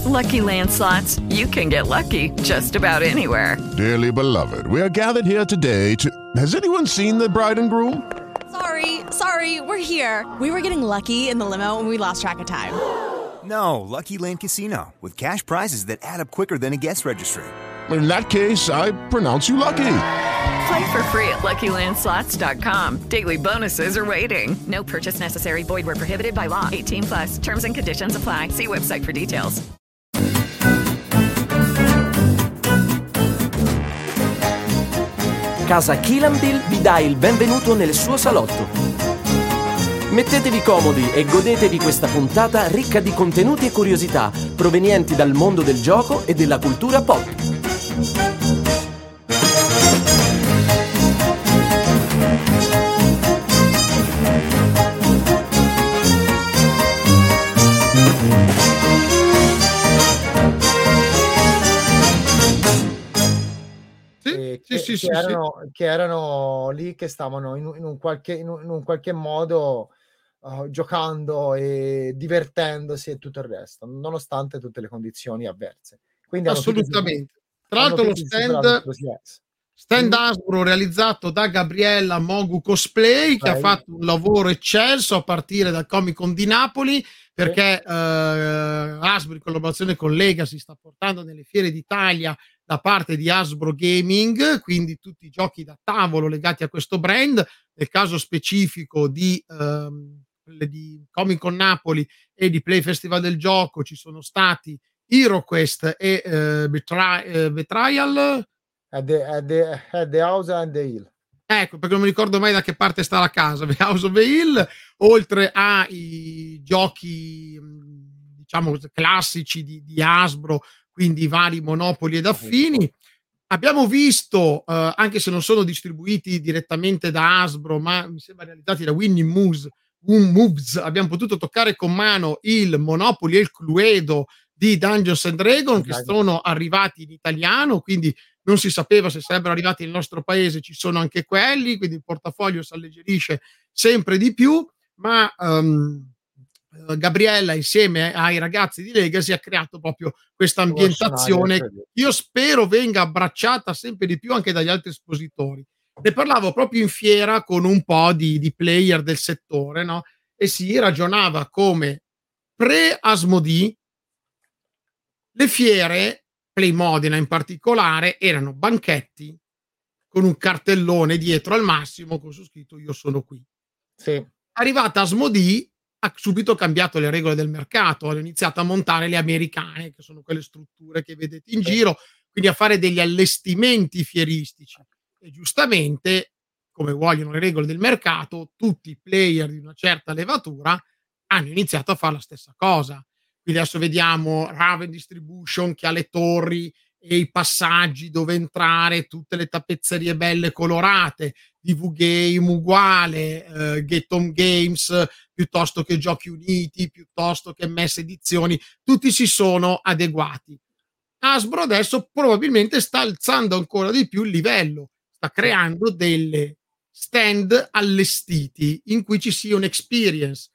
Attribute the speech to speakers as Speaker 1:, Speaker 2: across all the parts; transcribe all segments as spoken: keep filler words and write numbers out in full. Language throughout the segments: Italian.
Speaker 1: Lucky Land Slots, you can get lucky just about anywhere.
Speaker 2: Dearly beloved, we are gathered here today to... Has anyone seen the bride and groom?
Speaker 3: Sorry, sorry, we're here. We were getting lucky in the limo and we lost track of time.
Speaker 4: No, Lucky Land Casino, with cash prizes that add up quicker than a guest registry.
Speaker 2: In that case, I pronounce you lucky.
Speaker 1: Play for free at Lucky Land Slots dot com. Daily bonuses are waiting. No purchase necessary. Void where prohibited by law. eighteen plus. Terms and conditions apply. See website for details.
Speaker 5: Casa Kilambil vi dà il benvenuto nel suo salotto. Mettetevi comodi e godetevi questa puntata ricca di contenuti e curiosità provenienti dal mondo del gioco e della cultura pop.
Speaker 6: Sì, che, sì, sì, che, erano, sì. che erano lì, che stavano in, in, un, qualche, in, un, in un qualche modo uh, giocando e divertendosi e tutto il resto, nonostante tutte le condizioni avverse. Quindi
Speaker 7: assolutamente. Tra l'altro lo stand, stand Hasbro realizzato da Gabriella Mogu Cosplay, che Vai. ha fatto un lavoro eccelso a partire dal Comic Con di Napoli, perché sì. uh, Hasbro in collaborazione con Legacy sta portando nelle fiere d'Italia da parte di Hasbro Gaming, quindi tutti i giochi da tavolo legati a questo brand. Nel caso specifico di, um, di Comic Con Napoli e di Play Festival del Gioco ci sono stati HeroQuest e uh, Betri- uh, Betrayal
Speaker 6: at the, at the, at the House and the Hill.
Speaker 7: Ecco, perché non mi ricordo mai da che parte sta la casa. The House of the Hill, oltre ai giochi diciamo classici di, di Hasbro, quindi vari Monopoli ed affini. Abbiamo visto, eh, anche se non sono distribuiti direttamente da Hasbro, ma mi sembra realizzati da Winning Moves, Moves, abbiamo potuto toccare con mano il Monopoly e il Cluedo di Dungeons and Dragons, che sono arrivati in italiano, quindi non si sapeva se sarebbero arrivati nel nostro paese. Ci sono anche quelli, quindi il portafoglio si alleggerisce sempre di più, ma um, Gabriella insieme ai ragazzi di Legacy ha creato proprio questa ambientazione. Io spero venga abbracciata sempre di più anche dagli altri espositori. Ne parlavo proprio in fiera con un po' di, di player del settore, no? E si ragionava come pre-Asmodee le fiere, Play Modena in particolare, erano banchetti con un cartellone dietro al massimo con su scritto "io sono qui".
Speaker 6: Sì.
Speaker 7: Arrivata Asmodee ha subito cambiato le regole del mercato, hanno iniziato a montare le americane, che sono quelle strutture che vedete in giro, quindi a fare degli allestimenti fieristici. E giustamente, come vogliono le regole del mercato, tutti i player di una certa levatura hanno iniziato a fare la stessa cosa. Quindi adesso vediamo Raven Distribution che ha le torri e i passaggi dove entrare, tutte le tappezzerie belle colorate, D V Game uguale, eh, Get Home Games, piuttosto che Giochi Uniti, piuttosto che M S Edizioni, tutti si sono adeguati. Hasbro adesso probabilmente sta alzando ancora di più il livello, sta creando delle stand allestiti in cui ci sia un'experience.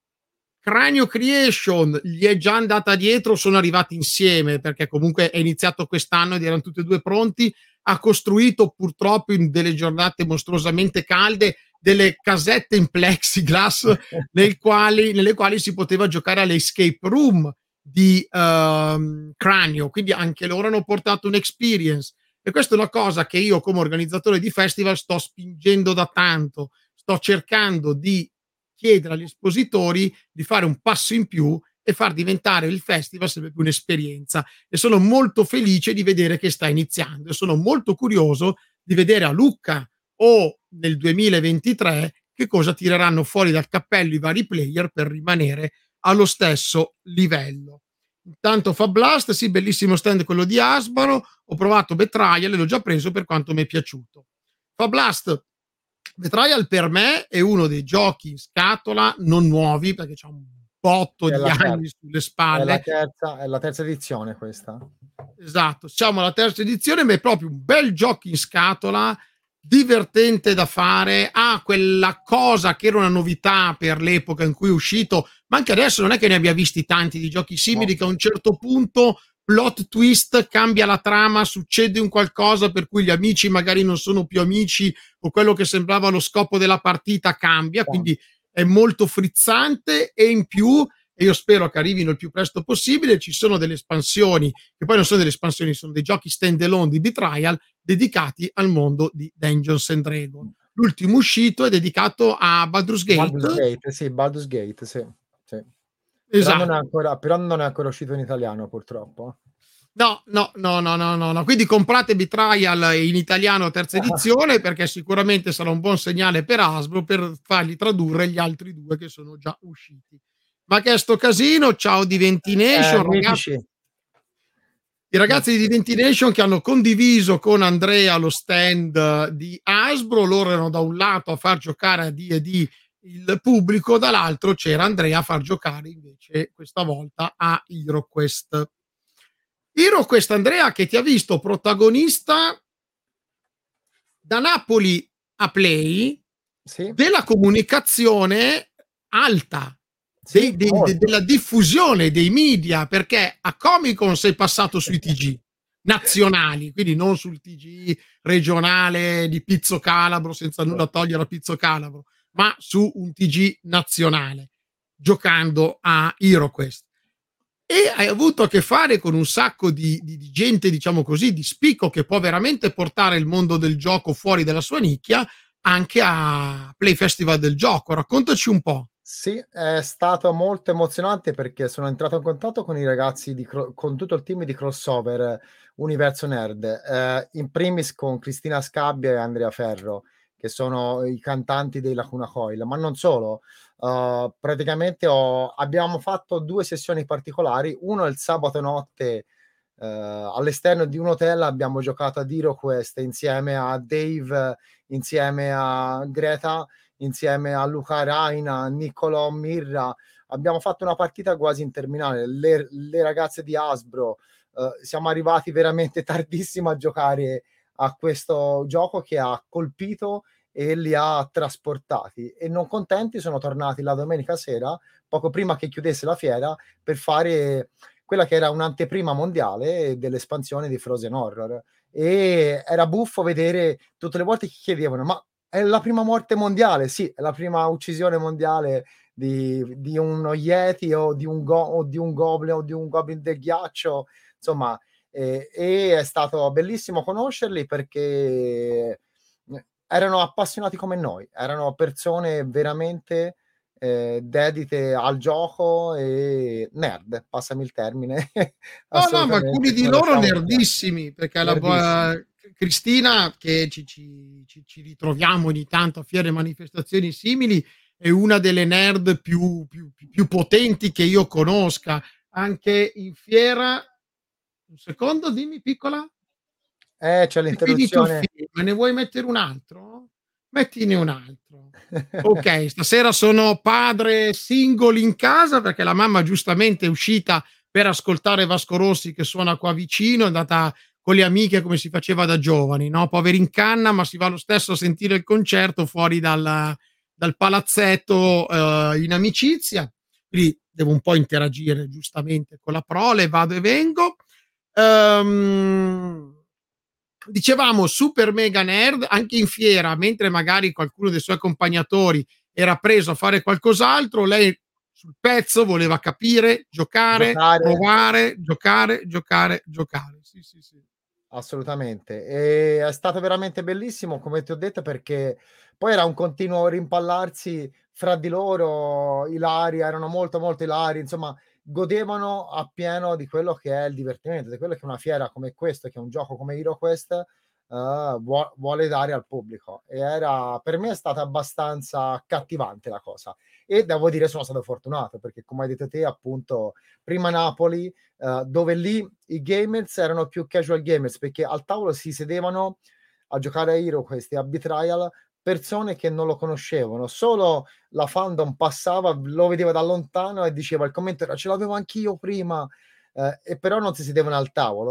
Speaker 7: Cranio Creation gli è già andata dietro, sono arrivati insieme perché comunque è iniziato quest'anno ed erano tutti e due pronti. Ha costruito purtroppo in delle giornate mostruosamente calde delle casette in plexiglass nel quali, nelle quali si poteva giocare all'escape room di uh, Cranio, quindi anche loro hanno portato un'experience, e questa è una cosa che io come organizzatore di festival sto spingendo da tanto. Sto cercando di chiedere agli espositori di fare un passo in più e far diventare il festival sempre più un'esperienza, e sono molto felice di vedere che sta iniziando, e sono molto curioso di vedere a Lucca o nel duemilaventitré che cosa tireranno fuori dal cappello i vari player per rimanere allo stesso livello. Intanto Fab Blast, sì, bellissimo stand quello di Hasbro. Ho provato Betrayal e l'ho già preso per quanto mi è piaciuto. Fab Blast, Betrayal per me è uno dei giochi in scatola non nuovi, perché c'ha un botto di anni sulle spalle.
Speaker 6: È la, terza, è la terza edizione questa.
Speaker 7: Esatto, siamo alla terza edizione, ma è proprio un bel gioco in scatola divertente da fare, ha quella cosa che era una novità per l'epoca in cui è uscito, ma anche adesso non è che ne abbia visti tanti di giochi simili, no. Che a un certo punto plot twist, cambia la trama, succede un qualcosa per cui gli amici magari non sono più amici o quello che sembrava lo scopo della partita cambia, quindi è molto frizzante e in più, e io spero che arrivino il più presto possibile, ci sono delle espansioni, che poi non sono delle espansioni, sono dei giochi stand alone di Betrayal dedicati al mondo di Dungeons and Dragons. L'ultimo uscito è dedicato a Baldur's Gate.
Speaker 6: Baldur's Gate, sì, Baldur's Gate, sì. sì.
Speaker 7: Esatto.
Speaker 6: Però, non è ancora, però non è ancora uscito in italiano, purtroppo.
Speaker 7: No, no, no, no, no, no, no. Quindi comprate Betrayal in italiano terza edizione, perché sicuramente sarà un buon segnale per Hasbro per fargli tradurre gli altri due che sono già usciti. Ma che è sto casino? Ciao Diventination,
Speaker 6: eh,
Speaker 7: ragazzi. I ragazzi di Diventination che hanno condiviso con Andrea lo stand di Hasbro, loro erano da un lato a far giocare a D and D il pubblico, dall'altro c'era Andrea a far giocare invece questa volta a HeroQuest. HeroQuest, Andrea, che ti ha visto protagonista da Napoli a Play,
Speaker 6: sì.
Speaker 7: della comunicazione alta,
Speaker 6: sì,
Speaker 7: dei, dei, de, della diffusione dei media, perché a Comic-Con sei passato sui T G nazionali, quindi non sul T G regionale di Pizzo Calabro, senza nulla togliere a Pizzo Calabro, ma su un T G nazionale, giocando a HeroQuest. E hai avuto a che fare con un sacco di, di, di gente, diciamo così, di spicco, che può veramente portare il mondo del gioco fuori dalla sua nicchia anche a Play Festival del gioco. Raccontaci un po'.
Speaker 6: Sì, è stato molto emozionante perché sono entrato in contatto con i ragazzi, di, con tutto il team di Crossover Universo Nerd, eh, in primis con Cristina Scabbia e Andrea Ferro, che sono i cantanti dei Lacuna Coil, ma non solo. Uh, praticamente ho, abbiamo fatto due sessioni particolari. Uno il sabato notte uh, all'esterno di un hotel abbiamo giocato a HeroQuest insieme a Dave, insieme a Greta, insieme a Luca Raina, Niccolò Mirra. Abbiamo fatto una partita quasi interminabile. Le, le ragazze di Hasbro, uh, siamo arrivati veramente tardissimo a giocare a questo gioco che ha colpito e li ha trasportati, e non contenti sono tornati la domenica sera, poco prima che chiudesse la fiera, per fare quella che era un'anteprima mondiale dell'espansione di Frozen Horror. E era buffo vedere tutte le volte che chiedevano: ma è la prima morte mondiale? Sì, è la prima uccisione mondiale di, di uno Yeti o di un, go, o di un goblin o di un goblin del ghiaccio, insomma. E, e è stato bellissimo conoscerli, perché erano appassionati come noi, erano persone veramente eh, dedite al gioco e nerd, passami il termine.
Speaker 7: No, no, ma alcuni di loro nerdissimi, perché nerdissimi. La Cristina, che ci, ci, ci, ci ritroviamo ogni tanto a fiere e manifestazioni simili, è una delle nerd più, più, più potenti che io conosca. Anche in fiera, un secondo, dimmi piccola.
Speaker 6: Eh, c'è l'interruzione.
Speaker 7: Ma ne vuoi mettere un altro? Mettine un altro. Ok, stasera sono padre single in casa, perché la mamma giustamente è uscita per ascoltare Vasco Rossi che suona qua vicino, è andata con le amiche come si faceva da giovani, no? Poveri in canna, ma si va lo stesso a sentire il concerto fuori dal, dal palazzetto eh, in amicizia. Quindi devo un po' interagire giustamente con la prole, vado e vengo. Um, Dicevamo super mega nerd, anche in fiera, mentre magari qualcuno dei suoi accompagnatori era preso a fare qualcos'altro, lei sul pezzo voleva capire, giocare, giocare. provare, giocare, giocare, giocare. Sì, sì, sì.
Speaker 6: Assolutamente. E è stato veramente bellissimo, come ti ho detto, perché poi era un continuo rimpallarsi fra di loro, ilari, erano molto molto ilari, insomma, godevano appieno di quello che è il divertimento, di quello che una fiera come questa, che è un gioco come HeroQuest uh, vuole, vuole dare al pubblico. E era, per me è stata abbastanza cattivante la cosa, e devo dire sono stato fortunato, perché come hai detto te, appunto, prima Napoli, uh, dove lì i gamers erano più casual gamers, perché al tavolo si sedevano a giocare a HeroQuest e a Betrayal persone che non lo conoscevano, solo la fandom passava, lo vedeva da lontano e diceva il commento era ce l'avevo anch'io prima, eh, e però non si sedevano al tavolo.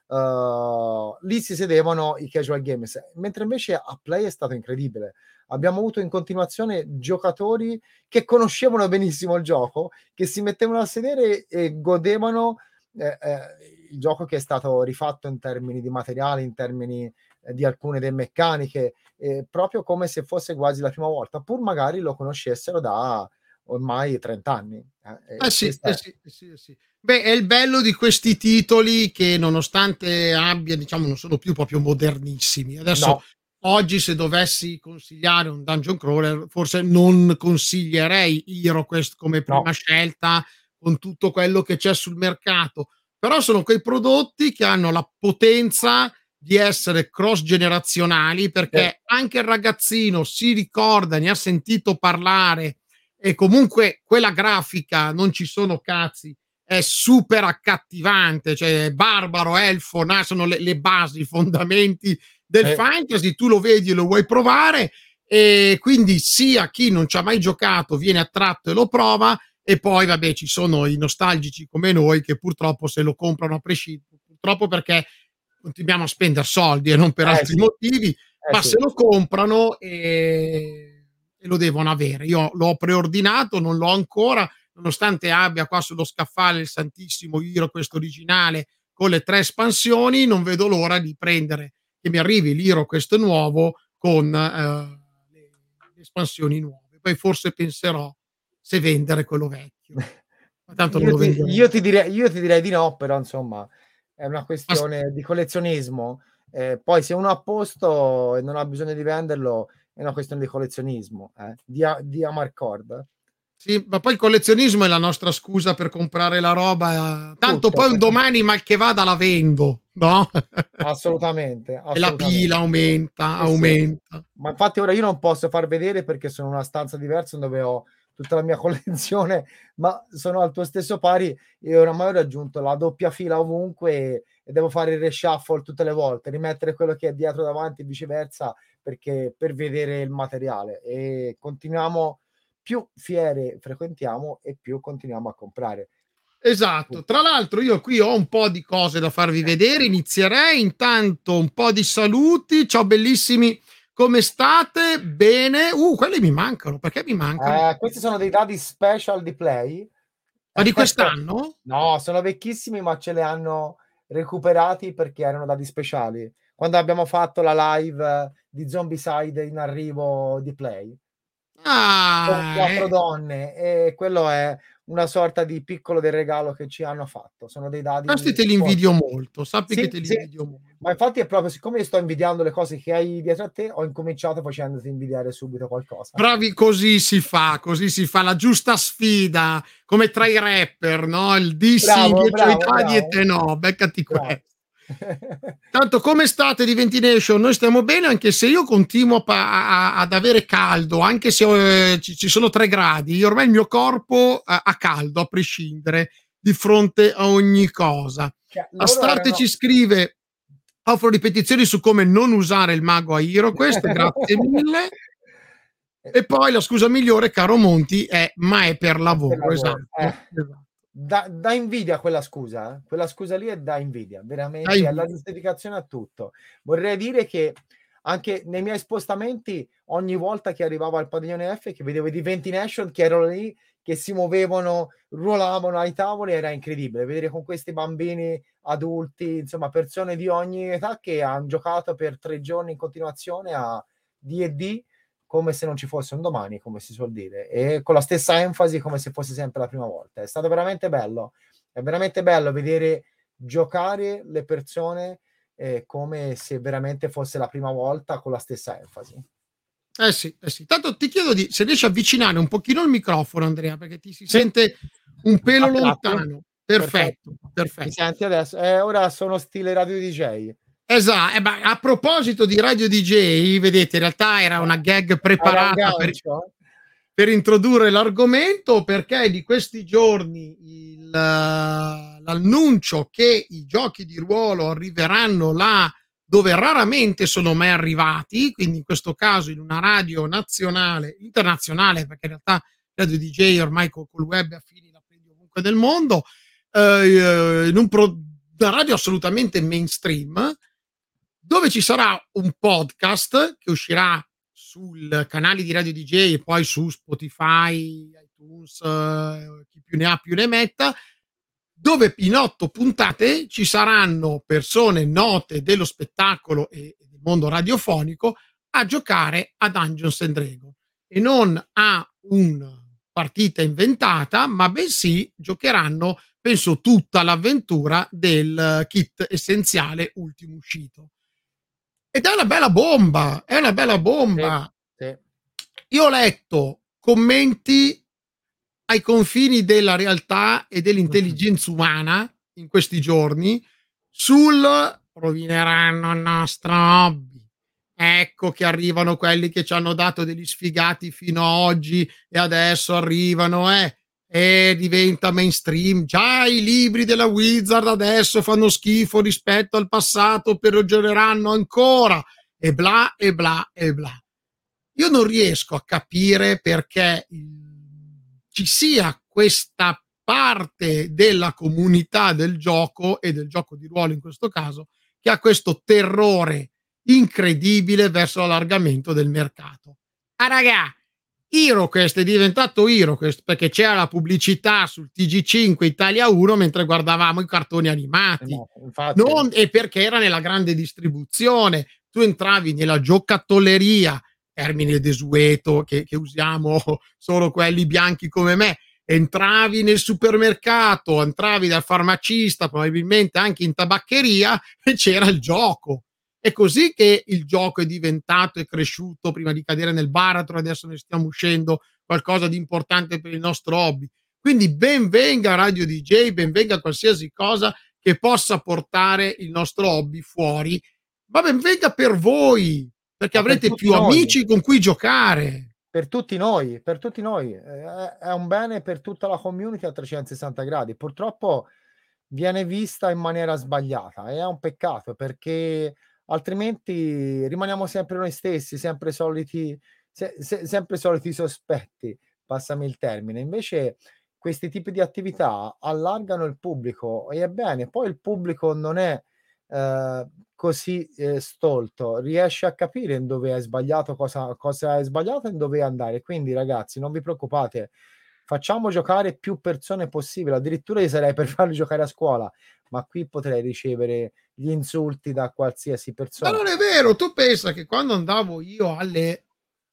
Speaker 6: uh, lì si sedevano i casual gamers, mentre invece a Play è stato incredibile. Abbiamo avuto in continuazione giocatori che conoscevano benissimo il gioco, che si mettevano a sedere e godevano eh, eh, il gioco, che è stato rifatto in termini di materiali, in termini eh, di alcune delle meccaniche, eh, proprio come se fosse quasi la prima volta, pur magari lo conoscessero da ormai trenta anni. Eh,
Speaker 7: eh sì, eh sì, eh sì, eh sì. Beh, è il bello di questi titoli che, nonostante abbia, diciamo, non sono più proprio modernissimi. Adesso, no. Oggi, se dovessi consigliare un dungeon crawler, forse non consiglierei HeroQuest come prima no. scelta, con tutto quello che c'è sul mercato. Però sono quei prodotti che hanno la potenza di essere cross generazionali, perché eh. anche il ragazzino si ricorda, ne ha sentito parlare, e comunque quella grafica, non ci sono cazzi, è super accattivante, cioè barbaro, elfo, no, sono le, le basi, i fondamenti del eh. fantasy, tu lo vedi e lo vuoi provare, e quindi sia chi non ci ha mai giocato viene attratto e lo prova, e poi vabbè ci sono i nostalgici come noi che purtroppo se lo comprano a prescindere, purtroppo perché continuiamo a spendere soldi e non per eh, altri sì. motivi, eh, ma sì. se lo comprano e... e lo devono avere. Io l'ho preordinato, non l'ho ancora, nonostante abbia qua sullo scaffale il santissimo HeroQuest originale con le tre espansioni. Non vedo l'ora di prendere, che mi arrivi l'HeroQuest nuovo con eh, le, le espansioni nuove. Poi forse penserò se vendere quello vecchio. Ma tanto
Speaker 6: io,
Speaker 7: non lo
Speaker 6: ti, io, ti direi, io ti direi di no, però insomma è una questione
Speaker 7: As-
Speaker 6: di collezionismo. Eh, poi se uno ha a posto e non ha bisogno di venderlo, è una questione di collezionismo, eh? di, di Amarcord.
Speaker 7: Sì, ma poi il collezionismo è la nostra scusa per comprare la roba, tanto tutto, poi un domani mal che vada la vendo, no?
Speaker 6: Assolutamente, assolutamente.
Speaker 7: E la pila aumenta, eh aumenta.
Speaker 6: Sì. Ma infatti ora io non posso far vedere perché sono in una stanza diversa dove ho tutta la mia collezione, ma sono al tuo stesso pari e oramai ho raggiunto la doppia fila ovunque e, e devo fare il reshuffle tutte le volte, rimettere quello che è dietro davanti e viceversa, perché per vedere il materiale, e continuiamo, più fiere frequentiamo e più continuiamo a comprare.
Speaker 7: Esatto. Tra l'altro io qui ho un po' di cose da farvi vedere, inizierei intanto un po' di saluti. Ciao bellissimi, come state? Bene. Uh, quelli mi mancano, perché mi mancano?
Speaker 6: Eh, questi sono dei dati special di Play.
Speaker 7: Ma di quest'anno?
Speaker 6: No, sono vecchissimi, ma ce li hanno recuperati perché erano dati speciali. Quando abbiamo fatto la live di Zombicide in arrivo di Play.
Speaker 7: Ah,
Speaker 6: con quattro
Speaker 7: eh.
Speaker 6: donne, e quello è una sorta di piccolo del regalo che ci hanno fatto. Sono dei dati.
Speaker 7: Questi te li invidio molto, sappi
Speaker 6: sì,
Speaker 7: che te li
Speaker 6: sì.
Speaker 7: invidio molto.
Speaker 6: Ma infatti è proprio, siccome io sto invidiando le cose che hai dietro a te, ho incominciato facendoti invidiare subito qualcosa.
Speaker 7: Bravi, così si fa, così si fa la giusta sfida, come tra i rapper, no? Il dissing, io c'ho i dadi e te no, beccati questo. Tanto come state di Ventilation? Noi stiamo bene, anche se io continuo a, a, ad avere caldo, anche se eh, ci, ci sono tre gradi. Io ormai il mio corpo ha, ha caldo a prescindere di fronte a ogni cosa.
Speaker 6: Cioè,
Speaker 7: Astarte
Speaker 6: erano...
Speaker 7: ci scrive: offro ripetizioni su come non usare il mago a HeroQuest, grazie mille. E poi la scusa migliore, caro Monti, è ma è per lavoro, per lavoro. Esatto,
Speaker 6: eh.
Speaker 7: esatto.
Speaker 6: Da, da invidia quella scusa, eh? Quella scusa lì è da invidia, veramente,
Speaker 7: Dai,
Speaker 6: è la giustificazione a tutto. Vorrei dire che anche nei miei spostamenti, ogni volta che arrivavo al padiglione F, che vedevo i Ventilation che erano lì, che si muovevano, ruolavano ai tavoli, era incredibile vedere con questi bambini, adulti, insomma persone di ogni età che hanno giocato per tre giorni in continuazione a D and D come se non ci fosse un domani, come si suol dire, e con la stessa enfasi come se fosse sempre la prima volta. È stato veramente bello, è veramente bello vedere giocare le persone eh, come se veramente fosse la prima volta, con la stessa enfasi.
Speaker 7: Eh sì, eh sì. Tanto ti chiedo di, se riesci a avvicinare un pochino il microfono, Andrea, perché ti si sì. sente un pelo lontano. Perfetto, perfetto. perfetto.
Speaker 6: Mi senti adesso? Eh, ora sono stile radio D J.
Speaker 7: Esatto, eh, a proposito di radio D J, vedete, in realtà era una gag preparata per, per introdurre l'argomento, perché di questi giorni il, uh, l'annuncio che i giochi di ruolo arriveranno là dove raramente sono mai arrivati, quindi in questo caso in una radio nazionale, internazionale, perché in realtà radio D J ormai col, col web affini la prendi ovunque nel mondo, uh, in un pro una radio assolutamente mainstream, dove ci sarà un podcast che uscirà sul canale di Radio D J e poi su Spotify, iTunes, eh, chi più ne ha più ne metta, dove in otto puntate ci saranno persone note dello spettacolo e del mondo radiofonico a giocare a Dungeons and Dragons, e non a una partita inventata, ma bensì giocheranno, penso, tutta l'avventura del kit essenziale ultimo uscito. Ed è una bella bomba, è una bella bomba.
Speaker 6: Sì, sì.
Speaker 7: Io ho letto commenti ai confini della realtà e dell'intelligenza umana in questi giorni sul rovineranno il nostro hobby. Ecco che arrivano quelli che ci hanno dato degli sfigati fino a oggi e adesso arrivano, eh, e diventa mainstream. Già i libri della Wizard adesso fanno schifo rispetto al passato, peggioreranno ancora, e bla e bla e bla. Io non riesco a capire perché ci sia questa parte della comunità del gioco e del gioco di ruolo in questo caso che ha questo terrore incredibile verso l'allargamento del mercato. Ah ragà, HeroQuest è diventato HeroQuest perché c'era la pubblicità sul T G cinque Italia uno mentre guardavamo i cartoni animati,
Speaker 6: no, infatti.
Speaker 7: Non, e perché era nella grande distribuzione. Tu entravi nella giocattolleria, termine desueto che, che usiamo solo quelli bianchi come me, entravi nel supermercato, entravi dal farmacista, probabilmente anche in tabaccheria, e c'era il gioco. È così che il gioco è diventato e cresciuto prima di cadere nel baratro. Adesso ne stiamo uscendo qualcosa di importante per il nostro hobby. Quindi ben venga Radio D J, ben venga qualsiasi cosa che possa portare il nostro hobby fuori, ma ben venga per voi, perché
Speaker 6: Ma per
Speaker 7: avrete
Speaker 6: tutti
Speaker 7: più
Speaker 6: noi.
Speaker 7: amici con cui giocare.
Speaker 6: Per tutti noi, per tutti noi, è, è un bene per tutta la community a trecentosessanta gradi. Purtroppo viene vista in maniera sbagliata e è un peccato, perché altrimenti rimaniamo sempre noi stessi, sempre soliti, se, se, sempre soliti sospetti, passami il termine. Invece questi tipi di attività allargano il pubblico, e è bene. Poi il pubblico non è eh, così eh, stolto, riesce a capire in dove è sbagliato, cosa, cosa è sbagliato e in dove andare. Quindi ragazzi, non vi preoccupate, facciamo giocare più persone possibile. Addirittura io sarei per farli giocare a scuola, ma qui potrei ricevere gli insulti da qualsiasi persona.
Speaker 7: Ma non è vero, tu pensa che quando andavo io alle,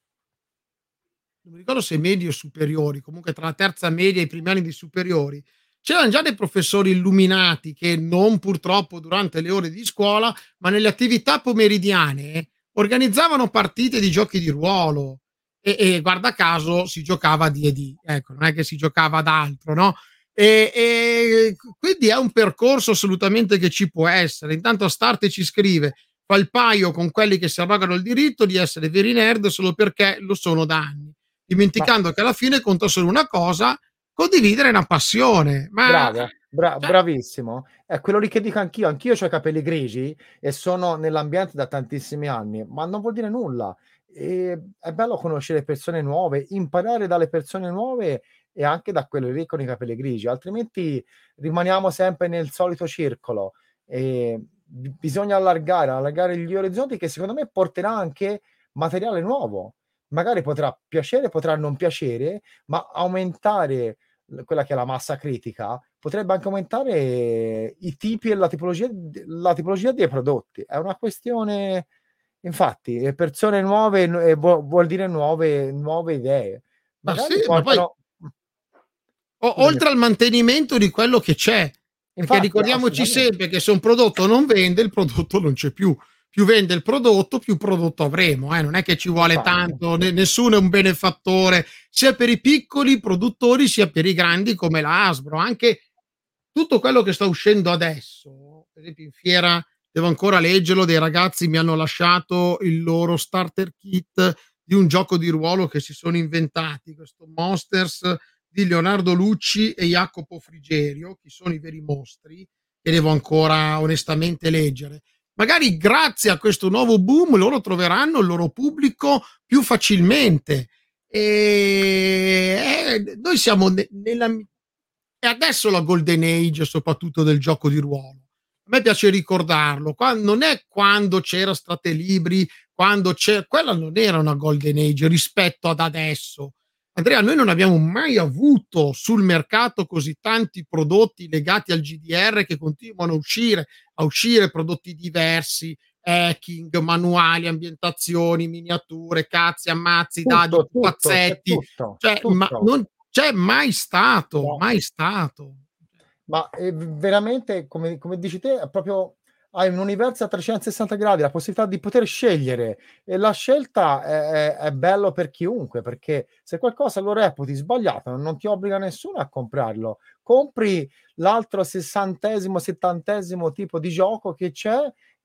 Speaker 7: non mi ricordo se medie o superiori, comunque tra la terza media e i primi anni di superiori, c'erano già dei professori illuminati che non purtroppo durante le ore di scuola, ma nelle attività pomeridiane organizzavano partite di giochi di ruolo, e, e guarda caso si giocava a D and D, ecco, non è che si giocava ad altro, no? E, e quindi è un percorso assolutamente che ci può essere. Intanto Astarte ci scrive: fa il paio con quelli che si arrogano il diritto di essere veri nerd solo perché lo sono da anni, dimenticando ma... che alla fine conta solo una cosa: condividere una passione. Ma...
Speaker 6: Bravo, bra- bravissimo. È quello lì che dico anch'io. Anch'io ho i capelli grigi e sono nell'ambiente da tantissimi anni, ma non vuol dire nulla. E è bello conoscere persone nuove, imparare dalle persone nuove e anche da quelle lì con i capelli grigi, altrimenti rimaniamo sempre nel solito circolo. E bisogna allargare, allargare gli orizzonti, che secondo me porterà anche materiale nuovo. Magari potrà piacere, potrà non piacere, ma aumentare quella che è la massa critica potrebbe anche aumentare i tipi e la tipologia, la tipologia dei prodotti. È una questione, infatti, persone nuove vuol dire nuove, nuove idee.
Speaker 7: Ma
Speaker 6: magari
Speaker 7: sì,
Speaker 6: portano...
Speaker 7: ma poi... O, oltre al mantenimento di quello che c'è, perché infatti, ricordiamoci sempre che se un prodotto non vende, il prodotto non c'è più. Più vende il prodotto, più prodotto avremo, eh? Non è che ci vuole infatti. tanto, ne, nessuno è un benefattore, sia per i piccoli produttori sia per i grandi come la Hasbro. Anche tutto quello che sta uscendo adesso, per esempio in fiera, devo ancora leggerlo, dei ragazzi mi hanno lasciato il loro starter kit di un gioco di ruolo che si sono inventati, questo Monsters di Leonardo Lucci e Jacopo Frigerio, chi sono i veri mostri, che devo ancora onestamente leggere. Magari grazie a questo nuovo boom loro troveranno il loro pubblico più facilmente. E eh, noi siamo ne- nella... E adesso la golden age soprattutto del gioco di ruolo. a me piace ricordarlo, qua non è quando c'era Stratelibri, quando c'è, quella non era una golden age rispetto ad adesso. Andrea, noi non abbiamo mai avuto sul mercato così tanti prodotti legati al G D R che continuano a uscire, a uscire prodotti diversi, hacking, manuali, ambientazioni, miniature, cazzi, ammazzi,
Speaker 6: Tutto,
Speaker 7: dadi,
Speaker 6: tutto, c'è
Speaker 7: pupazzetti,
Speaker 6: tutto,
Speaker 7: cioè, ma
Speaker 6: tutto.
Speaker 7: non c'è mai stato,
Speaker 6: No.
Speaker 7: mai stato.
Speaker 6: Ma è v veramente, come come dici te, è proprio hai un universo a trecentosessanta gradi, la possibilità di poter scegliere, e la scelta è è è bello per chiunque, perché se qualcosa lo reputi sbagliato, non ti obbliga nessuno a comprarlo. Compri l'altro sessantesimo, settantesimo tipo di gioco che c'è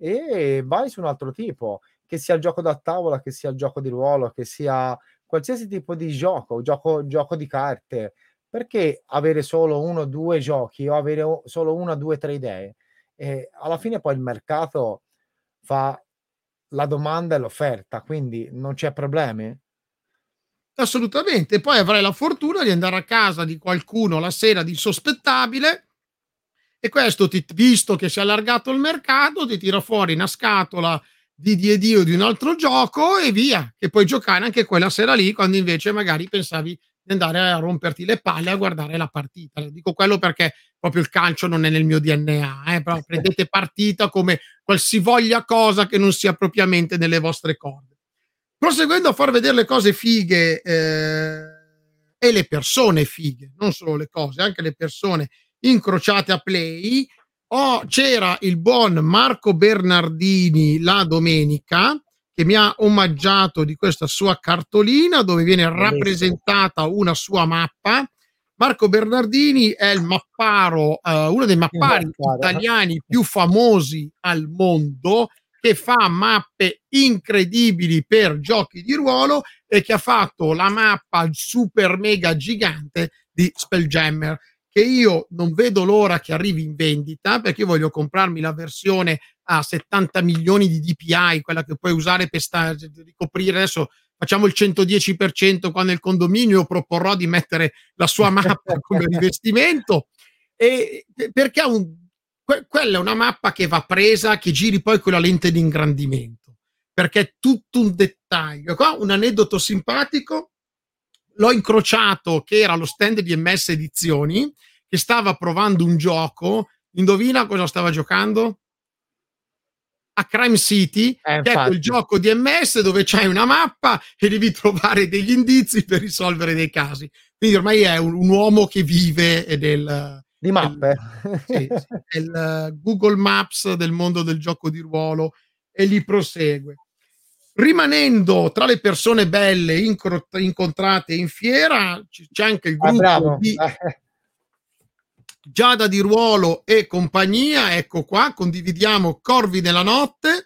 Speaker 6: e vai su un altro tipo, che sia il gioco da tavola, che sia il gioco di ruolo, che sia qualsiasi tipo di gioco, gioco gioco di carte. Perché avere solo uno o due giochi o avere o solo una, due, tre idee? E alla fine poi il mercato fa la domanda e l'offerta, quindi non c'è problemi?
Speaker 7: Assolutamente. E poi avrai la fortuna di andare a casa di qualcuno la sera di insospettabile e questo ti visto che si è allargato il mercato, ti tira fuori una scatola di D and D o di un altro gioco e via, che puoi giocare anche quella sera lì, quando invece magari pensavi di andare a romperti le palle a guardare la partita. Dico quello perché proprio il calcio non è nel mio D N A, eh, però prendete partita come qualsivoglia cosa che non sia propriamente nelle vostre corde. Proseguendo a far vedere le cose fighe eh, e le persone fighe, non solo le cose, anche le persone incrociate a Play, oh, c'era il buon Marco Bernardini la domenica che mi ha omaggiato di questa sua cartolina dove viene
Speaker 6: Bellissimo.
Speaker 7: rappresentata una sua mappa. Marco Bernardini è il mapparo, eh, uno dei mappari
Speaker 6: mapparo.
Speaker 7: italiani più famosi al mondo, che fa mappe incredibili per giochi di ruolo e che ha fatto la mappa super mega gigante di Spelljammer, che io non vedo l'ora che arrivi in vendita, perché io voglio comprarmi la versione a settanta milioni di D P I, quella che puoi usare per sta, ricoprire. Adesso facciamo il centodieci per cento qua nel condominio, io proporrò di mettere la sua mappa come rivestimento, e perché ha un Que- quella è una mappa che va presa, che giri poi con la lente di ingrandimento, perché è tutto un dettaglio. Qua un aneddoto simpatico: l'ho incrociato che era allo stand di M S Edizioni, che stava provando un gioco. Indovina cosa stava giocando? A Crime City,
Speaker 6: Eh,
Speaker 7: che è quel gioco di M S dove c'hai una mappa e devi trovare degli indizi per risolvere dei casi. Quindi ormai è un, un uomo che vive del
Speaker 6: di mappe.
Speaker 7: Sì, sì, è il Google Maps del mondo del gioco di ruolo e lì prosegue. Rimanendo tra le persone belle incro- incontrate in fiera, c- c'è anche il
Speaker 6: Ah,
Speaker 7: gruppo
Speaker 6: bravo.
Speaker 7: di Giada di Ruolo e compagnia. Ecco qua, condividiamo Corvi della Notte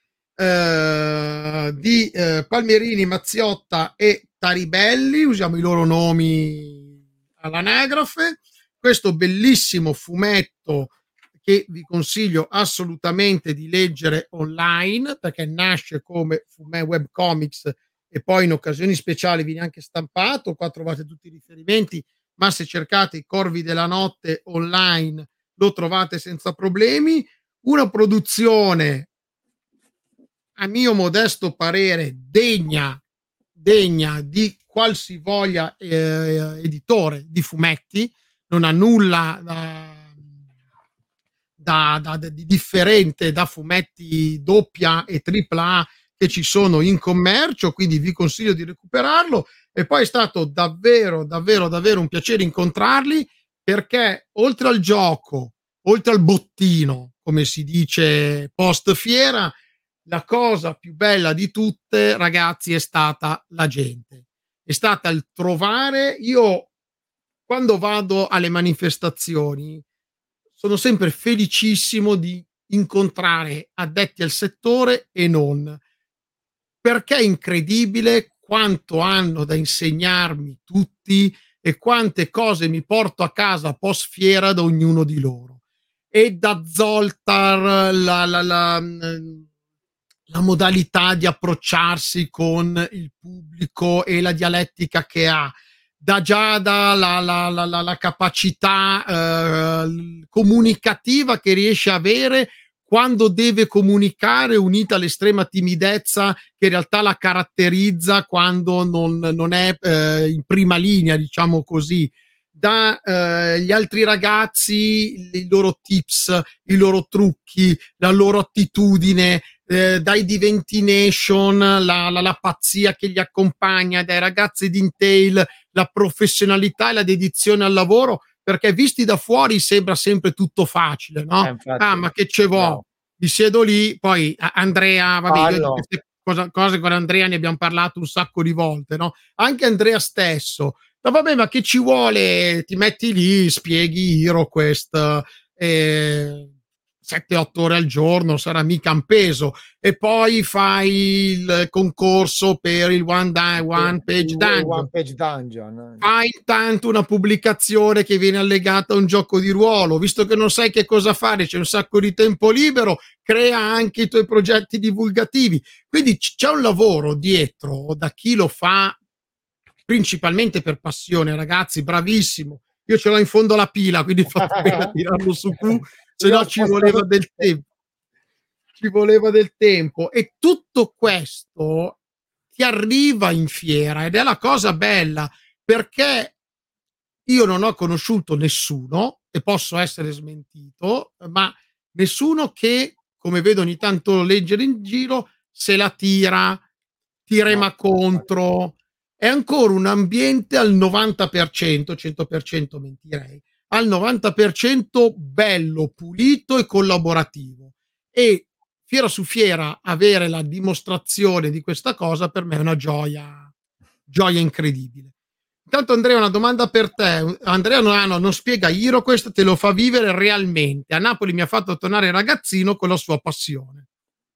Speaker 7: eh, di eh, Palmierini, Mazziotta e Taribelli, usiamo i loro nomi all'anagrafe. Questo bellissimo fumetto che vi consiglio assolutamente di leggere online, perché nasce come fumetto webcomics e poi in occasioni speciali viene anche stampato. Qua trovate tutti i riferimenti, ma se cercate i Corvi della Notte online lo trovate senza problemi. Una produzione, a mio modesto parere, degna degna di qualsivoglia eh, editore di fumetti. Non ha nulla da, da, da, da, di differente da fumetti doppia e tripla A che ci sono in commercio, quindi vi consiglio di recuperarlo. E poi è stato davvero, davvero, davvero un piacere incontrarli, perché oltre al gioco, oltre al bottino, come si dice post fiera, la cosa più bella di tutte, ragazzi, è stata la gente. È stata il trovare. Io quando vado alle manifestazioni sono sempre felicissimo di incontrare addetti al settore e non, perché è incredibile quanto hanno da insegnarmi tutti e quante cose mi porto a casa post fiera da ognuno di loro. E da Zoltar la, la, la, la modalità di approcciarsi con il pubblico e la dialettica che ha, da Giada la, la, la, la, la capacità eh, comunicativa che riesce a avere quando deve comunicare, unita all'estrema timidezza che in realtà la caratterizza quando non, non è eh, in prima linea, diciamo così. Da eh, gli altri ragazzi i loro tips, i loro trucchi, la loro attitudine, eh, dai di Ventination la, la, la pazzia che gli accompagna, dai ragazzi di Intel la professionalità e la dedizione al lavoro, perché visti da fuori sembra sempre tutto facile, no? Eh, infatti, ah, ma che ce vo'? No. Mi siedo lì, poi Andrea, vabbè, io di queste cose, cose con Andrea ne abbiamo parlato un sacco di volte, no? Anche Andrea stesso. No, vabbè, ma che ci vuole? Ti metti lì, spieghi HeroQuest eh, sette otto ore al giorno, sarà mica un peso, e poi fai il concorso per il One, di- one Page Dungeon.
Speaker 6: One Page Dungeon.
Speaker 7: Fai intanto una pubblicazione che viene allegata a un gioco di ruolo, visto che non sai che cosa fare, c'è un sacco di tempo libero, crea anche i tuoi progetti divulgativi. Quindi c'è un lavoro dietro da chi lo fa principalmente per passione, ragazzi, bravissimo. Io ce l'ho in fondo alla pila, quindi fate bene a tirarlo su Q, se no ci voleva del tempo. Ci voleva del tempo. E tutto questo ti arriva in fiera ed è la cosa bella, perché io non ho conosciuto nessuno, e posso essere smentito, ma nessuno che, come vedo ogni tanto leggere in giro, se la tira, ti rema contro. È ancora un ambiente al novanta per cento, cento per cento mentirei, al novanta per cento bello, pulito e collaborativo. E fiera su fiera avere la dimostrazione di questa cosa per me è una gioia, gioia incredibile. Intanto Andrea, una domanda per te. Andrea Noano non spiega HeroQuest, te lo fa vivere realmente. A Napoli mi ha fatto tornare ragazzino con la sua passione.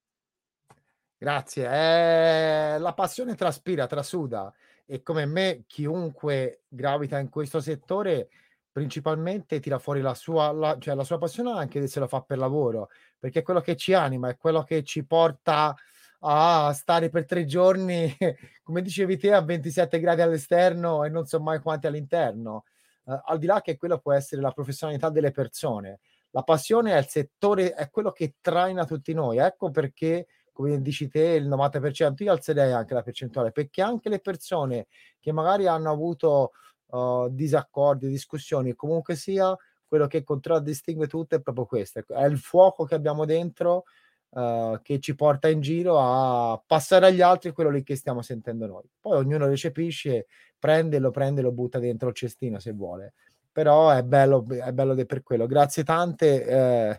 Speaker 6: Grazie. Eh, la passione traspira, trasuda, e come me chiunque gravita in questo settore principalmente tira fuori la sua, la, cioè la sua passione anche se lo fa per lavoro, perché è quello che ci anima, è quello che ci porta a stare per tre giorni, come dicevi te, a ventisette gradi all'esterno e non so mai quanti all'interno. Uh, al di là che quello può essere la professionalità delle persone, la passione è il settore, è quello che traina tutti noi. Ecco perché, come dici te, il novanta per cento, io alzerei anche la percentuale, perché anche le persone che magari hanno avuto uh, disaccordi, discussioni, comunque sia, quello che contraddistingue tutto è proprio questo, è il fuoco che abbiamo dentro, uh, che ci porta in giro a passare agli altri quello lì che stiamo sentendo noi. Poi ognuno recepisce, prende, lo prende, lo butta dentro il cestino se vuole, però è bello, è bello per quello. Grazie tante. Eh,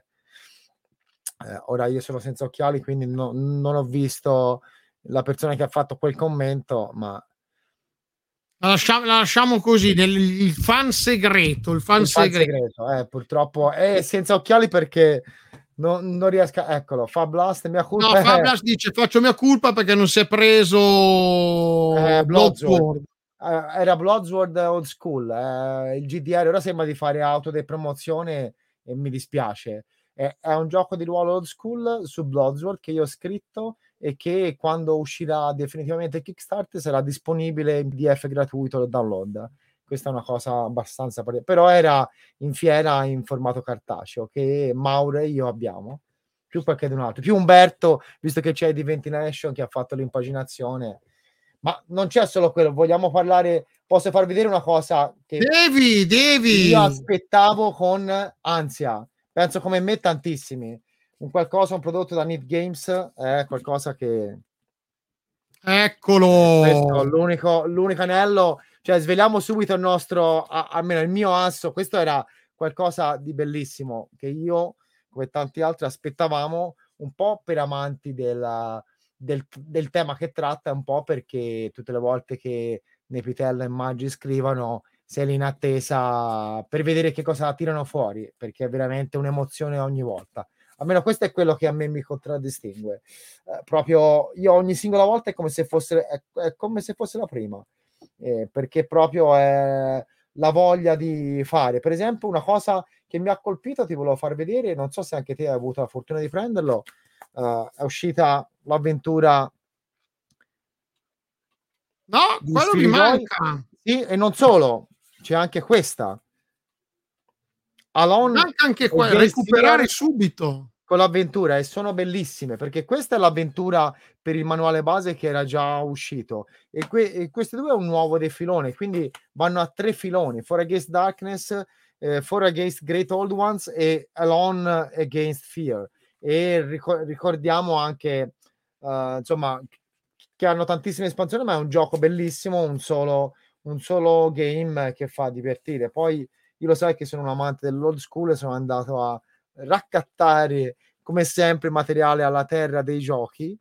Speaker 6: Eh, ora io sono senza occhiali, quindi no, non ho visto la persona che ha fatto quel commento, ma
Speaker 7: la lasciamo, la lasciamo così, nel, il fan segreto, il fan,
Speaker 6: il fan
Speaker 7: segreto,
Speaker 6: segreto eh, purtroppo è senza occhiali perché non, non riesco a... Eccolo, Fablast, mia colpa.
Speaker 7: No, Fablast dice faccio mia colpa perché non si è preso
Speaker 6: eh,
Speaker 7: Bloodsword.
Speaker 6: Eh, era Bloodsword Old School, eh, il G D R, ora sembra di fare autodepromozione e mi dispiace. È un gioco di ruolo old school su Bloodsword che io ho scritto e che quando uscirà definitivamente Kickstarter sarà disponibile in P D F gratuito da download. Questa è una cosa abbastanza, però era in fiera in formato cartaceo che Mauro e io abbiamo, più qualche un altro, più Umberto, visto che c'è di Ventilation che ha fatto l'impaginazione. Ma non c'è solo quello, vogliamo parlare, posso far vedere una cosa che
Speaker 7: devi, devi.
Speaker 6: io aspettavo con ansia. Penso come me tantissimi. Un qualcosa, un prodotto da Need Games è qualcosa che...
Speaker 7: Eccolo!
Speaker 6: Questo, l'unico, l'unico anello. Cioè, sveliamo subito il nostro, almeno il mio asso. Questo era qualcosa di bellissimo che io, come tanti altri, aspettavamo un po' per amanti della, del, del tema che tratta, un po' perché tutte le volte che Nepitella e Maggi scrivono sei lì in attesa per vedere che cosa tirano fuori, perché è veramente un'emozione ogni volta. Almeno questo è quello che a me mi contraddistingue. Eh, proprio io ogni singola volta è come se fosse, è, è come se fosse la prima, eh, perché proprio è la voglia di fare. Per esempio, una cosa che mi ha colpito, ti volevo far vedere, non so se anche te hai avuto la fortuna di prenderlo, uh, è uscita l'avventura.
Speaker 7: No, quello mi manca.
Speaker 6: Sì, e non solo, c'è anche questa. Alone
Speaker 7: Manca anche qua, recuperare subito.
Speaker 6: Con l'avventura, e sono bellissime, perché questa è l'avventura per il manuale base che era già uscito, e, que- e queste due è un nuovo dei filoni, quindi vanno a tre filoni: For Against Darkness, eh, For Against Great Old Ones e Alone Against Fear. E ricor- ricordiamo anche uh, insomma che hanno tantissime espansioni, ma è un gioco bellissimo, un solo, un solo game che fa divertire. Poi io lo sai che sono un amante dell'old school e sono andato a raccattare come sempre materiale alla terra dei giochi,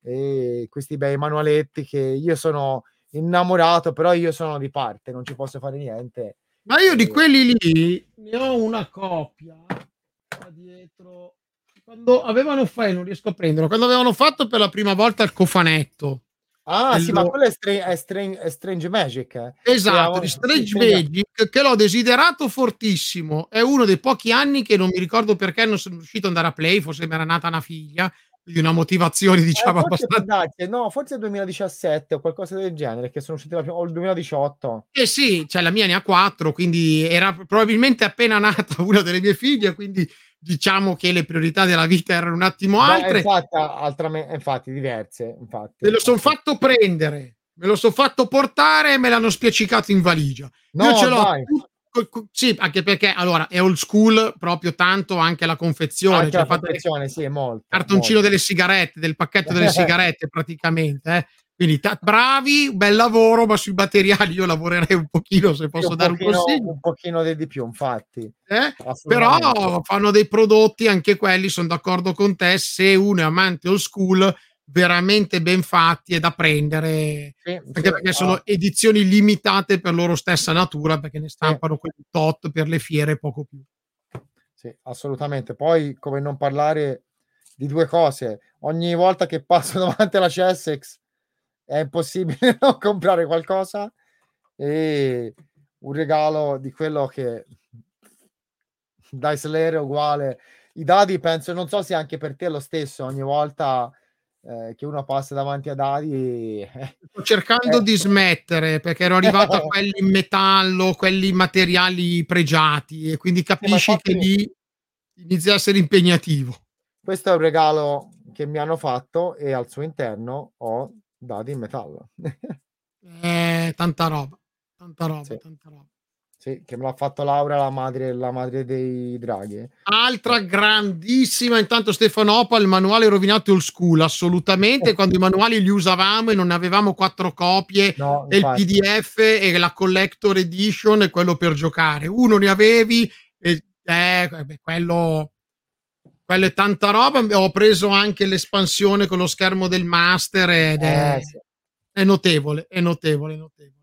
Speaker 6: e questi bei manualetti che io sono innamorato, però io sono di parte, non ci posso fare niente.
Speaker 7: Ma io di quelli lì ne ho una copia qua dietro, quando avevano fatto, non riesco a prenderlo, quando avevano fatto per la prima volta il cofanetto.
Speaker 6: Ah, sì,
Speaker 7: Quello...
Speaker 6: ma quello è, Stra- è, Stra- è Strange Magic. Eh.
Speaker 7: Esatto, di Strange sì, Magic, che l'ho desiderato fortissimo. È uno dei pochi anni che non mi ricordo perché non sono riuscito ad andare a play, forse mi era nata una figlia, quindi una motivazione, diciamo,
Speaker 6: eh, forse
Speaker 7: abbastanza...
Speaker 6: No, forse duemiladiciassette o qualcosa del genere, che sono usciti la prima... o il duemiladiciotto.
Speaker 7: Eh sì, cioè la mia ne ha quattro, quindi era probabilmente appena nata una delle mie figlie, quindi diciamo che le priorità della vita erano un attimo altre.
Speaker 6: Beh, infatti, altramente, infatti, diverse. Infatti,
Speaker 7: me lo sono fatto prendere, me lo sono fatto portare e me l'hanno spiaccicato in valigia.
Speaker 6: No,
Speaker 7: io ce l'ho
Speaker 6: dai.
Speaker 7: Sì, anche perché allora è old school proprio tanto anche la confezione,
Speaker 6: anche
Speaker 7: cioè
Speaker 6: la confezione, sì, è molto.
Speaker 7: Cartoncino
Speaker 6: molto.
Speaker 7: delle sigarette, del pacchetto delle sigarette praticamente, eh. Quindi ta- bravi, bel lavoro, ma sui materiali io lavorerei un pochino, se posso
Speaker 6: un
Speaker 7: dare
Speaker 6: pochino,
Speaker 7: un consiglio.
Speaker 6: Un pochino di più, infatti.
Speaker 7: Eh? Però fanno dei prodotti, anche quelli, sono d'accordo con te, se uno è amante old school, veramente ben fatti e da prendere,
Speaker 6: sì,
Speaker 7: anche
Speaker 6: sì,
Speaker 7: perché
Speaker 6: ah.
Speaker 7: sono edizioni limitate per loro stessa natura, perché ne stampano sì. Quelli tot per le fiere, poco più.
Speaker 6: Sì, assolutamente. Poi, come non parlare di due cose: ogni volta che passo davanti alla Chessex è impossibile non comprare qualcosa, e un regalo di quello che Dice Lair è uguale. I dadi, penso, non so se anche per te è lo stesso, ogni volta eh, che uno passa davanti a dadi eh,
Speaker 7: sto cercando eh. di smettere, perché ero arrivato a quelli in metallo, quelli materiali pregiati, e quindi capisci sì, che lì inizia a essere impegnativo.
Speaker 6: Questo è un regalo che mi hanno fatto e al suo interno ho dadi in metallo.
Speaker 7: eh, tanta roba, tanta roba,
Speaker 6: sì.
Speaker 7: tanta roba.
Speaker 6: Sì, che me l'ha fatto Laura, la madre, la madre dei draghi.
Speaker 7: Altra grandissima, intanto Stefanopa, il manuale rovinato old school, assolutamente, quando i manuali li usavamo e non ne avevamo quattro copie,
Speaker 6: no,
Speaker 7: e il P D F e la collector edition e quello per giocare. Uno ne avevi e eh, beh, quello, quello è tanta roba. Ho preso anche l'espansione con lo schermo del master ed è,
Speaker 6: eh, sì.
Speaker 7: è notevole, è notevole, è notevole.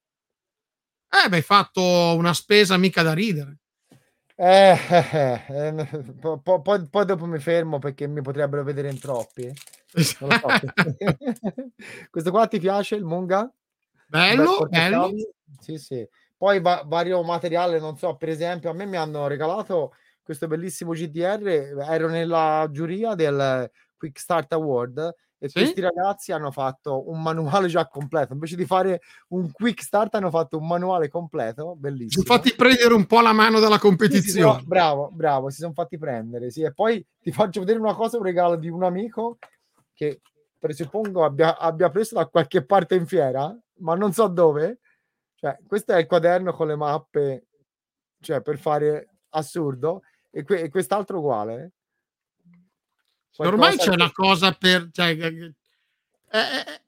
Speaker 7: Eh, beh, hai fatto una spesa mica da ridere.
Speaker 6: Eh, eh, eh, po- po- poi, poi dopo mi fermo perché mi potrebbero vedere in troppi. Non lo so. Questo qua ti piace, il Munga?
Speaker 7: Bello, bello.
Speaker 6: Sì, sì. Poi va- vario materiale, non so, per esempio, a me mi hanno regalato questo bellissimo G D R, ero nella giuria del Quick Start Award e sì? Questi ragazzi hanno fatto un manuale già completo, invece di fare un quick start hanno fatto un manuale completo, bellissimo.
Speaker 7: Si sono fatti prendere un po' la mano dalla competizione.
Speaker 6: Sì, sì, bravo, bravo, si sono fatti prendere, sì. E poi ti faccio vedere una cosa, un regalo di un amico che presuppongo abbia, abbia preso da qualche parte in fiera, ma non so dove. Cioè, questo è il quaderno con le mappe, cioè per fare assurdo, e, que- e quest'altro uguale.
Speaker 7: Qualcosa ormai c'è che... una cosa per... Cioè, eh, eh,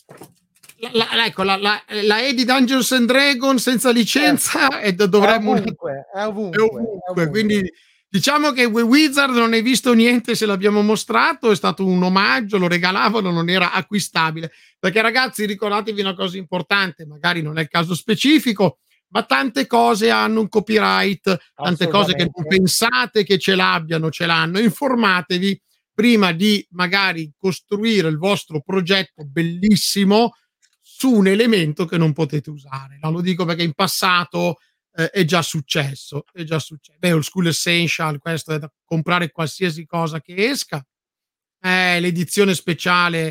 Speaker 7: la, la, ecco, la, la, la E di Dungeons and Dragons senza licenza eh, e dovremmo...
Speaker 6: È ovunque, è ovunque,
Speaker 7: è ovunque,
Speaker 6: è ovunque.
Speaker 7: Quindi diciamo che Wizard non hai visto niente se l'abbiamo mostrato, è stato un omaggio, lo regalavano, non era acquistabile. Perché ragazzi, ricordatevi una cosa importante, magari non è il caso specifico, ma tante cose hanno un copyright, tante cose che non pensate che ce l'abbiano, ce l'hanno. Informatevi prima di magari costruire il vostro progetto bellissimo su un elemento che non potete usare. No, lo dico perché in passato eh, è già successo, è già successo. Beh, Old School Essential, questo è da comprare qualsiasi cosa che esca. Eh, l'edizione speciale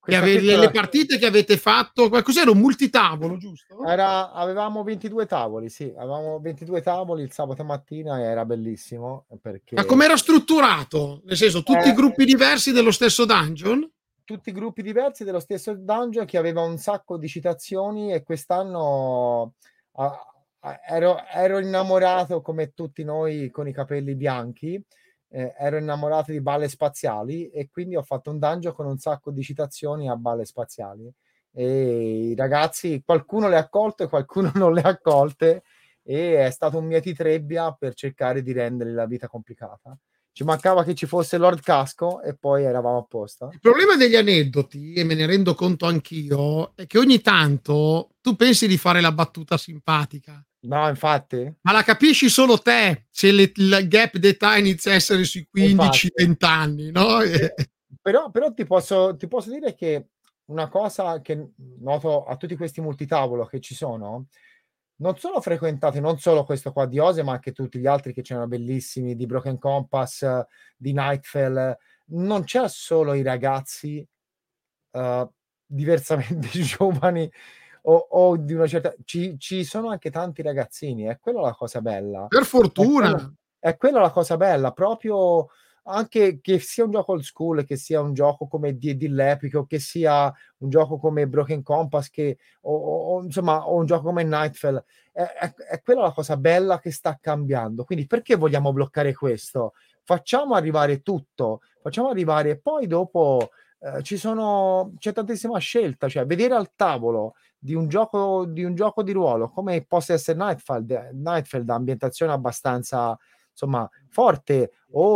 Speaker 7: E ave le le partite che avete fatto, cos'era, un multitavolo, giusto?
Speaker 6: Era avevamo ventidue tavoli, sì, avevamo ventidue tavoli il sabato mattina e era bellissimo perché
Speaker 7: Ma com'era strutturato? Nel senso, tutti
Speaker 6: Eh
Speaker 7: gruppi diversi dello stesso dungeon?
Speaker 6: Tutti gruppi diversi dello stesso dungeon che aveva un sacco di citazioni e quest'anno a a ero ero innamorato come tutti noi con i capelli bianchi, ehm, ero innamorato di balle spaziali e quindi ho fatto un dungeon con un sacco di citazioni a balle spaziali. E i ragazzi qualcuno le ha accolte, qualcuno non le ha accolte e è stato un mietitrebbia per cercare di rendergli la vita complicata. Ci mancava che ci fosse Lord Casco e poi eravamo a posto.
Speaker 7: Il problema degli aneddoti, e me ne rendo conto anch'io, è che ogni tanto tu pensi di fare la battuta simpatica.
Speaker 6: No, infatti.
Speaker 7: Ma la capisci solo te, se le il gap d'età inizia a essere sui quindici venti anni, no?
Speaker 6: Eh, però però ti posso ti posso dire che una cosa che noto a tutti questi multitavolo che ci sono, non sono frequentati non solo questo qua di Ose, ma anche tutti gli altri che c'erano bellissimi, di Broken Compass, di Nightfall. Non c'è solo i ragazzi, uhm, diversamente giovani o o di una certa ci ci sono anche tanti ragazzini, è quella la cosa bella.
Speaker 7: Per
Speaker 6: È quella
Speaker 7: fortuna.
Speaker 6: è quella la cosa bella, proprio anche che sia un gioco old school, che sia un gioco come D and D l'Epic, o che sia un gioco come Broken Compass che o o o insomma, o un gioco come Nightfall, è è è quella la cosa bella che sta cambiando. Quindi perché vogliamo bloccare questo? Facciamo arrivare tutto, facciamo arrivare poi dopo, ehm, ci sono c'è tantissima scelta, cioè vedere al tavolo di un gioco di un gioco di ruolo come possa essere Nightfall d Nightfall da ambientazione abbastanza, insomma, forte,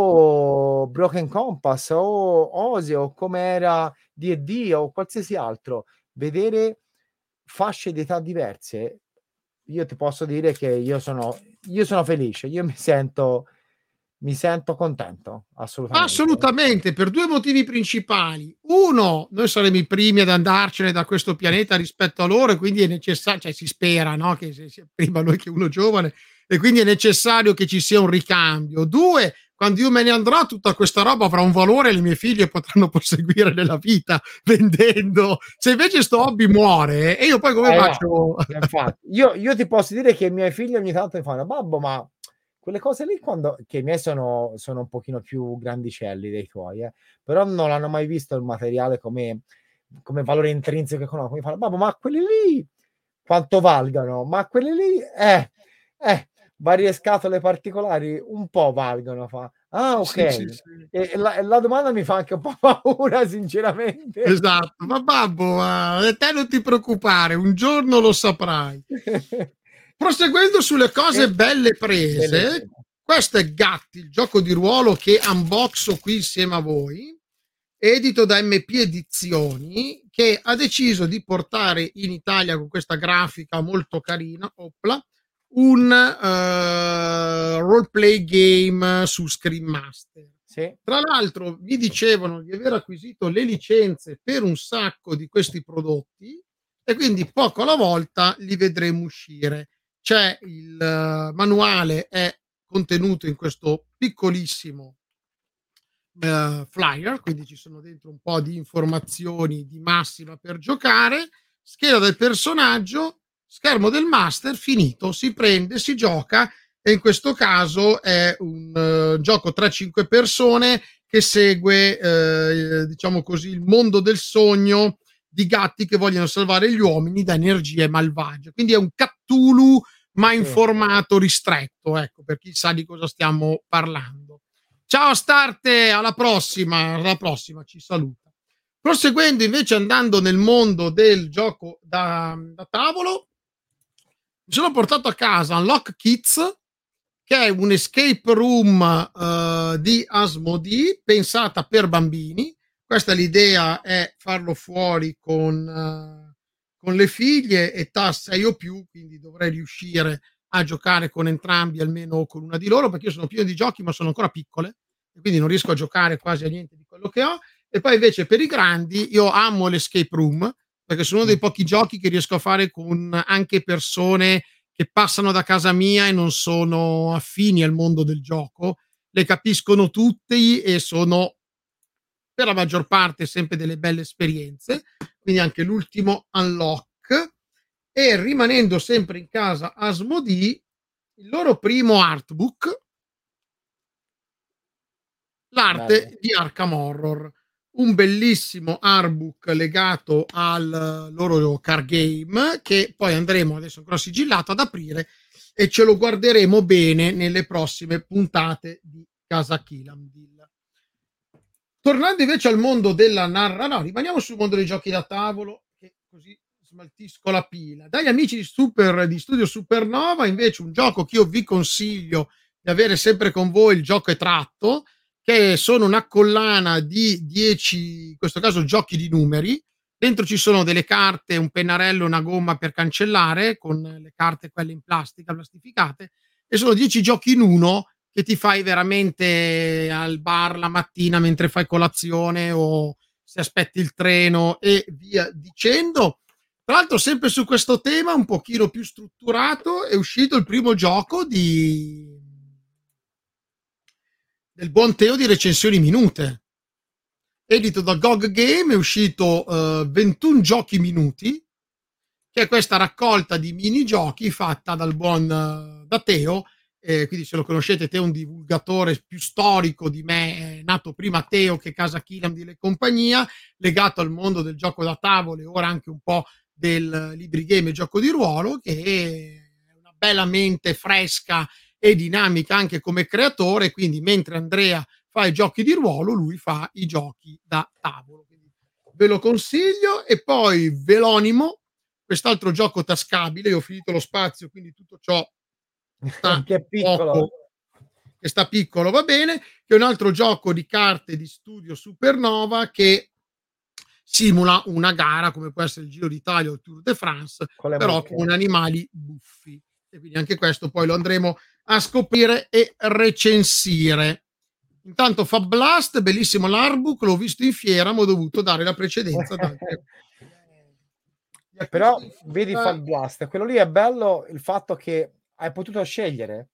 Speaker 6: o Broken Compass o Ose o come era D and D o qualsiasi altro, vedere fasce di età diverse, io ti posso dire che io sono io sono felice, io mi sento mi sento contento, assolutamente.
Speaker 7: Assolutamente, per due motivi principali: uno, noi saremo i primi ad andarcene da questo pianeta rispetto a loro e quindi è necessa cioè si spera, no, che sia sia prima noi che uno giovane e quindi è necessario che ci sia un ricambio. due, quando io me ne andrò tutta questa roba avrà un valore e le mie figlie potranno proseguire nella vita vendendo. Se invece 'sto hobby muore e io poi come
Speaker 6: Eh no,
Speaker 7: faccio?
Speaker 6: infatti. Io io ti posso dire che i miei figli ogni tanto mi fanno: "Babbo, ma quelle cose lì quando" che i miei sono sono un pochino più grandicelli dei tuoi, eh, però non hanno mai visto il materiale come come valore intrinseco economico. Mi fanno: "Babbo, ma quelli lì quanto valgono? Ma quelli lì" eh, eh, varie scatole particolari un po' valgono, fa. "Ah,
Speaker 7: Sì, sì,
Speaker 6: okay."
Speaker 7: sì.
Speaker 6: E e la e la domanda mi fa anche un po' paura sinceramente.
Speaker 7: Esatto. Ma babbo, ma te non ti preoccupare, un giorno lo saprai. Proseguendo sulle cose
Speaker 6: Sì.
Speaker 7: belle prese,
Speaker 6: Bellissimo.
Speaker 7: questo è Gatti, il gioco di ruolo che unboxo qui insieme a voi, edito da M P Edizioni, che ha deciso di portare in Italia con questa grafica molto carina, opla, un, ehm, role play game su Screen Master.
Speaker 6: Sì.
Speaker 7: Tra l'altro mi dicevano di aver acquisito le licenze per un sacco di questi prodotti e quindi poco alla volta li vedremo uscire. C'è il manuale è contenuto in questo piccolissimo ehm, flyer, quindi ci sono dentro un po' di informazioni di massima per giocare, scheda del personaggio, schermo del master, finito, si prende, si gioca e in questo caso è un uh, gioco tra cinque persone che segue, ehm, diciamo così, il mondo del sogno di gatti che vogliono salvare gli uomini da energie malvagie. Quindi è un Cthulhu ma in
Speaker 6: Sì.
Speaker 7: formato ristretto, ecco, per chi sa di cosa stiamo parlando. Ciao Starte, alla prossima, alla prossima, ci saluta. Proseguendo invece andando nel mondo del gioco da da tavolo, mi sono portato a casa Unlock Kids, che è un escape room, uhm, di Asmodee pensata per bambini. Questa l'idea è farlo fuori con con le figlie età sei o più, quindi dovrei riuscire a giocare con entrambi, almeno con una di loro, perché io sono pieno di giochi ma sono ancora piccole e quindi non riesco a giocare quasi a niente di quello che ho. E poi invece per i grandi io amo l'escape room, perché sono uno dei pochi giochi che riesco a fare con anche persone che passano da casa mia e non sono affini al mondo del gioco, le capiscono tutti e sono per la maggior parte sempre delle belle esperienze, quindi anche l'ultimo Unlock, e rimanendo sempre in casa Asmodee, il loro primo artbook, l'arte
Speaker 6: Bello.
Speaker 7: di Arkham Horror, un bellissimo artbook legato al loro card game, che poi andremo, adesso ancora sigillato, ad aprire e ce lo guarderemo bene nelle prossime puntate di Casa Kilamdil. Tornando invece al mondo della narra, no, rimaniamo sul mondo dei giochi da tavolo, che così smaltisco la pila. Dagli amici di, Super, di Studio Supernova, invece, un gioco che io vi consiglio di avere sempre con voi, il gioco è tratto, che sono una collana di dieci, in questo caso, giochi di numeri. Dentro ci sono delle carte, un pennarello, una gomma per cancellare, con le carte quelle in plastica, plastificate, e sono dieci giochi in uno che ti fai veramente al bar la mattina mentre fai colazione o se aspetti il treno e via dicendo. Tra l'altro, sempre su questo tema un pochino più strutturato, è uscito il primo gioco di del buon Teo di Recensioni Minute, edito da G O G Game. È uscito uh, ventuno giochi minuti, che è questa raccolta di minigiochi fatta dal buon uh, da Teo. Eh, quindi se lo conoscete, Teo è un divulgatore più storico di me, è nato prima Teo che Casa Kilamdil e compagnia, legato al mondo del gioco da tavolo e ora anche un po' del libri game e gioco di ruolo, che è una bella mente fresca e dinamica anche come creatore. Quindi mentre Andrea fa i giochi di ruolo, lui fa i giochi da tavolo, quindi ve lo consiglio. E poi Velonimo, quest'altro gioco tascabile, io ho finito lo spazio, quindi tutto ciò sta
Speaker 6: che è piccolo,
Speaker 7: poco, che sta piccolo va bene, che è un altro gioco di carte di Studio Supernova che simula una gara come può essere il Giro d'Italia o il Tour de France,
Speaker 6: con
Speaker 7: però
Speaker 6: mucche.
Speaker 7: con animali buffi, e quindi anche questo poi lo andremo a scoprire e recensire. Intanto Fab Blast, bellissimo l'artbook, l'ho visto in fiera, ma ho dovuto dare la precedenza ad altre.
Speaker 6: Però vedi Fab Blast, quello lì è bello, il fatto che hai potuto scegliere,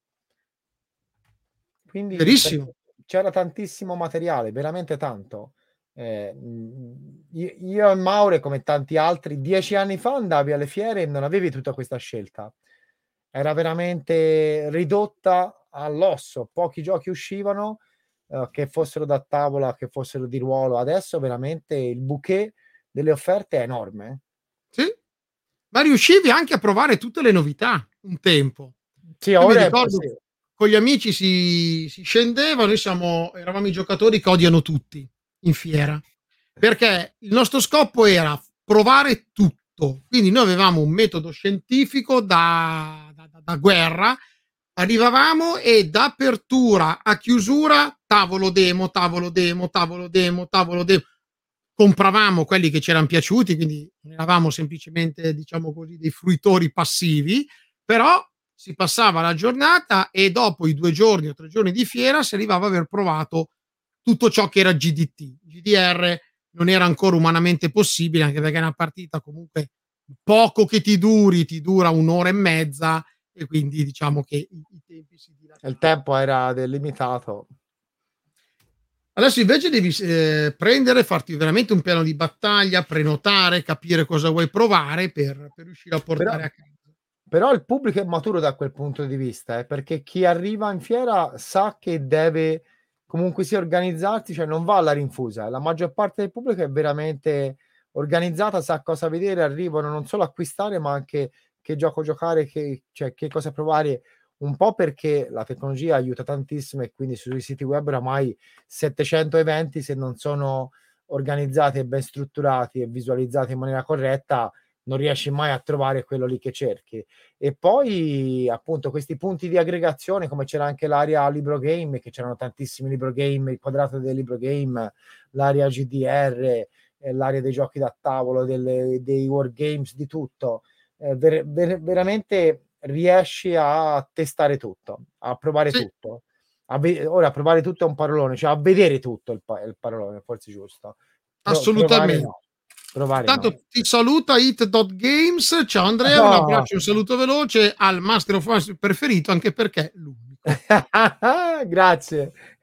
Speaker 6: quindi
Speaker 7: Verissimo.
Speaker 6: c'era tantissimo materiale, veramente tanto. Eh, io, io e Maure, come tanti altri, dieci anni fa andavi alle fiere e non avevi tutta questa scelta, era veramente ridotta all'osso, pochi giochi uscivano, eh, che fossero da tavola, che fossero di ruolo. Adesso veramente il bouquet delle offerte è enorme.
Speaker 7: Sì, ma riuscivi anche a provare tutte le novità un tempo.
Speaker 6: Sì,
Speaker 7: Io mi
Speaker 6: ora
Speaker 7: ricordo,
Speaker 6: sì.
Speaker 7: con gli amici si, si scendeva, noi siamo, eravamo i giocatori che odiano tutti in fiera, perché il nostro scopo era provare tutto. Quindi noi avevamo un metodo scientifico da, da, da, da guerra, arrivavamo e da apertura a chiusura tavolo demo, tavolo demo, tavolo demo, tavolo demo. Compravamo quelli che ci erano piaciuti, quindi non eravamo semplicemente, diciamo così, dei fruitori passivi, però si passava la giornata e dopo i due giorni o tre giorni di fiera si arrivava a aver provato tutto ciò che era G D T. G D R non era ancora umanamente possibile, anche perché è una partita comunque poco che ti duri, ti dura un'ora e mezza, e quindi diciamo che i, i tempi si dilatano.
Speaker 6: Il tempo era delimitato.
Speaker 7: Adesso invece devi eh, prendere, farti veramente un piano di battaglia, prenotare, capire cosa vuoi provare per, per riuscire a portare
Speaker 6: però,
Speaker 7: a casa.
Speaker 6: Però il pubblico è maturo da quel punto di vista, eh, perché chi arriva in fiera sa che deve comunque sia organizzarsi, cioè non va alla rinfusa. La maggior parte del pubblico è veramente organizzata, sa cosa vedere, arrivano non solo a acquistare, ma anche che gioco giocare, che, cioè, che cosa provare. Un po' perché la tecnologia aiuta tantissimo e quindi sui siti web oramai settecento eventi, se non sono organizzati e ben strutturati e visualizzati in maniera corretta, non riesci mai a trovare quello lì che cerchi. E poi appunto questi punti di aggregazione, come c'era anche l'area libro game, che c'erano tantissimi libro game, il quadrato del libro game, l'area G D R, eh, l'area dei giochi da tavolo, delle, dei wargames, di tutto. Eh, ver- ver- veramente riesci a testare tutto, a provare
Speaker 7: Sì.
Speaker 6: tutto. A ve- ora provare tutto è un parolone, cioè a vedere tutto il, pa- il parolone, forse giusto. Pro-
Speaker 7: Assolutamente.
Speaker 6: Provare no. Provare
Speaker 7: Tanto
Speaker 6: no.
Speaker 7: ti saluta Hit.Games. Ciao Andrea,
Speaker 6: No.
Speaker 7: un abbraccio, un saluto veloce al Master of Us preferito, anche perché è l'unico.
Speaker 6: Grazie.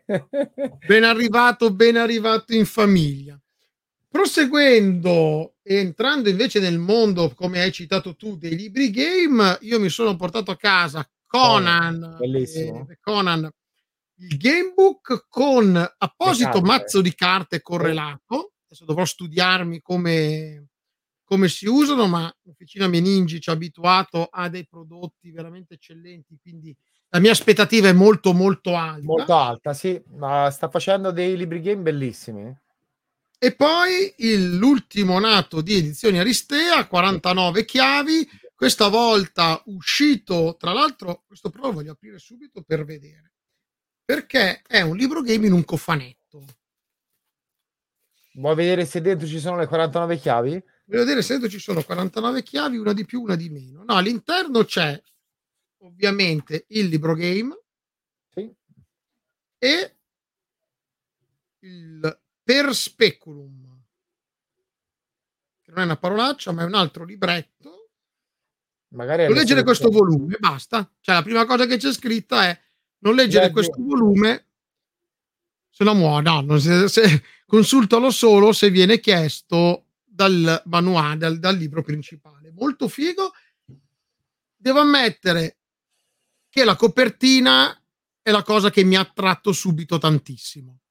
Speaker 7: Ben arrivato, ben arrivato in famiglia. Proseguendo, entrando invece nel mondo, come hai citato tu, dei libri game, io mi sono portato a casa Conan,
Speaker 6: Bellissimo.
Speaker 7: eh, Conan, il gamebook con apposito
Speaker 6: carte.
Speaker 7: mazzo di carte correlato. Adesso dovrò studiarmi come, come si usano, ma l'Officina Meningi ci ha abituato a dei prodotti veramente eccellenti, quindi la mia aspettativa è molto molto alta.
Speaker 6: Molto alta, sì, ma sta facendo dei libri game bellissimi.
Speaker 7: E poi il, l'ultimo nato di Edizioni Aristea, quarantanove chiavi, questa volta uscito, tra l'altro questo però lo voglio aprire subito per vedere, perché è un libro game in un cofanetto.
Speaker 6: Vuoi vedere se dentro ci sono le quarantanove chiavi?
Speaker 7: Voglio vedere se dentro ci sono quarantanove chiavi, una di più, una di meno. No, all'interno c'è ovviamente il libro game,
Speaker 6: sì,
Speaker 7: e il Per Speculum, che non è una parolaccia, ma è un altro libretto.
Speaker 6: Magari
Speaker 7: Non leggere questo volume, basta. Cioè, la prima cosa che c'è scritta è non leggere Leggi. questo volume, se no muore. No, non se, se, consultalo solo se viene chiesto dal manuale, dal, dal libro principale. Molto figo. Devo ammettere che la copertina è la cosa che mi ha attratto subito tantissimo.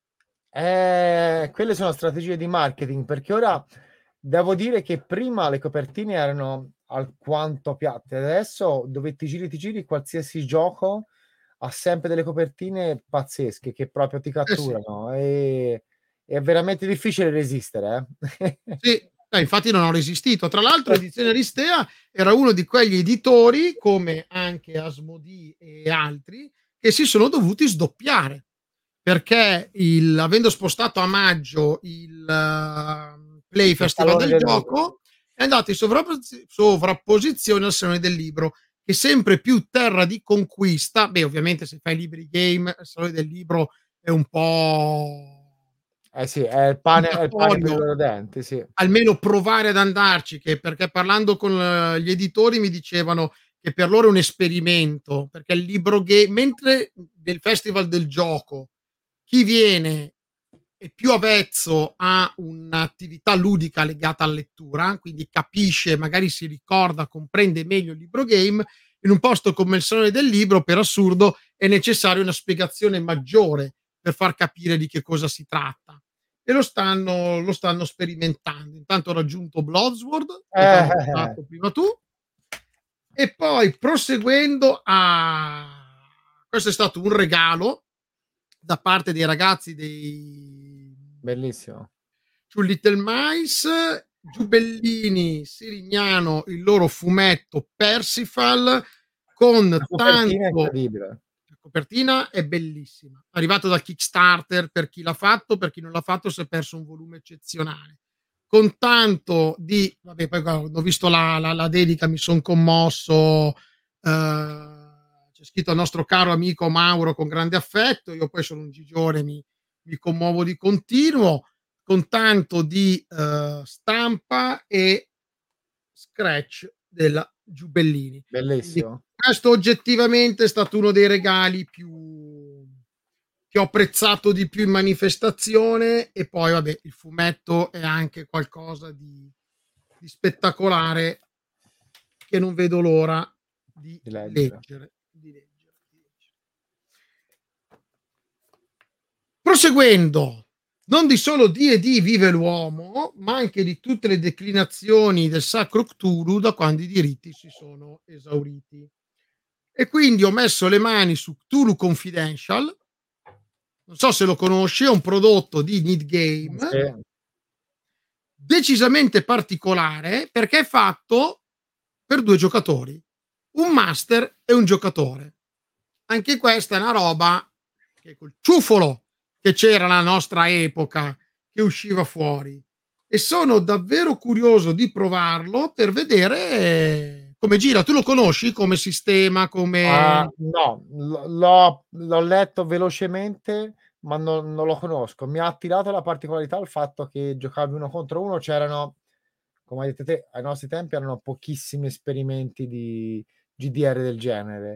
Speaker 6: Eh, quelle sono strategie di marketing, perché ora devo dire che prima le copertine erano alquanto piatte, adesso dove ti giri ti giri qualsiasi gioco ha sempre delle copertine pazzesche che proprio ti catturano. Eh sì. e è veramente difficile resistere, eh?
Speaker 7: Sì, eh, infatti non ho resistito. Tra l'altro Edizione Aristea era uno di quegli editori, come anche Asmodee e altri, che si sono dovuti sdoppiare, perché il, avendo spostato a maggio il uh, Play Festival del, del gioco libro. È andato in sovrappos- sovrapposizione al Salone del Libro, che sempre più terra di conquista. Beh, ovviamente se fai libri game, il Salone del Libro è un po'...
Speaker 6: Eh sì, è il pane, è il pane per i loro denti, sì.
Speaker 7: Almeno provare ad andarci, che perché parlando con gli editori mi dicevano che per loro è un esperimento, perché il libro game, mentre nel Festival del Gioco chi viene è più avvezzo a un'attività ludica legata alla lettura, quindi capisce, magari si ricorda, comprende meglio il libro game, in un posto come il Salone del Libro, per assurdo, è necessaria una spiegazione maggiore per far capire di che cosa si tratta. E lo stanno, lo stanno sperimentando. Intanto ho raggiunto Bloodsword, che hai fatto prima tu, e poi proseguendo a... questo è stato un regalo da parte dei ragazzi dei...
Speaker 6: Bellissimo.
Speaker 7: Su Little Mice, Giubellini, Sirignano, il loro fumetto Persifal, con
Speaker 6: la copertina
Speaker 7: tanto...
Speaker 6: è incredibile.
Speaker 7: La copertina è bellissima, arrivato dal Kickstarter, per chi l'ha fatto, per chi non l'ha fatto si è perso un volume eccezionale, con tanto di... Vabbè, poi ho visto la, la, la dedica, mi sono commosso, eh, c'è scritto al nostro caro amico Mauro con grande affetto, io poi sono un gigione, mi, mi commuovo di continuo, con tanto di uh, stampa e scratch della Giubellini.
Speaker 6: Bellissimo.
Speaker 7: Quindi questo oggettivamente è stato uno dei regali più che ho apprezzato di più in manifestazione, e poi vabbè, il fumetto è anche qualcosa di, di spettacolare che non vedo l'ora di, di leggere. leggere. Di leggere, di leggere. Proseguendo, non di solo D e D vive l'uomo, ma anche di tutte le declinazioni del Sacro Cthulhu da quando i diritti si sono esauriti. E quindi ho messo le mani su Cthulhu Confidential. Non so se lo conosci, è un prodotto di Need Game, sì, decisamente particolare, perché è fatto per due giocatori, un master e un giocatore. Anche questa è una roba che col ciuffolo che c'era nella nostra epoca, che usciva fuori, e sono davvero curioso di provarlo per vedere come gira. Tu lo conosci come sistema? Come...
Speaker 6: Uh, no, l'ho, l'ho letto velocemente, ma non, non lo conosco. Mi ha attirato la particolarità il fatto che giocavi uno contro uno, c'erano, come hai detto te, ai nostri tempi erano pochissimi esperimenti di G D R del genere.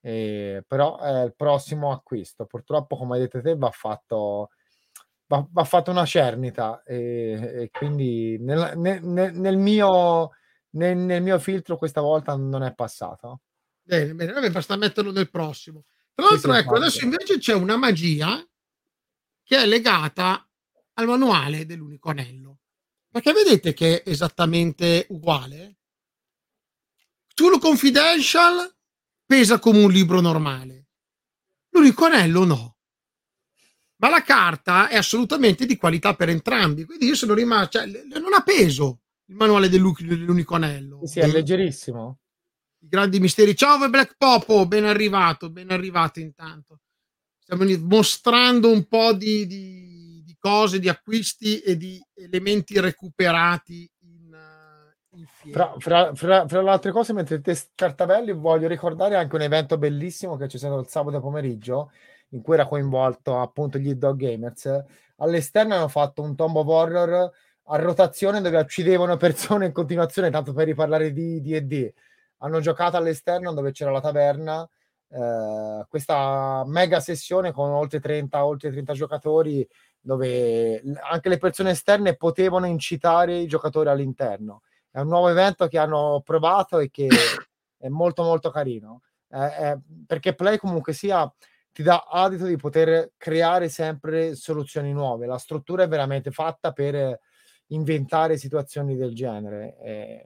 Speaker 6: E, però è il prossimo acquisto. Purtroppo, come hai detto te, va fatto, va, va fatto una cernita e, e quindi nel, nel, nel, mio, nel, nel mio filtro questa volta non è passato.
Speaker 7: Bene, bene, vabbè, basta metterlo nel prossimo. Tra
Speaker 6: Sì,
Speaker 7: l'altro,
Speaker 6: sì,
Speaker 7: ecco,
Speaker 6: infatti.
Speaker 7: adesso invece c'è una magia che è legata al manuale dell'unico anello. Perché vedete che è esattamente uguale? True Confidential pesa come un libro normale. L'unico anello no. Ma la carta è assolutamente di qualità per entrambi. Quindi io sono rimasto, cioè, non ha peso il manuale dell'unico anello.
Speaker 6: Sì, sì, è leggerissimo.
Speaker 7: I grandi misteri. Ciao Black Popo, ben arrivato, ben arrivato intanto. Stiamo mostrando un po' di, di, di cose, di acquisti e di elementi recuperati in, uh, in
Speaker 6: fra, fra, fra, fra le altre cose, mentre te scartavelli, voglio ricordare anche un evento bellissimo che c'è stato il sabato pomeriggio, in cui era coinvolto appunto gli Dog Gamers. All'esterno hanno fatto un Tomb of Horror a rotazione dove uccidevano persone in continuazione, tanto per riparlare di D and D. Hanno giocato all'esterno dove c'era la taverna, eh, questa mega sessione con oltre trenta, oltre trenta giocatori, dove anche le persone esterne potevano incitare i giocatori all'interno. È un nuovo evento che hanno provato e che è molto molto carino, eh, eh, perché Play comunque sia ti dà adito di poter creare sempre soluzioni nuove. La struttura è veramente fatta per inventare situazioni del genere. Eh.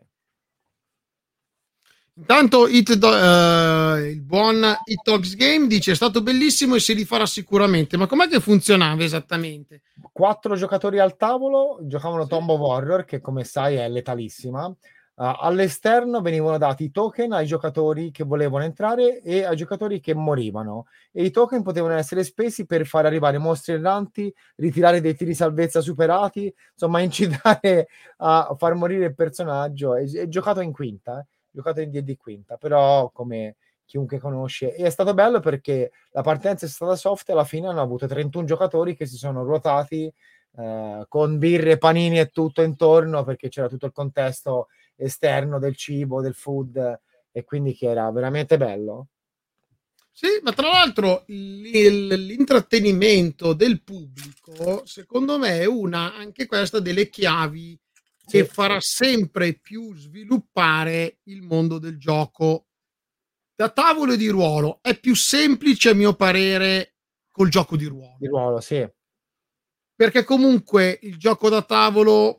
Speaker 7: Intanto It Do- uh, il buon It Talks Game dice: è stato bellissimo e si rifarà sicuramente. Ma com'è che funzionava esattamente?
Speaker 6: Quattro giocatori al tavolo giocavano sì. Tomb of Horror, che come sai è letalissima. Uh, all'esterno venivano dati i token ai giocatori che volevano entrare e ai giocatori che morivano, e i token potevano essere spesi per far arrivare mostri erranti, ritirare dei tiri salvezza superati, insomma incitare a far morire il personaggio. È, è giocato in quinta, eh? Giocato in D and D quinta, però come chiunque conosce, e è stato bello perché la partenza è stata soft e alla fine hanno avuto trentuno giocatori che si sono ruotati eh, con birre, panini e tutto intorno, perché c'era tutto il contesto esterno del cibo, del food, e quindi che era veramente bello.
Speaker 7: Sì, ma tra l'altro l'intrattenimento del pubblico, secondo me, è una anche questa delle chiavi che sì. farà sempre più sviluppare il mondo del gioco da tavolo e di ruolo. È più semplice, a mio parere, col gioco di ruolo.
Speaker 6: Di ruolo, sì.
Speaker 7: Perché comunque il gioco da tavolo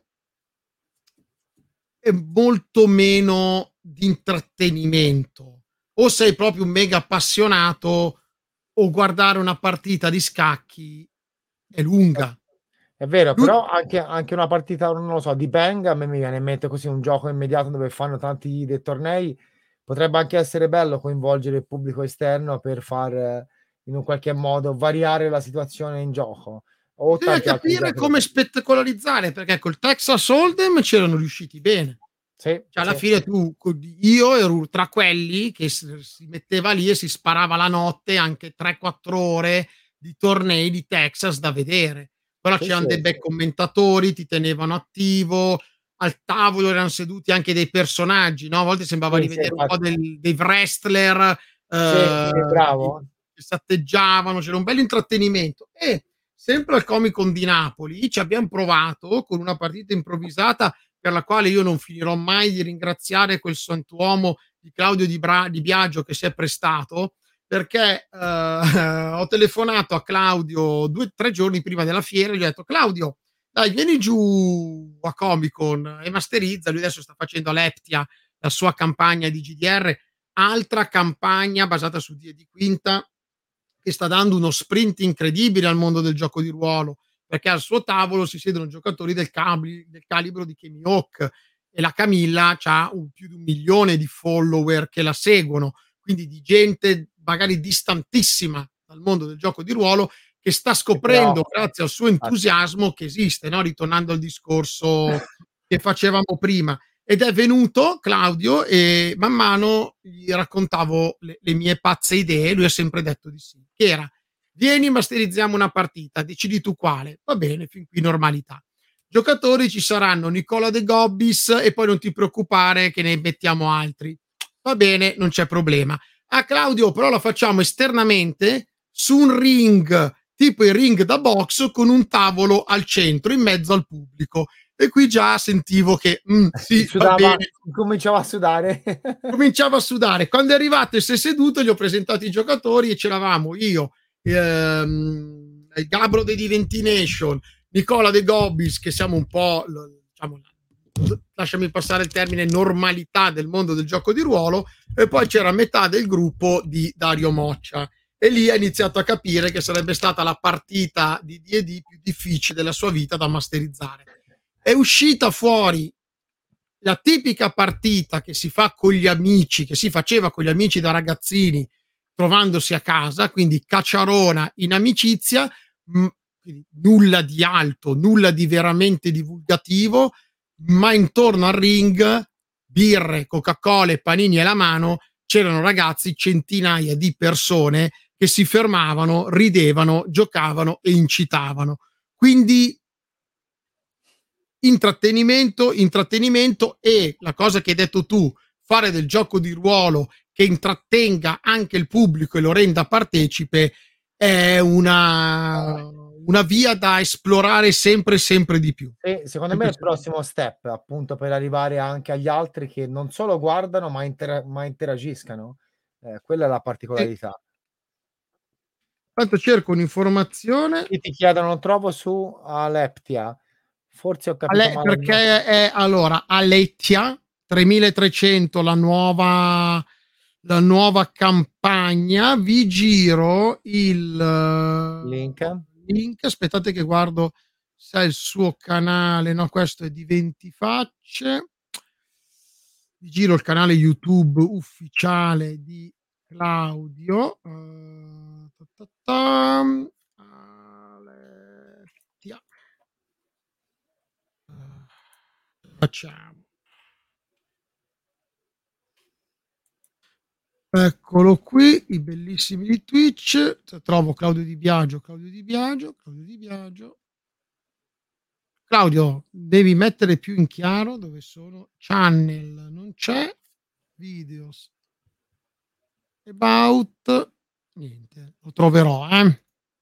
Speaker 7: è molto meno di intrattenimento. O sei proprio un mega appassionato, o guardare una partita di scacchi è lunga.
Speaker 6: È vero, Lui... però anche, anche una partita, non lo so, di Bang, a me mi viene in mente così un gioco immediato dove fanno tanti dei tornei, potrebbe anche essere bello coinvolgere il pubblico esterno per far in un qualche modo variare la situazione in gioco.
Speaker 7: O bisogna capire come spettacolarizzare, perché col Texas Hold'em c'erano riusciti bene.
Speaker 6: Sì,
Speaker 7: cioè alla
Speaker 6: sì,
Speaker 7: fine
Speaker 6: sì.
Speaker 7: tu, io ero tra quelli che si metteva lì e si sparava la notte anche tre quattro ore di tornei di Texas da vedere. Però sì, c'erano sì, dei bei sì. commentatori, ti tenevano attivo, al tavolo erano seduti anche dei personaggi, no? A volte sembrava
Speaker 6: sì,
Speaker 7: di vedere
Speaker 6: sì,
Speaker 7: un po' del, dei wrestler
Speaker 6: sì,
Speaker 7: eh,
Speaker 6: sì, bravo.
Speaker 7: che satteggiavano, c'era un bel intrattenimento. E sempre al Comic Con di Napoli ci abbiamo provato con una partita improvvisata per la quale io non finirò mai di ringraziare quel santuomo di Claudio Di, Bra- di Biagio che si è prestato, perché eh, ho telefonato a Claudio due o tre giorni prima della fiera e gli ho detto: Claudio, dai, vieni giù a Comic Con e masterizza. Lui adesso sta facendo all'Eptia la sua campagna di G D R, altra campagna basata su D and D quinta che sta dando uno sprint incredibile al mondo del gioco di ruolo, perché al suo tavolo si siedono giocatori del, cabli, del calibro di Kenny Hawk, e la Camilla ha un, più di un milione di follower che la seguono, quindi di gente magari distantissima dal mondo del gioco di ruolo che sta scoprendo, però, grazie al suo entusiasmo, che esiste, no? Ritornando al discorso che facevamo prima. Ed è venuto Claudio e man mano gli raccontavo le, le mie pazze idee, lui ha sempre detto di sì, che era: vieni, masterizziamo una partita, decidi tu quale. Va bene, fin qui normalità. Giocatori ci saranno Nicola De Gobbis e poi non ti preoccupare che ne mettiamo altri. Va bene, non c'è problema. ah Claudio, però la facciamo esternamente su un ring, tipo il ring da box, con un tavolo al centro, in mezzo al pubblico. E qui già sentivo che mm, sì,
Speaker 6: Sudava,
Speaker 7: va bene.
Speaker 6: cominciava a sudare.
Speaker 7: Cominciava a sudare. Quando è arrivato e si è seduto, gli ho presentato i giocatori e c'eravamo io, ehm, il Gabro dei Diventination, Nicola De Gobbis, che siamo un po', diciamo, lasciami passare il termine, normalità del mondo del gioco di ruolo, e poi c'era metà del gruppo di Dario Moccia, e lì ha iniziato a capire che sarebbe stata la partita di D and D più difficile della sua vita da masterizzare. È uscita fuori la tipica partita che si fa con gli amici, che si faceva con gli amici da ragazzini trovandosi a casa, quindi cacciarona in amicizia, mh, nulla di alto, nulla di veramente divulgativo, ma intorno al ring, birre, Coca-Cola e panini alla mano, c'erano ragazzi, centinaia di persone che si fermavano, ridevano, giocavano e incitavano. Quindi intrattenimento, intrattenimento e la cosa che hai detto tu, fare del gioco di ruolo che intrattenga anche il pubblico e lo renda partecipe, è una, una via da esplorare sempre sempre di più.
Speaker 6: E secondo me è il prossimo step, appunto, per arrivare anche agli altri che non solo guardano ma, intera- ma interagiscano. Eh, quella è la particolarità.
Speaker 7: Tanto cerco un'informazione.
Speaker 6: E ti chiedono, lo trovo su Aleptia. Forse ho capito
Speaker 7: Ale,
Speaker 6: male.
Speaker 7: perché è allora Aletia tremilatrecento, la nuova la nuova campagna. Vi giro il
Speaker 6: link.
Speaker 7: link. Aspettate che guardo se è il suo canale. No, questo è di venti facce. Vi giro il canale YouTube ufficiale di Claudio. Uh, ta ta ta. Aletia. Facciamo. Eccolo qui, i bellissimi di Twitch. Trovo Claudio Di Biagio, Claudio Di Biagio, Claudio Di Biagio. Claudio, devi mettere più in chiaro dove sono. Channel non c'è, videos, about, niente, lo troverò, eh.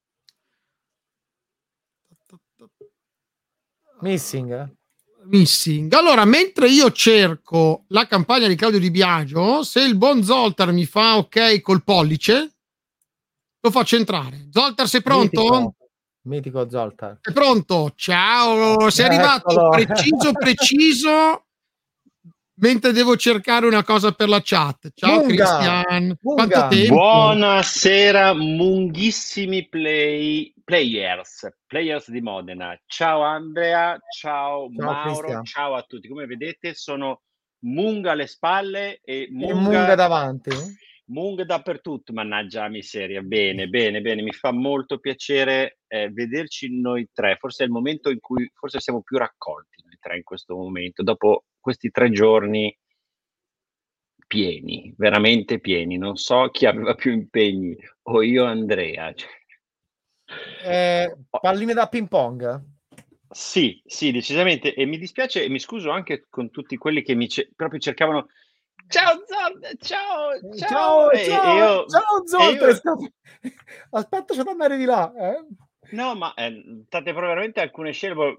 Speaker 6: Missing.
Speaker 7: Missing. Allora, mentre io cerco la campagna di Claudio Di Biagio, se il buon Zoltar mi fa ok col pollice, lo faccio entrare. Zoltar, sei pronto?
Speaker 6: Mitico, Mitico Zoltar.
Speaker 7: Sei pronto? Ciao, sei arrivato
Speaker 6: Eccolo.
Speaker 7: preciso, preciso, mentre devo cercare una cosa per la chat. Ciao
Speaker 6: Munga.
Speaker 7: Cristian.
Speaker 6: Munga.
Speaker 7: Quanto tempo?
Speaker 8: Buonasera, munghissimi play, players, players di Modena. Ciao Andrea, ciao,
Speaker 6: Ciao,
Speaker 8: Mauro,
Speaker 6: Cristian.
Speaker 8: ciao a tutti. Come vedete sono Munga alle spalle e Munga,
Speaker 6: E Munga davanti.
Speaker 8: Munga dappertutto, mannaggia la miseria. Bene, bene, bene, mi fa molto piacere eh, vederci noi tre. Forse è il momento in cui forse siamo più raccolti noi tre in questo momento, dopo questi tre giorni pieni, veramente pieni. Non so chi aveva più impegni, o io o Andrea. Cioè...
Speaker 6: Eh, palline da ping pong?
Speaker 8: Sì, sì, decisamente. E mi dispiace e mi scuso anche con tutti quelli che mi ce- proprio cercavano. Ciao Zolta, ciao, ciao,
Speaker 6: Ciao,
Speaker 8: e,
Speaker 6: ciao,
Speaker 8: e io,
Speaker 6: ciao
Speaker 8: e
Speaker 6: Zoltar.
Speaker 8: io-
Speaker 6: Aspetta, c'è da andare di là. Eh?
Speaker 8: No, ma eh, state proprio veramente alcune scelte.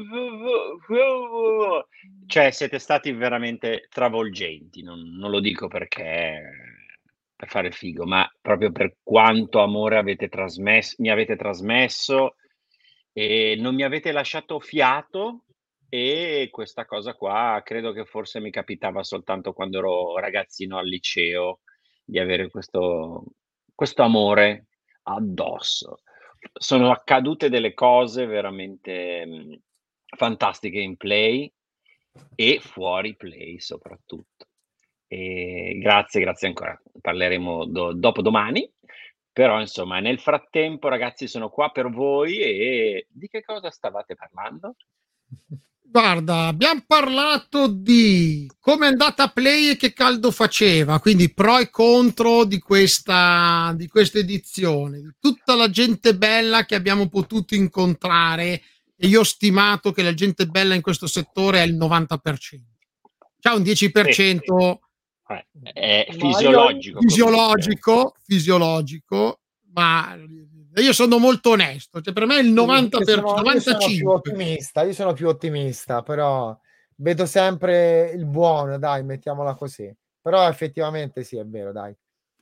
Speaker 8: Cioè, siete stati veramente travolgenti. Non, non lo dico perché per fare il figo, ma proprio per quanto amore avete trasmesso, mi avete trasmesso e non mi avete lasciato fiato. E questa cosa qua credo che forse mi capitava soltanto quando ero ragazzino al liceo, di avere questo, questo amore addosso. Sono accadute delle cose veramente mh, fantastiche in play e fuori play soprattutto. E grazie, grazie ancora. Parleremo do- dopo domani. Però insomma, nel frattempo, ragazzi, sono qua per voi. E di che cosa stavate parlando?
Speaker 7: Guarda, abbiamo parlato di come è andata Play e che caldo faceva, quindi pro e contro di questa, di questa edizione, di tutta la gente bella che abbiamo potuto incontrare, e io ho stimato che la gente bella in questo settore è il novanta per cento. C'è un dieci per cento
Speaker 8: Eh, è
Speaker 6: Ma
Speaker 8: fisiologico.
Speaker 6: io-
Speaker 7: Fisiologico, fisiologico, ma io sono molto onesto, cioè per me il novanta
Speaker 6: Io
Speaker 7: per
Speaker 6: sono, io sono più
Speaker 7: novantacinque.
Speaker 6: ottimista, io sono più ottimista, però vedo sempre il buono, dai, mettiamola così. Però effettivamente sì, è vero, dai.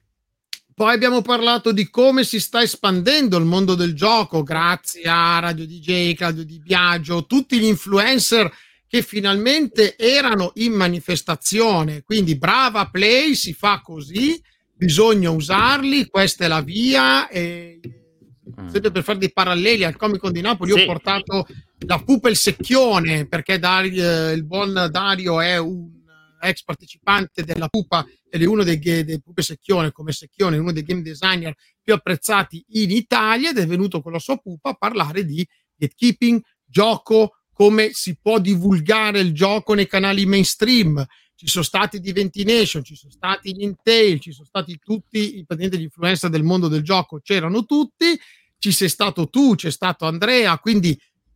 Speaker 7: Poi abbiamo parlato di come si sta espandendo il mondo del gioco grazie a Radio D J, Claudio Di Biagio, tutti gli influencer che finalmente erano in manifestazione. Quindi brava Play, si fa così, bisogna usarli, questa è la via. E sempre per fare dei paralleli al Comic Con di Napoli, io
Speaker 8: Sì.
Speaker 7: ho portato la pupa e il secchione, perché Dario, il buon Dario è un ex partecipante della pupa ed è uno dei, dei Pupe Secchione, come Secchione, uno dei game designer più apprezzati in Italia, ed è venuto con la sua pupa a parlare di gatekeeping, gioco, come si può divulgare il gioco nei canali mainstream. Ci sono stati di Ventination, ci sono stati gli Intel, ci sono stati tutti i praticamente gli influencer del mondo del gioco, c'erano tutti, ci sei stato tu, c'è stato Andrea, quindi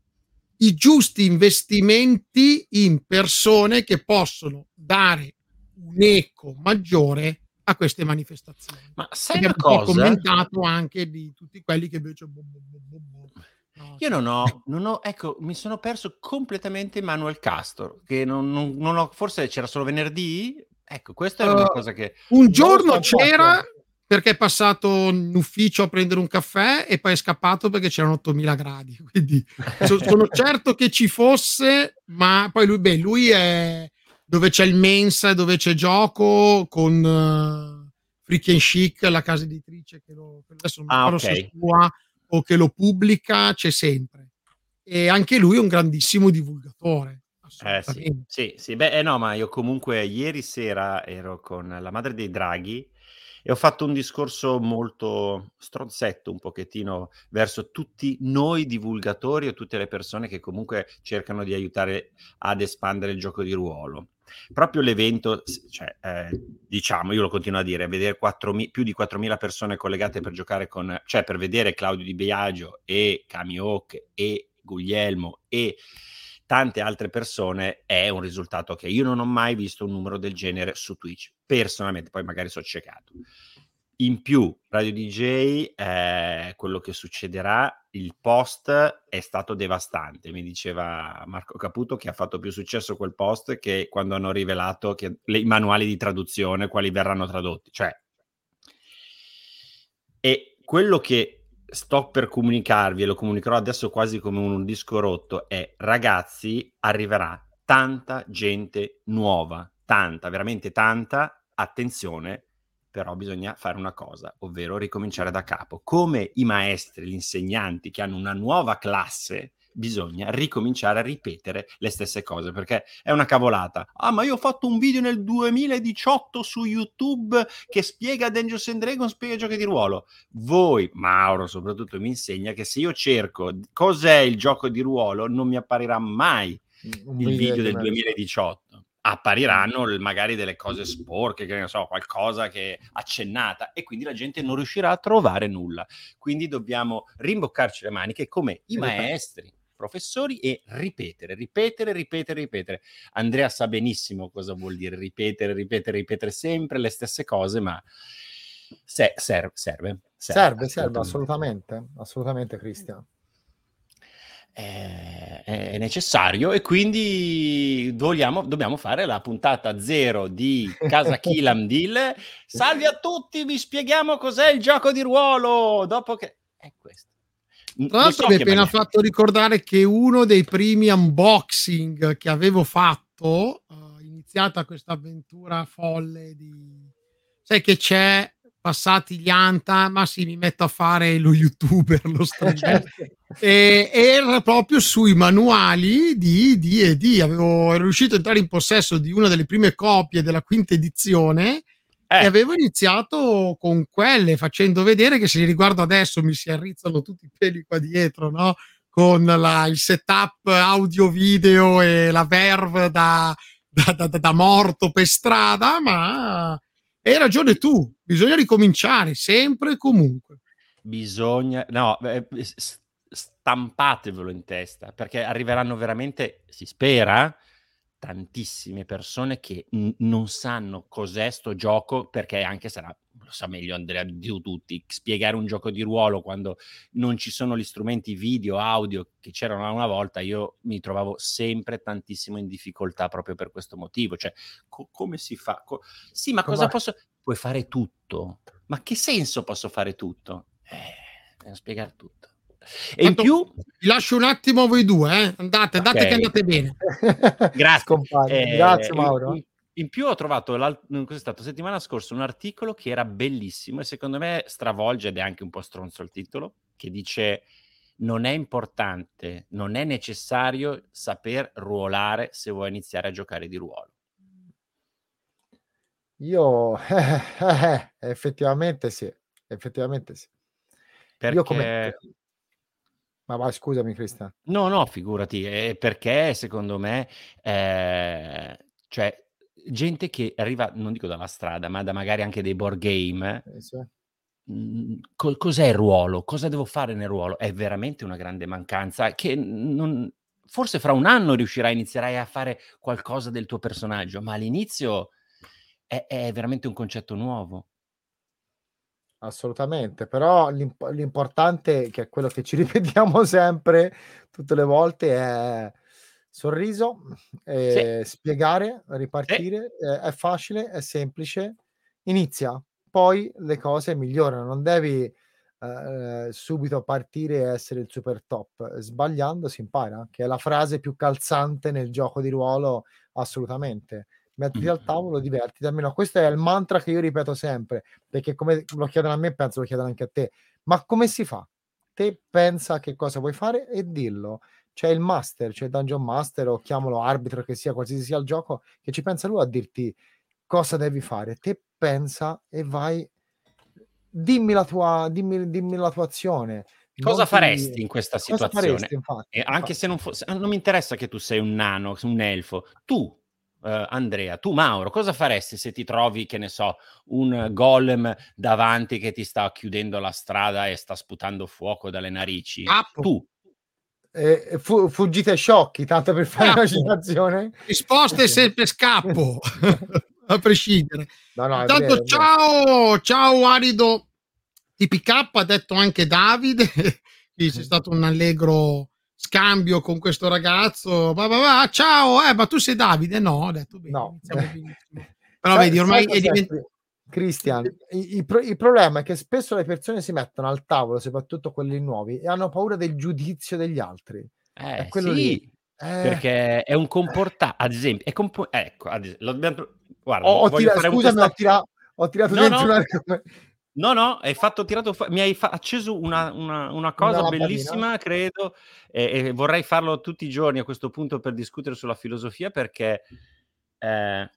Speaker 7: i giusti investimenti in persone che possono dare un eco maggiore a queste manifestazioni.
Speaker 8: Ma sai
Speaker 7: Abbiamo
Speaker 8: una
Speaker 7: un po'
Speaker 8: cosa?
Speaker 7: commentato anche di tutti quelli che invece boh, boh, boh, boh, boh. No,
Speaker 8: Io non ho, non ho, ecco, mi sono perso completamente Manuel Castor, che non, non- non ho, forse c'era solo venerdì. Ecco, questa era una
Speaker 7: Uh,
Speaker 8: cosa che
Speaker 7: un
Speaker 6: Non lo
Speaker 7: giorno
Speaker 6: so,
Speaker 7: c'era
Speaker 6: infatti.
Speaker 7: perché è passato in ufficio a prendere un caffè e poi è scappato perché c'erano ottomila gradi, quindi so- sono certo che ci fosse, ma poi lui, beh, lui è dove c'è il mensa, dove c'è gioco, con uh, Freak and Chic, la casa editrice che lo, che adesso non mi
Speaker 8: Ah,
Speaker 7: ricordo se
Speaker 8: ok.
Speaker 7: è sua o che lo pubblica, c'è sempre. E anche lui è un grandissimo divulgatore.
Speaker 8: Eh sì,
Speaker 7: Assolutamente.
Speaker 8: sì, sì, beh, eh no, ma io comunque ieri sera ero con la madre dei draghi e ho fatto un discorso molto stronzetto un pochettino verso tutti noi divulgatori o tutte le persone che comunque cercano di aiutare ad espandere il gioco di ruolo. Proprio l'evento, s- cioè, eh, diciamo, io lo continuo a dire, vedere quattromila più di quattromila persone collegate per giocare con, cioè per vedere Claudio Di Biagio e Kami Hawk e Guglielmo e tante altre persone è un risultato che io non ho mai visto un numero del genere su Twitch, personalmente, poi magari sono ciecato. In più, Radio D J, eh, quello che succederà, il post è stato devastante, mi diceva Marco Caputo che ha fatto più successo quel post che quando hanno rivelato che le, i manuali di traduzione, quali verranno tradotti, cioè. E quello che sto per comunicarvi, e lo comunicherò adesso quasi come un, un disco rotto, è: ragazzi, arriverà tanta gente nuova, tanta, veramente tanta, attenzione, però bisogna fare una cosa, ovvero ricominciare da capo. Come i maestri, gli insegnanti che hanno una nuova classe, bisogna ricominciare a ripetere le stesse cose, perché è una cavolata. Ah, ma io ho fatto un video nel duemiladiciotto su YouTube che spiega Dungeons and Dragons, spiega giochi di ruolo. Voi, Mauro soprattutto, mi insegna che se io cerco cos'è il gioco di ruolo, non mi apparirà mai
Speaker 6: Un
Speaker 8: il video del
Speaker 6: duemiladiciotto.
Speaker 8: duemiladiciotto. Appariranno magari delle cose sporche, che ne so, qualcosa che accennata, e quindi la gente non riuscirà a trovare nulla. Quindi dobbiamo rimboccarci le maniche come i maestri, professori, e ripetere, ripetere, ripetere, ripetere. Andrea sa benissimo cosa vuol dire ripetere, ripetere, ripetere sempre le stesse cose, ma se, serve, serve,
Speaker 6: Serve, serve, assolutamente, assolutamente, Cristian.
Speaker 8: È, è necessario, e quindi vogliamo, dobbiamo fare la puntata zero di Casa Kilam Deal. Salve a tutti, vi spieghiamo cos'è il gioco di ruolo dopo che è questo.
Speaker 7: Tra l'altro
Speaker 8: so
Speaker 7: mi hai
Speaker 8: che
Speaker 7: appena
Speaker 8: magari...
Speaker 7: fatto ricordare che uno dei primi unboxing che avevo fatto, uh, iniziata questa avventura folle di... Sai che c'è, passati gli anta, ma sì, mi metto a fare lo youtuber, lo streamer, e era proprio sui manuali di D and D. Avevo, ero riuscito a entrare in possesso di una delle prime copie della quinta edizione,
Speaker 8: Eh.
Speaker 7: e avevo iniziato con quelle, facendo vedere che, se li riguardo adesso, mi si arrizzano tutti i peli qua dietro, no? Con la, il setup audio video e la verve da, da, da, da morto per strada, ma hai ragione tu, bisogna ricominciare sempre e comunque.
Speaker 8: Bisogna, no, eh, stampatevelo in testa, perché arriveranno veramente, si spera, tantissime persone che n- non sanno cos'è sto gioco, perché anche sarà, lo sa meglio Andrea di tutti, spiegare un gioco di ruolo quando non ci sono gli strumenti video, audio che c'erano una volta, io mi trovavo sempre tantissimo in difficoltà proprio per questo motivo, cioè co- come si fa? Co- sì, ma cosa
Speaker 6: Come-
Speaker 8: posso... Puoi fare tutto, ma che senso posso fare tutto? Eh, devo spiegare tutto. E in
Speaker 7: Tanto
Speaker 8: più...
Speaker 7: vi lascio un attimo a voi due, eh? andate, andate
Speaker 8: Ok.
Speaker 7: che andate bene.
Speaker 8: Grazie.
Speaker 6: Scompagno.
Speaker 8: Eh,
Speaker 6: Grazie
Speaker 8: in-
Speaker 6: Mauro.
Speaker 8: In, in più ho trovato, l'al- cos'è stato, settimana scorsa, un articolo che era bellissimo e secondo me stravolge, ed è anche un po' stronzo il titolo, che dice: non è importante, non è necessario saper ruolare se vuoi iniziare a giocare di ruolo.
Speaker 6: Io eh, eh, effettivamente sì, effettivamente sì.
Speaker 8: Perché...
Speaker 6: Io come Ma vai, scusami Cristian.
Speaker 8: No, no, figurati, eh, perché secondo me, eh, cioè, gente che arriva, non dico dalla strada, ma da magari anche dei board game,
Speaker 6: Eh, sì.
Speaker 8: mh, co- cos'è il ruolo? Cosa devo fare nel ruolo? È veramente una grande mancanza che non, forse fra un anno riuscirai, inizierai a fare qualcosa del tuo personaggio, ma all'inizio è, è veramente un concetto nuovo.
Speaker 6: Assolutamente, però l'imp- l'importante, che è quello che ci ripetiamo sempre, tutte le volte, è sorriso, eh, spiegare, ripartire, eh, è facile, è semplice, inizia, poi le cose migliorano, non devi eh, subito partire e essere il super top, sbagliando si impara, che è la frase più calzante nel gioco di ruolo, assolutamente. Mettiti
Speaker 8: Mm.
Speaker 6: al tavolo, divertiti, almeno questo è il mantra che io ripeto sempre, perché come lo chiedono a me, penso lo chiedono anche a te. Ma come si fa? Te pensa che cosa vuoi fare e dillo. C'è il master, c'è il dungeon master o chiamalo arbitro, che sia qualsiasi sia il gioco, che ci pensa lui a dirti cosa devi fare. Te pensa e vai, dimmi la tua, dimmi, dimmi la tua azione.
Speaker 8: Cosa
Speaker 6: Non ti-
Speaker 8: faresti in questa
Speaker 6: Cosa
Speaker 8: situazione?
Speaker 6: faresti, infatti?
Speaker 8: E anche
Speaker 6: Infatti.
Speaker 8: se non fosse, non mi interessa che tu sei un nano, un elfo, tu, eh, Andrea, tu Mauro, cosa faresti se ti trovi, che ne so, un golem davanti che ti sta chiudendo la strada e sta sputando fuoco dalle narici?
Speaker 7: Scappo.
Speaker 8: Tu,
Speaker 6: Eh, fu- fuggite sciocchi, tanto per fare una
Speaker 7: Scappo.
Speaker 6: citazione.
Speaker 7: Risposta è sempre scappo, a prescindere.
Speaker 6: No, no, è
Speaker 7: Intanto,
Speaker 6: vero, è vero.
Speaker 7: ciao, ciao Arido T P K, ha detto anche Davide. Qui c'è stato un allegro scambio con questo ragazzo. Va, va, va, ciao, eh, ma tu sei Davide? No, ho detto bene,
Speaker 6: No.
Speaker 7: iniziamo benissimo. Però
Speaker 6: Sai-
Speaker 7: vedi, ormai
Speaker 6: sai
Speaker 7: è
Speaker 6: cos'è,
Speaker 7: diventato...
Speaker 6: Cristian, il, il pro- il problema è che spesso le persone si mettono al tavolo, soprattutto quelli nuovi, e hanno paura del giudizio degli altri.
Speaker 8: eh,
Speaker 6: È quello
Speaker 8: sì,
Speaker 6: lì. Eh,
Speaker 8: perché è un comporta, ad esempio, è compo- ecco, ad esempio, lo dobbiamo- guarda,
Speaker 6: ho, ho
Speaker 8: voglio
Speaker 6: tira-
Speaker 8: fare un
Speaker 6: scusami, ho,
Speaker 8: testa-
Speaker 6: tira- ho tirato
Speaker 8: No,
Speaker 6: dentro
Speaker 8: no.
Speaker 6: una... come-
Speaker 8: No, no, hai fatto tirato fu- mi hai fa- acceso una, una- una cosa
Speaker 6: lampadina?
Speaker 8: bellissima, credo, e, e vorrei farlo tutti i giorni a questo punto per discutere sulla filosofia, perché eh,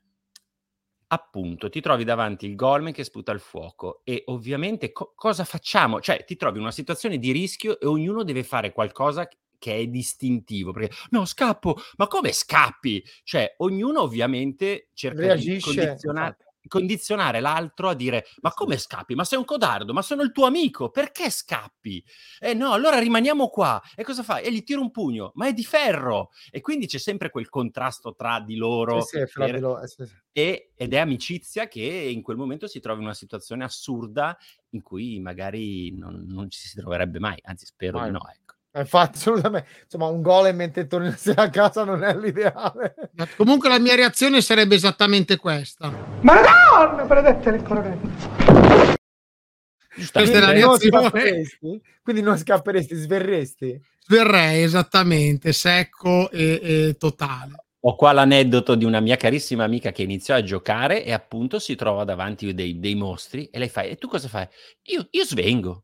Speaker 8: appunto ti trovi davanti il golem che sputa il fuoco e ovviamente co- cosa facciamo? Cioè ti trovi in una situazione di rischio e ognuno deve fare qualcosa che è distintivo, perché no, scappo, ma come scappi? Cioè ognuno ovviamente cerca
Speaker 6: Reagisce,
Speaker 8: di condizionare,
Speaker 6: infatti.
Speaker 8: condizionare l'altro a dire ma come scappi? Ma sei un codardo, ma sono il tuo amico, perché scappi? Eh no, allora rimaniamo qua. E cosa fai? E gli tiro un pugno, ma è di ferro. E quindi c'è sempre quel contrasto tra di loro
Speaker 6: Sì, sì, fra
Speaker 8: per-
Speaker 6: di loro, eh, sì, sì.
Speaker 8: e- ed è amicizia che in quel momento si trova in una situazione assurda in cui magari non, non ci si troverebbe mai, anzi spero
Speaker 6: Mai.
Speaker 8: di no, ecco.
Speaker 6: Eh, Infatti, assolutamente. Insomma, un golem mentre torni a casa non è l'ideale.
Speaker 7: Comunque la mia reazione sarebbe esattamente questa.
Speaker 6: Madonna, benedette le coronelle.
Speaker 7: Questa è la
Speaker 6: Quindi non
Speaker 7: reazione.
Speaker 6: scapperesti? Quindi non scapperesti, sverresti?
Speaker 7: Sverrei, esattamente, secco e, e totale.
Speaker 8: Ho qua l'aneddoto di una mia carissima amica che iniziò a giocare e appunto si trova davanti dei, dei mostri e lei fa, e tu cosa fai? Io, io svengo.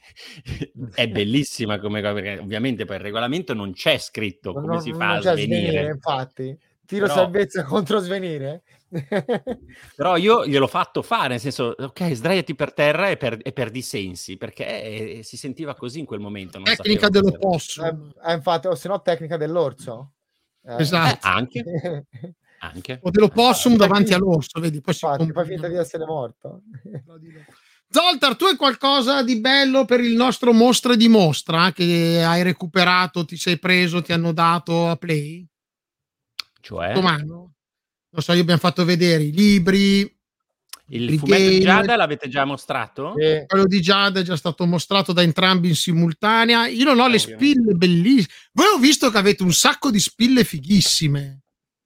Speaker 8: È bellissima come cosa, perché ovviamente per il regolamento non c'è scritto come
Speaker 6: Non,
Speaker 8: si
Speaker 6: non
Speaker 8: fa a
Speaker 6: c'è
Speaker 8: svenire.
Speaker 6: svenire, infatti. Tiro
Speaker 8: Però-
Speaker 6: salvezza contro svenire?
Speaker 8: Però io gliel'ho fatto fare, nel senso, ok, sdraiati per terra e, per, e perdi i sensi, perché eh, si sentiva così in quel momento. Non
Speaker 7: Tecnica
Speaker 8: sapeva cosa-
Speaker 7: dell'opossum.
Speaker 6: Eh, eh, infatti, o se no tecnica dell'orso. Eh.
Speaker 7: Esatto.
Speaker 8: Eh, anche, anche.
Speaker 7: O dell'opossum
Speaker 6: Fai
Speaker 7: davanti
Speaker 6: finta-
Speaker 7: all'orso, vedi? Poi si
Speaker 6: Infatti, fai
Speaker 7: combina.
Speaker 6: finta di essere morto.
Speaker 7: Zoltar, tu hai qualcosa di bello per il nostro mostra di mostra che hai recuperato, ti sei preso, ti hanno dato a play?
Speaker 8: Cioè?
Speaker 7: Mano? Non so, io abbiamo fatto vedere i libri.
Speaker 8: Il
Speaker 7: i
Speaker 8: fumetto
Speaker 7: game.
Speaker 8: di Giada l'avete già mostrato?
Speaker 7: Eh, quello di Giada è già stato mostrato da entrambi in simultanea. Io non ho le spille bellissime. Voi ho visto che avete un sacco di spille fighissime.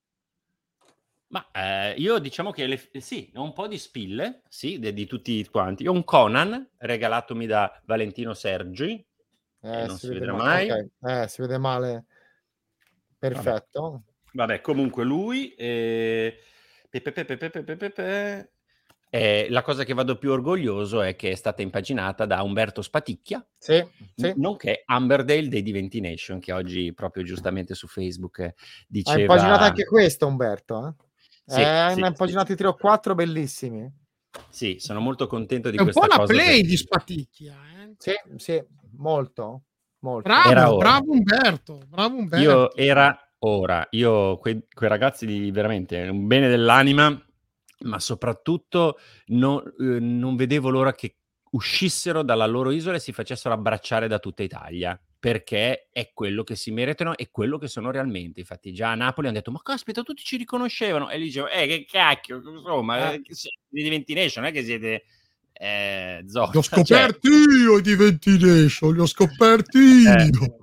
Speaker 8: Ma eh, io diciamo che le, sì, ho un po' di spille, sì, di, di tutti quanti. Io ho un Conan regalatomi da Valentino Sergi,
Speaker 6: eh,
Speaker 8: non
Speaker 6: si,
Speaker 8: si
Speaker 6: vede
Speaker 8: vedrà
Speaker 6: male.
Speaker 8: mai.
Speaker 6: Okay. Eh, si vede male. Perfetto.
Speaker 8: Vabbè, Vabbè comunque lui... Eh, pe, pe, pe, pe, pe, pe, pe, pe. Eh, la cosa che vado più orgoglioso è che è stata impaginata da Umberto Spaticchia,
Speaker 6: sì, sì.
Speaker 8: nonché Amberdale dei Divination, che oggi proprio giustamente su Facebook diceva...
Speaker 6: Ha impaginato anche questo Umberto, eh?
Speaker 8: Sì,
Speaker 6: eh,
Speaker 8: sì,
Speaker 6: ne ha impaginati
Speaker 8: sì.
Speaker 6: tre o quattro bellissimi.
Speaker 8: Sì, sono molto contento di
Speaker 7: è
Speaker 8: questa cosa.
Speaker 7: È un po' la play
Speaker 8: perché...
Speaker 7: di Spaticchia, eh?
Speaker 6: Sì, sì, molto, molto.
Speaker 7: Bravo, bravo Umberto, bravo Umberto.
Speaker 8: Io era ora, io quei, quei ragazzi di veramente un bene dell'anima, ma soprattutto no, eh, non vedevo l'ora che uscissero dalla loro isola e si facessero abbracciare da tutta Italia, perché è quello che si meritano e quello che sono realmente. Infatti già a Napoli hanno detto, ma caspita, tutti ci riconoscevano, e gli dicevo, eh che cacchio, insomma, eh. di Divination, non è che siete eh, Zotta,
Speaker 7: li ho scoperti
Speaker 8: cioè...
Speaker 7: io i Divination, li ho scoperti io.
Speaker 8: Eh.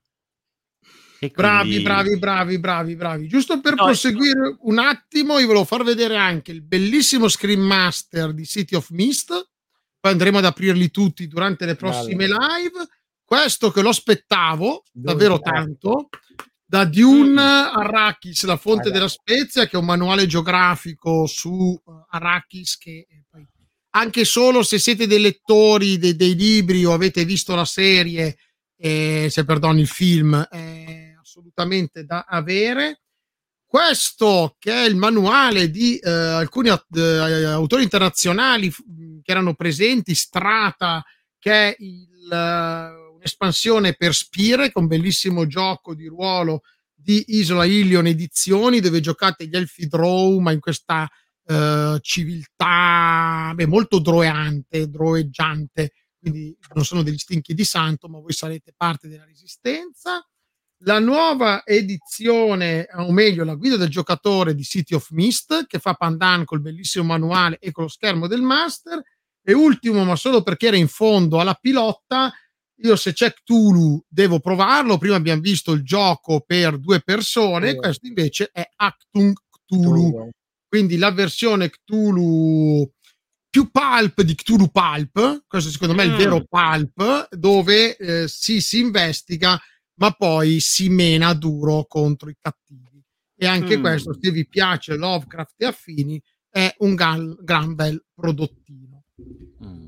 Speaker 8: E
Speaker 7: bravi,
Speaker 8: quindi...
Speaker 7: bravi, bravi, bravi, bravi. Giusto per
Speaker 8: no,
Speaker 7: proseguire
Speaker 8: no.
Speaker 7: un attimo, io volevo far vedere anche il bellissimo Screen Master di City of Mist. Poi andremo ad aprirli tutti durante le prossime Vale. live. Questo che lo aspettavo davvero tanto, da Dune mm. Arrakis, la fonte allora. della spezia, che è un manuale geografico su Arrakis, che poi, anche solo se siete dei lettori dei, dei libri o avete visto la serie, eh, se perdoni il film, è assolutamente da avere. Questo che è il manuale di eh, alcuni eh, autori internazionali che erano presenti, Strata, che è il, uh, un'espansione per Spire, che è un bellissimo gioco di ruolo di Isola Ilion Edizioni, dove giocate gli elfi drow, ma in questa uh, civiltà beh, molto droeante, droeggiante, quindi non sono degli stinchi di santo, ma voi sarete parte della resistenza. La nuova edizione, o meglio la guida del giocatore di City of Mist, che fa pandan col bellissimo manuale e con lo schermo del master. E ultimo, ma solo perché era in fondo alla pilotta, io se c'è Cthulhu devo provarlo. Prima abbiamo visto il gioco per due persone, sì. Questo invece è Actung Cthulhu, Cthulhu. Quindi la versione Cthulhu più pulp di Cthulhu Pulp, questo secondo mm. me è il vero pulp, dove eh, si, si investiga ma poi si mena duro contro i cattivi. E anche mm. questo, se vi piace Lovecraft e affini, è un gran, gran bel prodottino.
Speaker 8: Mm.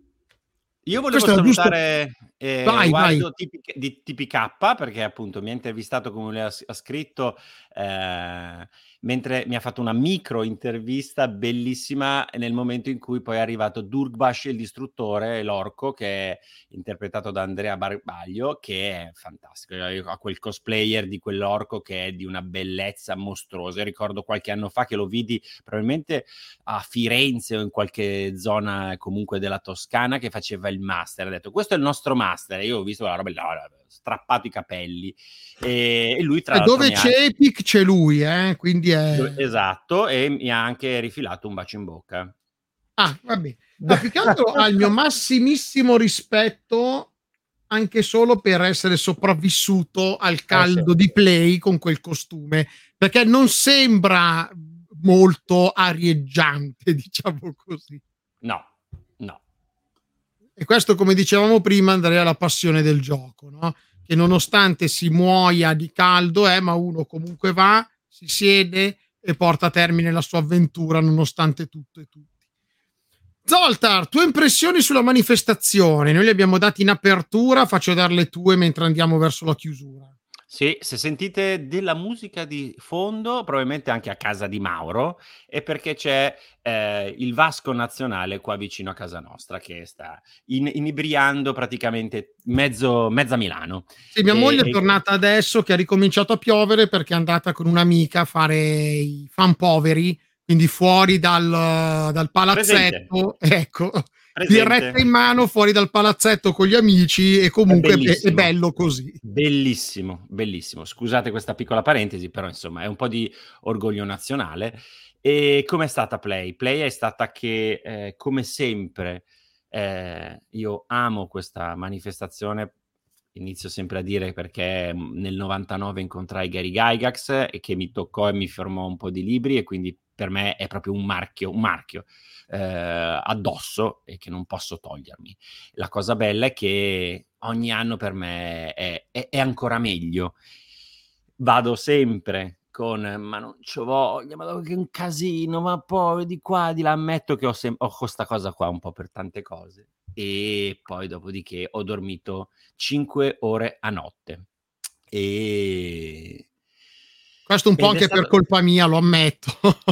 Speaker 8: Io volevo questo salutare giusto... eh, vai, Guido vai. di T P K, perché appunto mi ha intervistato, come lui ha, ha scritto, eh, mentre mi ha fatto una micro intervista bellissima nel momento in cui poi è arrivato Durgbash il distruttore, l'orco, che è interpretato da Andrea Barbaglio, che è fantastico. Ha quel cosplayer di quell'orco che è di una bellezza mostruosa. Io ricordo qualche anno fa che lo vidi probabilmente a Firenze o in qualche zona comunque della Toscana, che faceva il master. Ha detto, questo è il nostro master. E io ho visto la roba, strappato i capelli, e, e lui tra
Speaker 7: e
Speaker 8: l'altro
Speaker 7: dove c'è
Speaker 8: ha...
Speaker 7: Epic c'è lui, eh? Quindi è...
Speaker 8: esatto, e mi ha anche rifilato un bacio in bocca.
Speaker 7: Ah, vabbè. No, più che altro ha il mio massimissimo rispetto anche solo per essere sopravvissuto al caldo eh, sì. di Play con quel costume, perché non sembra molto arieggiante, diciamo così.
Speaker 8: No, no.
Speaker 7: E questo, come dicevamo prima, Andrea, è la passione del gioco, no? Che nonostante si muoia di caldo, eh, ma uno comunque va, si siede e porta a termine la sua avventura nonostante tutto e tutti. Zoltar, tue impressioni sulla manifestazione? Noi le abbiamo date in apertura, faccio dare le tue mentre andiamo verso la chiusura.
Speaker 8: Sì, se sentite della musica di fondo, probabilmente anche a casa di Mauro, è perché c'è eh, il Vasco Nazionale qua vicino a casa nostra, che sta in, inebriando praticamente mezzo, mezza Milano.
Speaker 7: Sì, mia
Speaker 8: e,
Speaker 7: moglie è
Speaker 8: e...
Speaker 7: tornata adesso che ha ricominciato a piovere, perché è andata con un'amica a fare i fan poveri, quindi fuori dal, dal palazzetto, ecco, birretta in mano fuori dal palazzetto con gli amici e comunque è, è bello così.
Speaker 9: Bellissimo, bellissimo. Scusate questa piccola parentesi, però insomma è un po' di orgoglio nazionale. E com'è stata Play? Play è stata che, eh, come sempre, eh, io amo questa manifestazione. Inizio sempre a dire perché nel novantanove incontrai Gary Gygax e che mi toccò e mi firmò un po' di libri, e quindi per me è proprio un marchio, un marchio eh, addosso e che non posso togliermi. La cosa bella è che ogni anno per me è, è, è ancora meglio. Vado sempre con ma non c'ho voglia, ma che un casino, ma poi di qua, di là. Ammetto che ho, sem- ho questa cosa qua un po' per tante cose, e poi dopodiché ho dormito cinque ore a notte, e
Speaker 7: questo un po' anche stato... per colpa mia, lo ammetto.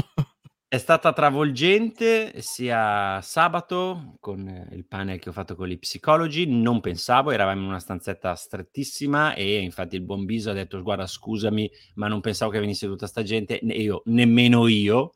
Speaker 9: È stata travolgente sia sabato con il panel che ho fatto con gli psicologi. Non pensavo, eravamo in una stanzetta strettissima e infatti il buon Biso ha detto guarda scusami ma non pensavo che venisse tutta sta gente, e io nemmeno io,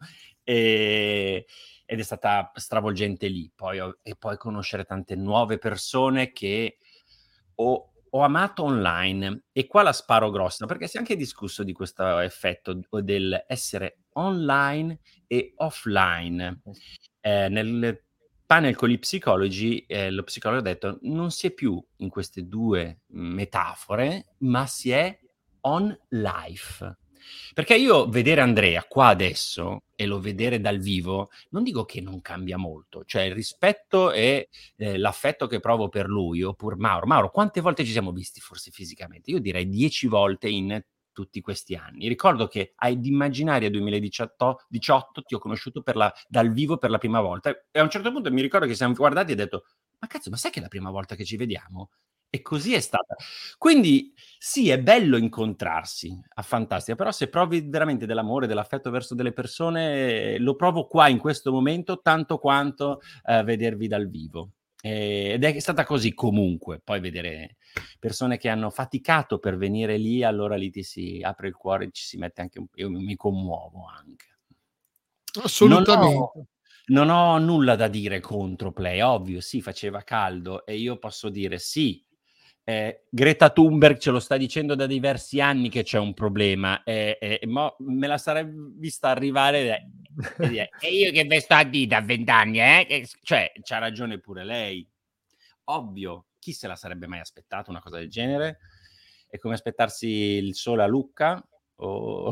Speaker 9: e... ed è stata stravolgente lì. Poi ho... e poi conoscere tante nuove persone che ho ho amato online, e qua la sparo grossa perché si è anche discusso di questo effetto del essere online e offline. Eh, nel panel con gli psicologi, eh, lo psicologo ha detto non si è più in queste due metafore, ma si è on life. Perché io vedere Andrea qua adesso e lo vedere dal vivo, non dico che non cambia molto, cioè il rispetto e eh, l'affetto che provo per lui, oppure Mauro. Mauro, quante volte ci siamo visti forse fisicamente? Io direi dieci volte in tutti questi anni. Ricordo che ad Immaginaria duemiladiciotto ti ho conosciuto per la, dal vivo per la prima volta, e a un certo punto mi ricordo che siamo guardati e ho detto ma cazzo, ma sai che è la prima volta che ci vediamo? E così è stata. Quindi sì, è bello incontrarsi a Fantastica, però se provi veramente dell'amore, dell'affetto verso delle persone, lo provo qua in questo momento tanto quanto eh, vedervi dal vivo. Eh, ed è stata così comunque. Poi vedere persone che hanno faticato per venire lì, allora lì ti si apre il cuore, ci si mette anche un po', io mi commuovo anche.
Speaker 7: Assolutamente.
Speaker 9: Non ho, non ho nulla da dire contro Play, ovvio, sì, faceva caldo e io posso dire sì. Eh, Greta Thunberg ce lo sta dicendo da diversi anni che c'è un problema, eh, eh, ma me la sarei vista arrivare e dire e io che ve sto a dire da vent'anni, eh? Cioè c'ha ragione pure lei, ovvio, chi se la sarebbe mai aspettato una cosa del genere? È come aspettarsi il sole a Lucca o,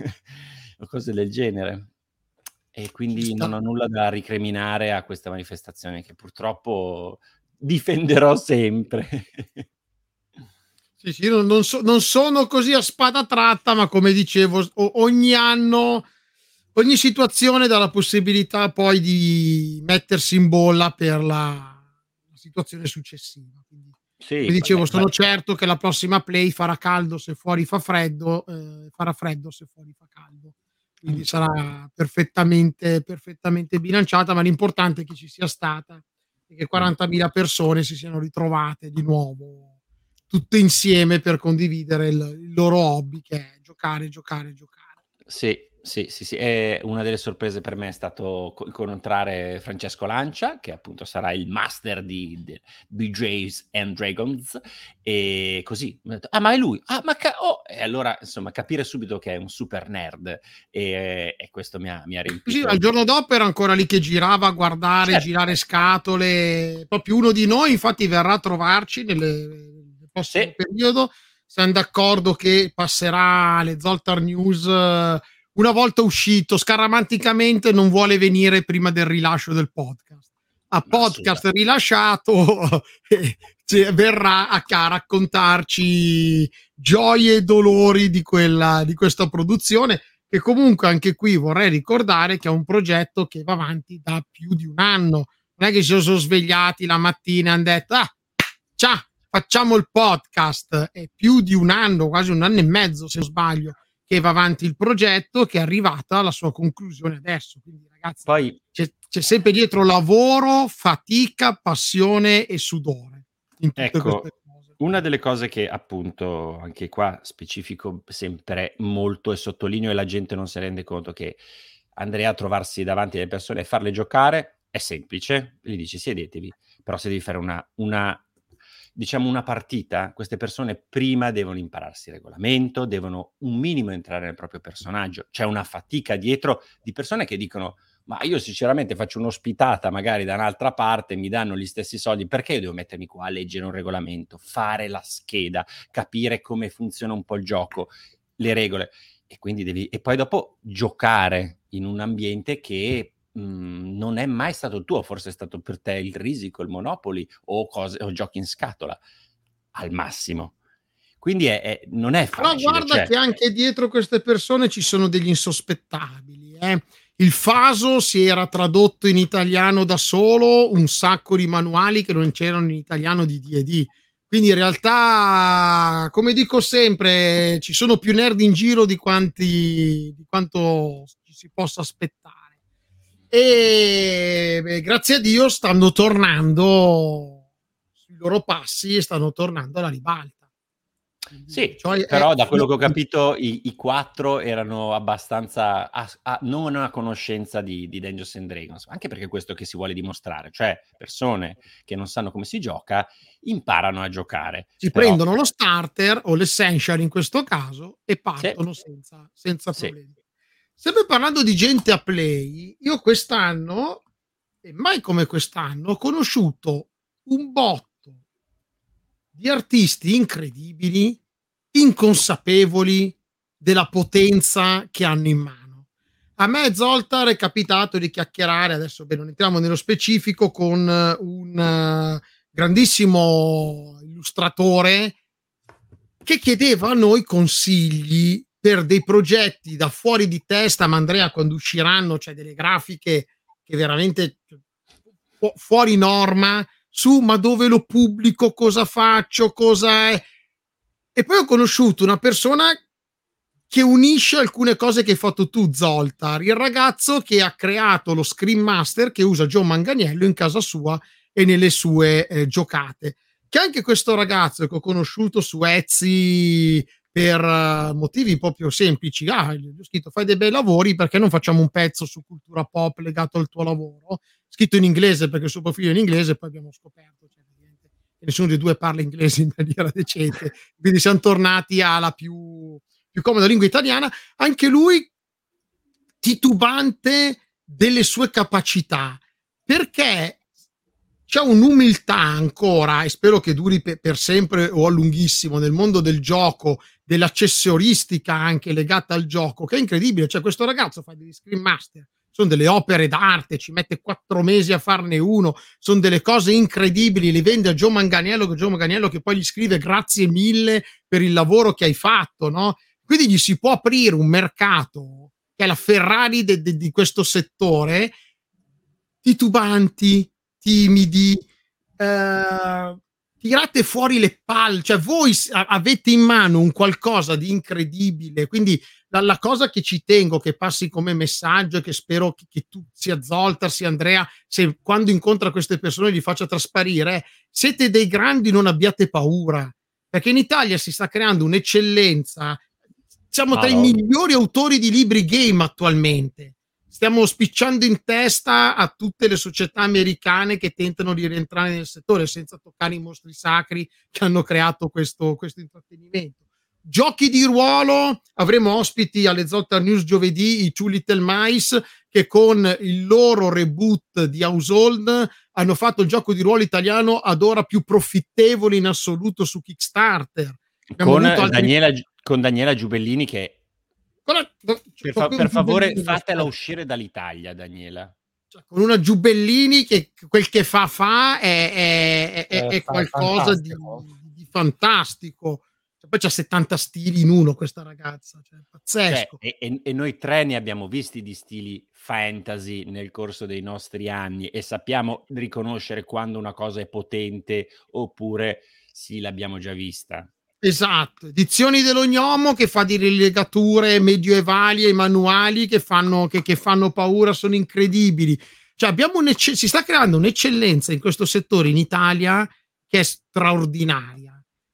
Speaker 9: o cose del genere, e quindi non ho nulla da ricriminare a questa manifestazione che purtroppo difenderò sempre.
Speaker 7: Sì, sì, non, non, so, non sono così a spada tratta, ma come dicevo, o, ogni anno, ogni situazione dà la possibilità poi di mettersi in bolla per la, la situazione successiva. Quindi,
Speaker 9: sì,
Speaker 7: come dicevo,
Speaker 9: vabbè,
Speaker 7: sono
Speaker 9: vabbè.
Speaker 7: certo che la prossima Play farà caldo se fuori fa freddo, eh, farà freddo se fuori fa caldo. Quindi sarà perfettamente, perfettamente bilanciata, ma l'importante è che ci sia stata e che quarantamila persone si siano ritrovate di nuovo tutte insieme per condividere il, il loro hobby, che è giocare, giocare, giocare.
Speaker 9: Sì, sì, sì, sì. E una delle sorprese per me è stato co- incontrare Francesco Lancia, che appunto sarà il master di, di B Js and Dragons, e così mi ho detto, ah ma è lui, ah ma ca- oh! E allora insomma capire subito che è un super nerd, e, e questo mi ha, mi ha riempito.
Speaker 7: Sì, al giorno dopo era ancora lì che girava a guardare,
Speaker 9: certo.
Speaker 7: girare scatole, proprio uno di noi infatti verrà a trovarci nelle prossimo sì. periodo. Siamo d'accordo che passerà alle Zoltar News una volta uscito, scaramanticamente non vuole venire prima del rilascio del podcast. A podcast rilasciato cioè, verrà a, a raccontarci gioie e dolori di quella di questa produzione, che comunque anche qui vorrei ricordare che è un progetto che va avanti da più di un anno. Non è che si sono svegliati la mattina e hanno detto ah, ciao, facciamo il podcast. È più di un anno, quasi un anno e mezzo se non sbaglio, che va avanti il progetto, che è arrivata alla sua conclusione adesso. Quindi ragazzi,
Speaker 9: poi
Speaker 7: c'è, c'è sempre dietro lavoro, fatica, passione e sudore in tutte
Speaker 9: ecco,
Speaker 7: queste cose.
Speaker 9: Una delle cose che appunto anche qua specifico sempre molto e sottolineo, e la gente non si rende conto, che Andrea trovarsi davanti alle persone e farle giocare è semplice, gli dici sedetevi, però se devi fare una, una diciamo una partita, queste persone prima devono impararsi il regolamento, devono un minimo entrare nel proprio personaggio. C'è una fatica dietro di persone che dicono ma io sinceramente faccio un'ospitata magari da un'altra parte, mi danno gli stessi soldi, perché io devo mettermi qua a leggere un regolamento, fare la scheda, capire come funziona un po' il gioco, le regole, e quindi devi, e poi dopo giocare in un ambiente che mh, non è mai stato tuo, forse è stato per te il Risico, il Monopoly o, cose, o giochi in scatola, al massimo. Quindi è, è, non è facile.
Speaker 7: Però guarda
Speaker 9: cioè...
Speaker 7: che anche dietro queste persone ci sono degli insospettabili, eh. Il Faso si era tradotto in italiano da solo, un sacco di manuali che non c'erano in italiano di D and D. Quindi in realtà, come dico sempre, ci sono più nerd in giro di quanti di quanto ci si possa aspettare. E beh, grazie a Dio stanno tornando sui loro passi e stanno tornando alla ribalta.
Speaker 9: Sì,
Speaker 7: cioè,
Speaker 9: però
Speaker 7: è...
Speaker 9: da quello che ho capito i, i quattro erano abbastanza a, a, non a conoscenza di, di Dungeons and Dragons, anche perché è questo che si vuole dimostrare, cioè persone che non sanno come si gioca imparano a giocare.
Speaker 7: Si
Speaker 9: però...
Speaker 7: prendono lo starter o l'essential in questo caso e partono sì. senza, senza
Speaker 9: sì.
Speaker 7: problemi. Sempre parlando di gente a play, io quest'anno, e mai come quest'anno, ho conosciuto un botto di artisti incredibili, inconsapevoli della potenza che hanno in mano. A me Zoltar è capitato di chiacchierare, adesso beh, non entriamo nello specifico, con un uh, grandissimo illustratore che chiedeva a noi consigli per dei progetti da fuori di testa, ma Andrea, quando usciranno, c'è cioè delle grafiche che veramente fu- fuori norma, su ma dove lo pubblico, cosa faccio, cosa è. E poi ho conosciuto una persona che unisce alcune cose che hai fatto tu, Zoltar, il ragazzo che ha creato lo Screen Master che usa Joe Manganiello in casa sua e nelle sue eh, giocate. Che anche questo ragazzo che ho conosciuto su Etsy per uh, motivi proprio semplici, ah, gli ho scritto fai dei bei lavori, perché non facciamo un pezzo su cultura pop legato al tuo lavoro, scritto in inglese perché il suo profilo è in inglese, poi abbiamo scoperto cioè, che nessuno dei due parla inglese in maniera decente, quindi siamo tornati alla più, più comoda lingua italiana. Anche lui titubante delle sue capacità, perché c'è un'umiltà ancora, e spero che duri per, per sempre o a lunghissimo, nel mondo del gioco, dell'accessoristica anche legata al gioco, che è incredibile. Cioè questo ragazzo fa degli Screen Master, sono delle opere d'arte, ci mette quattro mesi a farne uno, sono delle cose incredibili, li vende a Joe Manganiello, che Joe Manganiello che poi gli scrive grazie mille per il lavoro che hai fatto, no? Quindi gli si può aprire un mercato che è la Ferrari de, de, di questo settore, titubanti, timidi, eh, tirate fuori le palle, cioè voi avete in mano un qualcosa di incredibile, quindi la, la cosa che ci tengo che passi come messaggio e che spero che, che tu sia Zoltar sia Andrea, se quando incontra queste persone li faccia trasparire, siete dei grandi, non abbiate paura, perché in Italia si sta creando un'eccellenza, siamo tra allora. i migliori autori di libri game attualmente. Stiamo spicciando in testa a tutte le società americane che tentano di rientrare nel settore, senza toccare i mostri sacri che hanno creato questo, questo intrattenimento. Giochi di ruolo, avremo ospiti alle Zoltar News giovedì i Two Little Mice, che con il loro reboot di Household hanno fatto il gioco di ruolo italiano ad ora più profittevole in assoluto su Kickstarter.
Speaker 9: Con Daniela, altri... con Daniela Giubellini che Per, fa- per favore fatela uscire dall'Italia, Daniela,
Speaker 7: cioè, con una Giubellini che quel che fa fa è, è, è, è qualcosa di, di fantastico, cioè, poi c'ha settanta stili in uno questa ragazza, cioè, pazzesco.
Speaker 9: Cioè, e, e noi tre ne abbiamo visti di stili fantasy nel corso dei nostri anni e sappiamo riconoscere quando una cosa è potente oppure sì, l'abbiamo già vista.
Speaker 7: Esatto, edizioni dell'Ognomo che fa di rilegature medievali e manuali che fanno, che, che fanno paura, sono incredibili. Cioè abbiamo si sta creando un'eccellenza in questo settore in Italia che è straordinaria.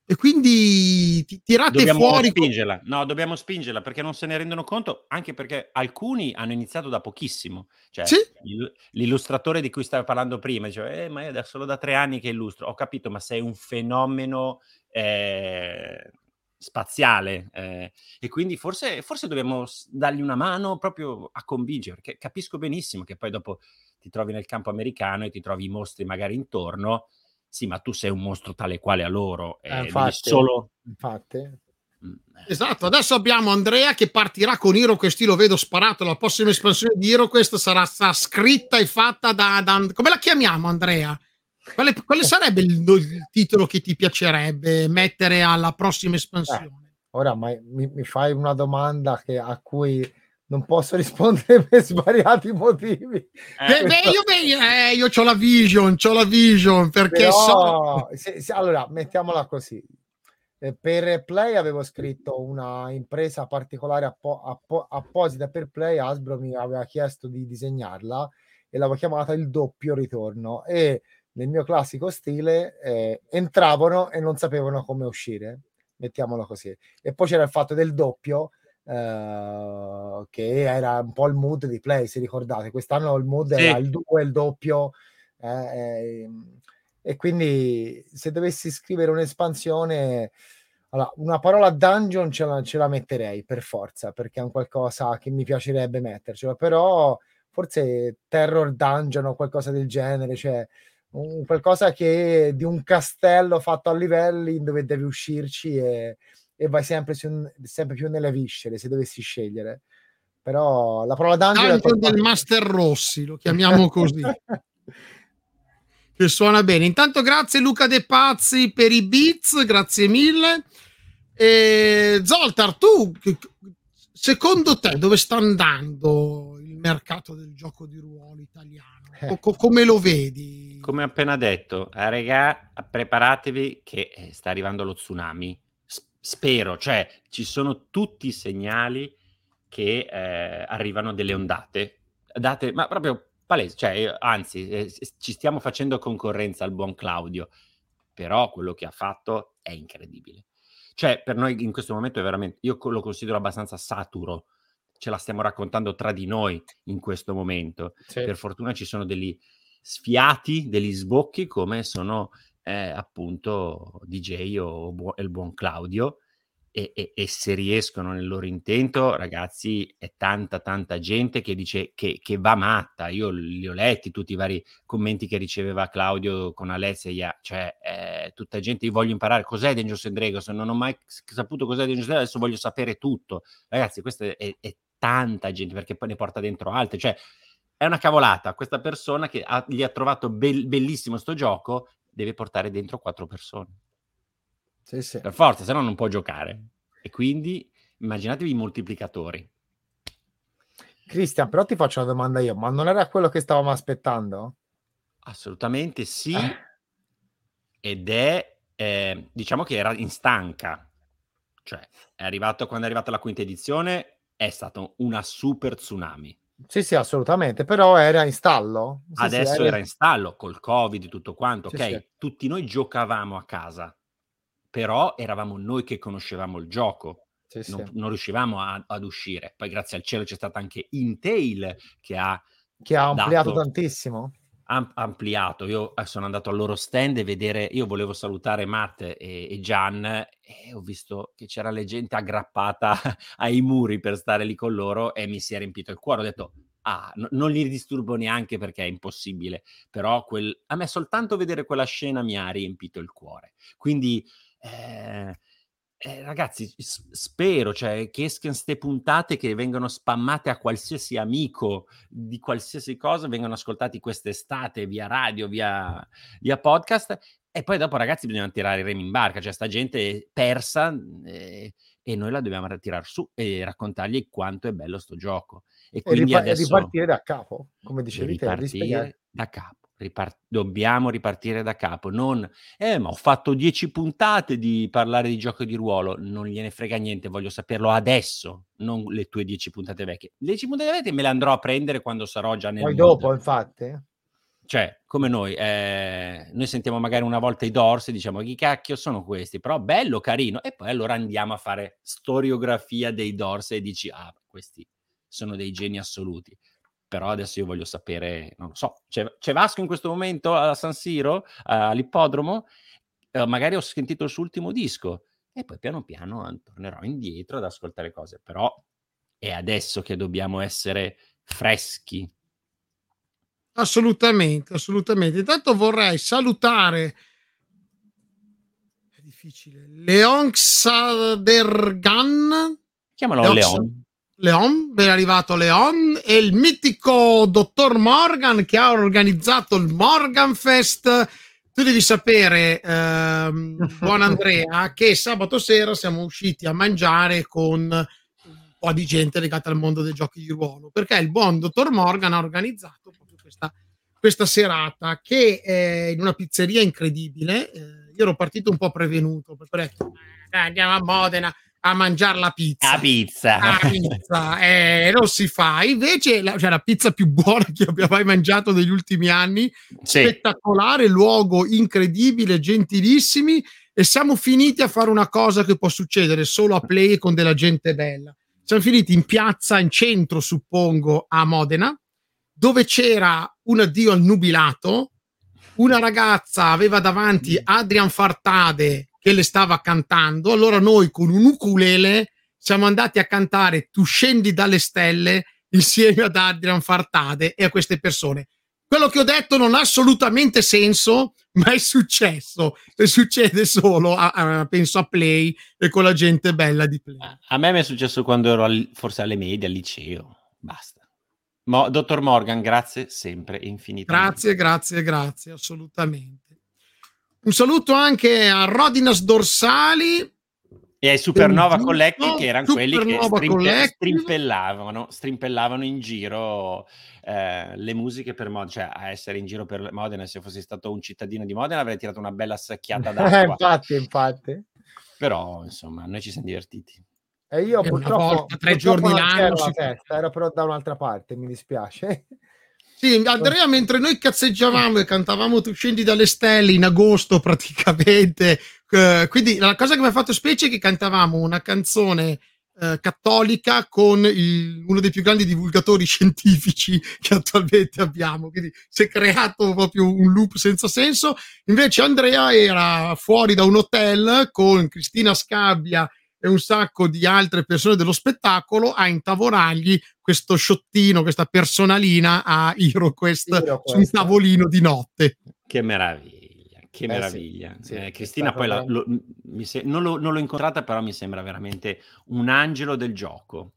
Speaker 7: E quindi ti tirate
Speaker 9: Dobbiamo
Speaker 7: fuori co
Speaker 9: spingerla. No, dobbiamo spingerla perché non se ne rendono conto, anche perché alcuni hanno iniziato da pochissimo. Cioè,
Speaker 7: Sì.
Speaker 9: il l'illustratore di cui stavi parlando prima diceva: "Eh, ma io da solo da tre anni che illustro". Ho capito, ma sei un fenomeno, ehm, spaziale, ehm, e quindi forse forse dobbiamo s dargli una mano proprio a convincere, perché capisco benissimo che poi dopo ti trovi nel campo americano e ti trovi i mostri magari intorno. Sì, ma tu sei un mostro tale quale a loro
Speaker 6: Eh,
Speaker 9: e devi
Speaker 6: infatti,
Speaker 9: solo
Speaker 6: infatti.
Speaker 9: mh, eh,
Speaker 7: Esatto, adesso abbiamo Andrea che partirà con HeroQuest, io lo vedo sparato, la prossima espansione di HeroQuest sarà, sarà scritta e fatta da, da... Come la chiamiamo, Andrea? Quale, quale sarebbe il, il titolo che ti piacerebbe mettere alla prossima
Speaker 6: Eh,
Speaker 7: espansione?
Speaker 6: ora ma mi, mi fai una domanda che, a cui non posso rispondere per svariati motivi.
Speaker 7: Beh, beh, io, beh, eh, io c'ho la vision, c'ho la vision perché
Speaker 6: Però,
Speaker 7: so...
Speaker 6: se, se, allora, mettiamola così. Eh, per Play avevo scritto una impresa particolare appo, appo, apposita per Play. Hasbro mi aveva chiesto di disegnarla e l'avevo chiamata Il Doppio Ritorno, e nel mio classico stile eh, entravano e non sapevano come uscire, mettiamolo così. E poi c'era il fatto del doppio, eh, che era un po' il mood di Play, se ricordate. Quest'anno il mood
Speaker 9: Sì.
Speaker 6: era il due, il doppio, eh, eh, e quindi se dovessi scrivere un'espansione, allora, una parola dungeon ce la, ce la metterei per forza, perché è un qualcosa che mi piacerebbe mettercelo, però forse Terror Dungeon o qualcosa del genere, cioè un qualcosa che di un castello fatto a livelli dove devi uscirci e, e vai sempre, su, sempre più nelle viscere, se dovessi scegliere. Però la parola dungeon,
Speaker 7: Dungeon del Master Rossi, lo chiamiamo così. Che suona bene. Intanto grazie Luca De Pazzi per i beats, grazie mille. E Zoltar, tu secondo te dove sta andando il mercato del gioco di ruolo italiano?
Speaker 6: Eh.
Speaker 7: Co- come lo vedi?
Speaker 9: Come ho appena detto, eh, regà, preparatevi che eh, sta arrivando lo tsunami. S- spero, cioè ci sono tutti i segnali che eh, arrivano delle ondate, date, ma proprio palese, cioè, eh, anzi, eh, ci stiamo facendo concorrenza al buon Claudio, però quello che ha fatto è incredibile. Cioè, per noi in questo momento è veramente, io lo considero abbastanza saturo, ce la stiamo raccontando tra di noi in questo momento.
Speaker 6: Sì.
Speaker 9: Per fortuna ci sono degli sfiati, degli sbocchi come sono eh, appunto D J o bu- il buon Claudio, e, e, e se riescono nel loro intento, ragazzi, è tanta tanta gente che dice che, che va matta. Io li ho letti tutti i vari commenti che riceveva Claudio con Alessia, cioè eh, tutta gente, io voglio imparare cos'è Dungeons and Dragons, non ho mai saputo cos'è Dungeons and Dragons, adesso voglio sapere tutto. Ragazzi, questa è, è tanta gente, perché poi ne porta dentro altre, cioè è una cavolata. Questa persona che ha, gli ha trovato be- bellissimo sto gioco deve portare dentro quattro persone.
Speaker 6: Sì, sì.
Speaker 9: Per forza, se no non può giocare. E quindi immaginatevi i moltiplicatori.
Speaker 6: Cristian, però ti faccio una domanda io, ma non era quello che stavamo aspettando?
Speaker 9: Assolutamente sì,
Speaker 6: Eh.
Speaker 9: ed è, eh, diciamo che era in stanca. Cioè, è arrivato, quando è arrivata la quinta edizione, è stato una super tsunami.
Speaker 6: Sì, sì, assolutamente, però era in stallo. Sì,
Speaker 9: Adesso
Speaker 6: sì, era...
Speaker 9: era in stallo, col Covid e tutto quanto,
Speaker 6: Sì,
Speaker 9: ok?
Speaker 6: sì.
Speaker 9: Tutti noi giocavamo a casa, però eravamo noi che conoscevamo il gioco.
Speaker 6: Sì, sì.
Speaker 9: Non, non riuscivamo a, ad uscire. Poi grazie al cielo c'è stata anche Intel che ha
Speaker 6: Che ha ampliato
Speaker 9: dato,
Speaker 6: tantissimo.
Speaker 9: ha ampliato. Io sono andato al loro stand e vedere, io volevo salutare Matt e, e Gian, e ho visto che c'era la gente aggrappata ai muri per stare lì con loro e mi si è riempito il cuore. Ho detto, ah, no, non li disturbo neanche perché è impossibile, però quel, a me soltanto vedere quella scena mi ha riempito il cuore. Quindi eh, eh, ragazzi, s- spero, cioè, che escano ste puntate che vengono spammate a qualsiasi amico di qualsiasi cosa, vengono ascoltati quest'estate via radio, via, via podcast, e poi dopo, ragazzi, bisogna tirare i remi in barca, cioè sta gente è persa eh, e noi la dobbiamo tirare su e raccontargli quanto è bello sto gioco. E
Speaker 6: E,
Speaker 9: quindi
Speaker 6: ripa- e
Speaker 9: adesso
Speaker 6: ripartire da capo, come
Speaker 9: e
Speaker 6: dicevi te, rispiegare.
Speaker 9: ripartire da capo. Ripart- dobbiamo ripartire da capo, non eh ma ho fatto dieci puntate di parlare di gioco di ruolo, non gliene frega niente, voglio saperlo adesso, non le tue dieci puntate vecchie. Le dieci puntate vecchie me le andrò a prendere quando sarò già nel
Speaker 6: Poi
Speaker 9: mood.
Speaker 6: dopo, infatti.
Speaker 9: Cioè, come noi, eh, noi sentiamo magari una volta i Doors e diciamo chi cacchio sono questi, però bello, carino, e poi allora andiamo a fare storiografia dei Doors e dici, ah, questi sono dei geni assoluti. Però adesso io voglio sapere, non lo so, c'è, c'è Vasco in questo momento a San Siro, all'ippodromo, eh, magari ho sentito il suo ultimo disco, e poi piano piano tornerò indietro ad ascoltare cose, però è adesso che dobbiamo essere freschi.
Speaker 7: Assolutamente, assolutamente. Intanto vorrei salutare, è difficile, Leon Xadergan.
Speaker 9: Chiamalo Leon.
Speaker 7: Leon, ben arrivato Leon, e il mitico dottor Morgan che ha organizzato il Morgan Fest. Tu devi sapere, ehm, buon Andrea, che sabato sera siamo usciti a mangiare con un po' di gente legata al mondo dei giochi di ruolo, perché il buon dottor Morgan ha organizzato proprio questa, questa serata che è in una pizzeria incredibile. Eh, io ero partito un po' prevenuto, perché ho detto, eh, andiamo a Modena a mangiare la pizza.
Speaker 9: La pizza.
Speaker 7: La pizza, eh, non si fa. Invece, la, cioè, la pizza più buona che abbia mai mangiato negli ultimi anni.
Speaker 9: Sì.
Speaker 7: Spettacolare, luogo incredibile, gentilissimi. E siamo finiti a fare una cosa che può succedere solo a Play con della gente bella. Siamo finiti in piazza, in centro, suppongo, a Modena, dove c'era un addio al nubilato. Una ragazza aveva davanti Adrian Fartade che le stava cantando, allora noi con un ukulele siamo andati a cantare Tu scendi dalle stelle insieme ad Adrian Fartade e a queste persone. Quello che ho detto non ha assolutamente senso, ma è successo, e succede solo a, a, penso a Play e con la gente bella di Play.
Speaker 9: A me mi è successo quando ero al, forse alle medie, al liceo, basta. Mo, dottor Morgan, grazie sempre infinitamente.
Speaker 7: Grazie, grazie, grazie, assolutamente. Un saluto anche a Rodinas Dorsali
Speaker 9: e ai Supernova Collective, che erano
Speaker 7: Supernova
Speaker 9: quelli che strimpe,
Speaker 7: Collective.
Speaker 9: strimpellavano, strimpellavano in giro eh, le musiche per Modena, cioè a essere in giro per Modena. Se fossi stato un cittadino di Modena avrei tirato una bella sacchiata d'acqua.
Speaker 6: infatti, infatti.
Speaker 9: Però, insomma, noi ci siamo divertiti.
Speaker 6: E io
Speaker 7: e
Speaker 6: purtroppo,
Speaker 7: volta, tre
Speaker 6: purtroppo
Speaker 7: giorni
Speaker 6: non
Speaker 7: l'anno
Speaker 6: c'ero
Speaker 7: si
Speaker 6: la
Speaker 7: fa.
Speaker 6: festa, ero però da un'altra parte, mi dispiace.
Speaker 7: Sì, Andrea, mentre noi cazzeggiavamo e cantavamo Tu scendi dalle stelle in agosto praticamente, eh, quindi la cosa che mi ha fatto specie è che cantavamo una canzone eh, cattolica con il, uno dei più grandi divulgatori scientifici che attualmente abbiamo, quindi si è creato proprio un loop senza senso. Invece Andrea era fuori da un hotel con Cristina Scabbia e un sacco di altre persone dello spettacolo a intavolargli questo sciottino, questa personalina a HeroQuest,
Speaker 6: HeroQuest.
Speaker 7: su un tavolino di notte.
Speaker 9: Che meraviglia, che
Speaker 6: Eh,
Speaker 9: meraviglia.
Speaker 6: sì, sì,
Speaker 9: eh,
Speaker 6: è
Speaker 9: Cristina
Speaker 6: stato
Speaker 9: poi la,
Speaker 6: veramente-
Speaker 9: lo, mi se- non, l'ho, non l'ho incontrata, però mi sembra veramente un angelo del gioco.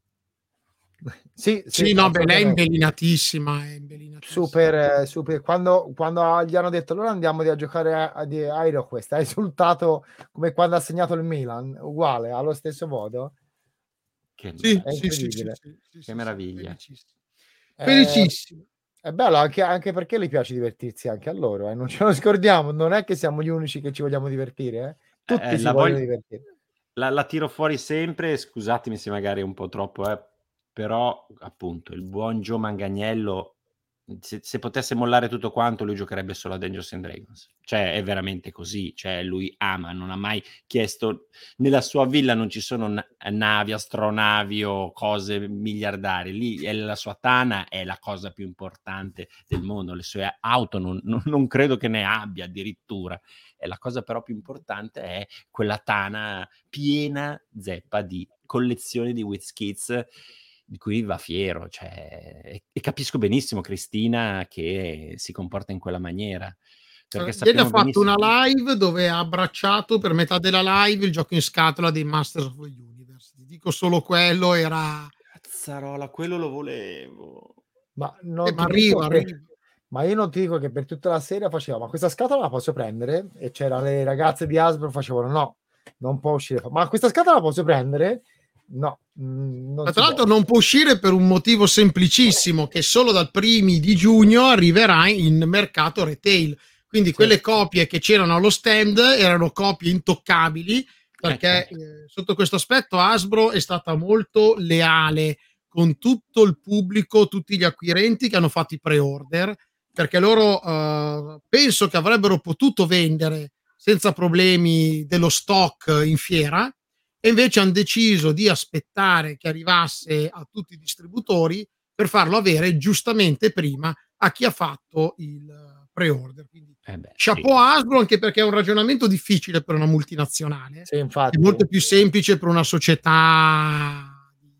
Speaker 6: Sì,
Speaker 7: Sì, no, beh, lei è
Speaker 6: assolutamente.
Speaker 7: imbellinatissima, è imbellinatissima.
Speaker 6: Super, eh, super. Quando, quando gli hanno detto allora andiamo a giocare a, a, a HeroQuest, ha risultato come quando ha segnato il Milan, uguale, allo stesso modo.
Speaker 9: Che,
Speaker 7: Sì,
Speaker 6: È
Speaker 7: sì, sì, sì,
Speaker 6: incredibile.
Speaker 7: sì, sì, sì,
Speaker 9: Che meraviglia.
Speaker 7: felicissimo.
Speaker 6: Eh,
Speaker 7: Felicissimo.
Speaker 6: È bello anche, anche perché gli piace divertirsi anche a loro, eh, non ce lo scordiamo, non è che siamo gli unici che ci vogliamo divertire, eh. Tutti
Speaker 9: Eh,
Speaker 6: si
Speaker 9: la
Speaker 6: vogliono
Speaker 9: voglio-
Speaker 6: divertire.
Speaker 9: La, la tiro fuori sempre, scusatemi se magari è un po' troppo, eh, però appunto il buon Joe Manganiello, se, se potesse mollare tutto quanto, lui giocherebbe solo a Dungeons and Dragons. Cioè è veramente così, cioè lui ama, non ha mai chiesto, nella sua villa non ci sono na- navi, astronavi o cose miliardarie, lì è la sua tana, è la cosa più importante del mondo, le sue auto non, non, non credo che ne abbia addirittura. E la cosa però più importante è quella tana piena zeppa di collezioni di WizKids di cui va fiero, cioè, e, e capisco benissimo Cristina che si comporta in quella maniera, perché
Speaker 7: Ieri ha
Speaker 9: sappiamo
Speaker 7: fatto
Speaker 9: benissimo...
Speaker 7: una live dove ha abbracciato per metà della live il gioco in scatola dei Masters of the Universe. Ti dico solo quello, era...
Speaker 9: Cazzarola, quello lo volevo.
Speaker 6: Ma, non
Speaker 7: Eh, ma
Speaker 6: ti dico
Speaker 7: arriva,
Speaker 6: che-
Speaker 7: arriva.
Speaker 6: ma io non ti dico che per tutta la serie faceva, ma questa scatola la posso prendere? E c'era le ragazze di Hasbro facevano no, non può uscire. Ma questa scatola la posso prendere? No. mm, non
Speaker 7: Ma
Speaker 6: si
Speaker 7: tra l'altro
Speaker 6: può.
Speaker 7: non può uscire per un motivo semplicissimo, che solo dal primi di giugno arriverà in mercato retail. Quindi
Speaker 6: Sì.
Speaker 7: quelle copie che c'erano allo stand erano copie intoccabili, perché
Speaker 9: Eh, certo.
Speaker 7: eh, sotto questo aspetto Hasbro è stata molto leale con tutto il pubblico, tutti gli acquirenti che hanno fatto i pre-order, perché loro uh, penso che avrebbero potuto vendere senza problemi dello stock in fiera, e invece hanno deciso di aspettare che arrivasse a tutti i distributori per farlo avere giustamente prima a chi ha fatto il pre-order. Quindi
Speaker 9: Eh beh,
Speaker 7: chapeau
Speaker 9: sì.
Speaker 7: a Hasbro, anche perché è un ragionamento difficile per una multinazionale,
Speaker 6: sì, infatti.
Speaker 7: è molto più semplice per una società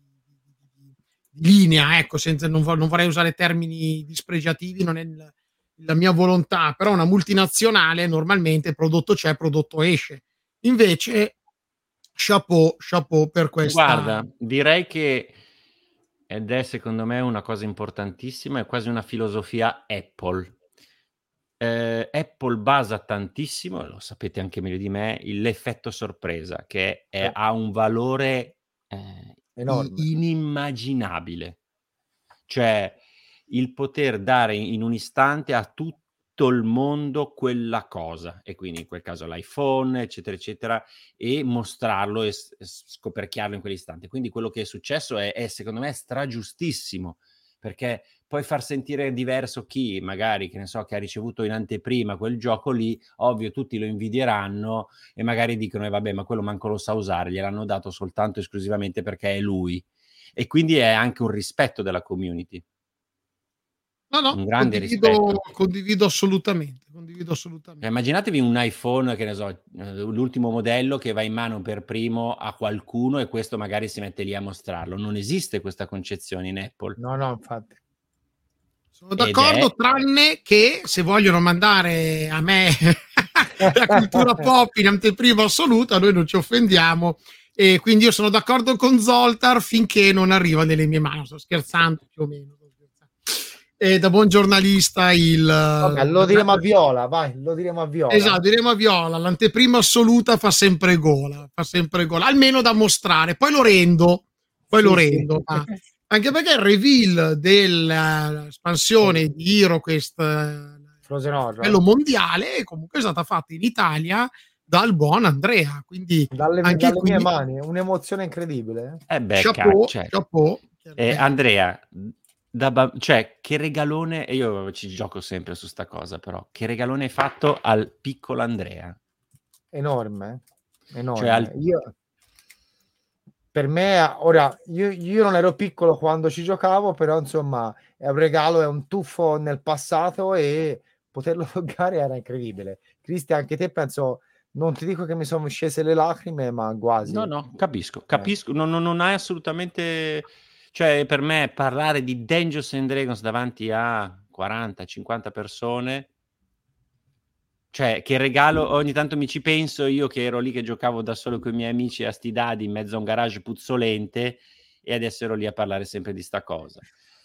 Speaker 7: di linea, ecco, senza, non, vo- non vorrei usare termini dispregiativi, non è il, la mia volontà, però una multinazionale normalmente prodotto c'è, prodotto esce. Invece chapeau, chapeau per questa.
Speaker 9: Guarda, direi che, ed è secondo me una cosa importantissima, è quasi una filosofia Apple. Eh, Apple basa tantissimo, lo sapete anche meglio di me, il- l'effetto sorpresa, che è-
Speaker 6: Sì.
Speaker 9: ha un valore eh,
Speaker 6: Enorme.
Speaker 9: i- inimmaginabile. Cioè il poter dare in un istante a tutto il mondo quella cosa, e quindi in quel caso l'iPhone, eccetera, eccetera, e mostrarlo e s- scoperchiarlo in quell'istante. Quindi quello che è successo è, è secondo me stragiustissimo, perché poi far sentire diverso chi magari, che ne so, che ha ricevuto in anteprima quel gioco lì, ovvio tutti lo invidieranno e magari dicono eh, vabbè, ma quello manco lo sa usare, gliel'hanno dato soltanto esclusivamente perché è lui. E quindi è anche un rispetto della community.
Speaker 7: No, no,
Speaker 9: Un grande
Speaker 7: condivido,
Speaker 9: rispetto.
Speaker 7: condivido assolutamente, condivido assolutamente.
Speaker 9: Eh, Immaginatevi un iPhone, che ne so, eh, l'ultimo modello che va in mano per primo a qualcuno e questo magari si mette lì a mostrarlo. Non esiste questa concezione in Apple.
Speaker 6: No, no, infatti.
Speaker 7: Sono
Speaker 9: Ed
Speaker 7: d'accordo,
Speaker 9: è-
Speaker 7: tranne che se vogliono mandare a me la cultura pop in anteprima assoluta, noi non ci offendiamo, e quindi io sono d'accordo con Zoltar finché non arriva nelle mie mani. Sto scherzando più o meno. sto scherzando. E da buon giornalista il...
Speaker 6: Vabbè, lo diremo a Viola, vai, lo diremo a Viola.
Speaker 7: Esatto, diremo a Viola, l'anteprima assoluta fa sempre gola, fa sempre gola, almeno da mostrare, poi lo rendo, poi
Speaker 6: Sì,
Speaker 7: lo
Speaker 6: sì.
Speaker 7: rendo, ma anche perché il reveal dell'espansione di HeroQuest,
Speaker 6: Frozen Horror.
Speaker 7: quello mondiale, è comunque stata fatta in Italia dal buon Andrea, quindi
Speaker 6: Dalle,
Speaker 7: anche
Speaker 6: dalle
Speaker 7: qui
Speaker 6: mie mani, un'emozione incredibile.
Speaker 9: Eh beh,
Speaker 7: chapeau,
Speaker 9: ca- cioè,
Speaker 7: chapeau.
Speaker 9: eh, Andrea, da ba- cioè, che regalone, e io ci gioco sempre su sta cosa, però, che regalone hai fatto al piccolo Andrea?
Speaker 6: Enorme, enorme.
Speaker 9: Cioè, al-
Speaker 6: Io, per me, ora, io, io non ero piccolo quando ci giocavo, però insomma è un regalo, è un tuffo nel passato e poterlo toccare era incredibile. Cristian, anche te penso, non ti dico che mi sono scese le lacrime, ma quasi.
Speaker 9: No, no, capisco, capisco, non, non, non hai assolutamente... Cioè, per me parlare di Dungeons and Dragons davanti a quaranta cinquanta persone, cioè, che regalo, ogni tanto mi ci penso, io che ero lì che giocavo da solo con i miei amici a sti dadi in mezzo a un garage puzzolente, e adesso ero lì a parlare sempre di sta cosa.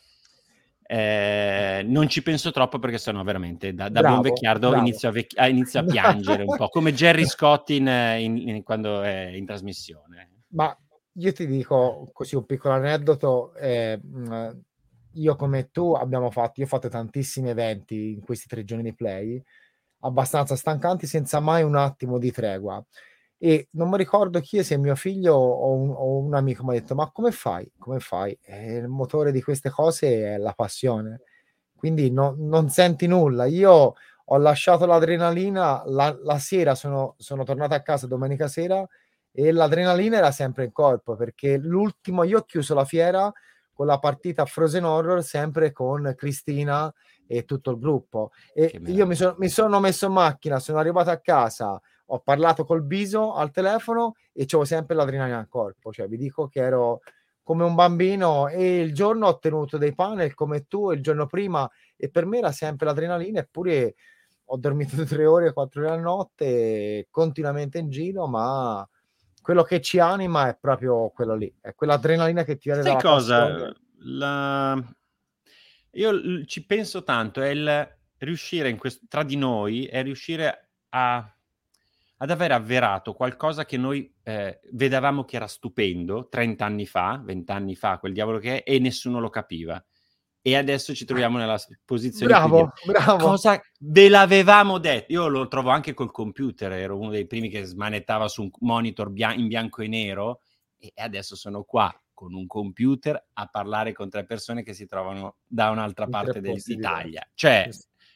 Speaker 9: Eh, non ci penso troppo perché sennò veramente da, da
Speaker 6: Bravo,
Speaker 9: buon vecchiardo
Speaker 6: bravo.
Speaker 9: inizio a, vecchi- a- inizio a piangere un po', come Jerry Scott in, in- in- quando è in trasmissione.
Speaker 6: Ma io ti dico così un piccolo aneddoto, eh, mh, io come tu abbiamo fatto, io ho fatto tantissimi eventi in questi tre giorni di play, abbastanza stancanti, senza mai un attimo di tregua. E non mi ricordo chi, se mio figlio o un, o un amico mi ha detto: ma come fai? Come fai? Eh, il motore di queste cose è la passione, quindi no, non senti nulla. Io ho lasciato l'adrenalina la, la sera, sono, sono tornato a casa domenica sera e l'adrenalina era sempre in corpo, perché l'ultimo, io ho chiuso la fiera con la partita Frozen Horror sempre con Cristina e tutto il gruppo, e io mi, so, mi sono messo in macchina, sono arrivato a casa, ho parlato col Biso al telefono e c'avevo sempre l'adrenalina in corpo, cioè vi dico che ero come un bambino. E il giorno ho tenuto dei panel come tu il giorno prima e per me era sempre l'adrenalina, eppure ho dormito tre ore, quattro ore a notte continuamente in giro, ma quello che ci anima è proprio quello lì, è quell'adrenalina che ti viene
Speaker 9: Sai
Speaker 6: dalla
Speaker 9: cosa?
Speaker 6: passione.
Speaker 9: La... Io l- ci penso tanto, è il riuscire in questo, tra di noi, è riuscire a ad aver avverato qualcosa che noi eh, vedevamo che era stupendo trenta anni fa, venti anni fa, quel diavolo che è, e nessuno lo capiva. E adesso ci troviamo nella posizione
Speaker 6: Bravo,
Speaker 9: in cui dire,
Speaker 6: bravo.
Speaker 9: cosa ve l'avevamo detto? Io lo trovo anche col computer, ero uno dei primi che smanettava su un monitor bia- in bianco e nero, e adesso sono qua con un computer a parlare con tre persone che si trovano da un'altra
Speaker 6: In
Speaker 9: parte
Speaker 6: tre posti
Speaker 9: dell'Italia.
Speaker 6: diversi.
Speaker 9: Cioè,
Speaker 6: Sì, sì.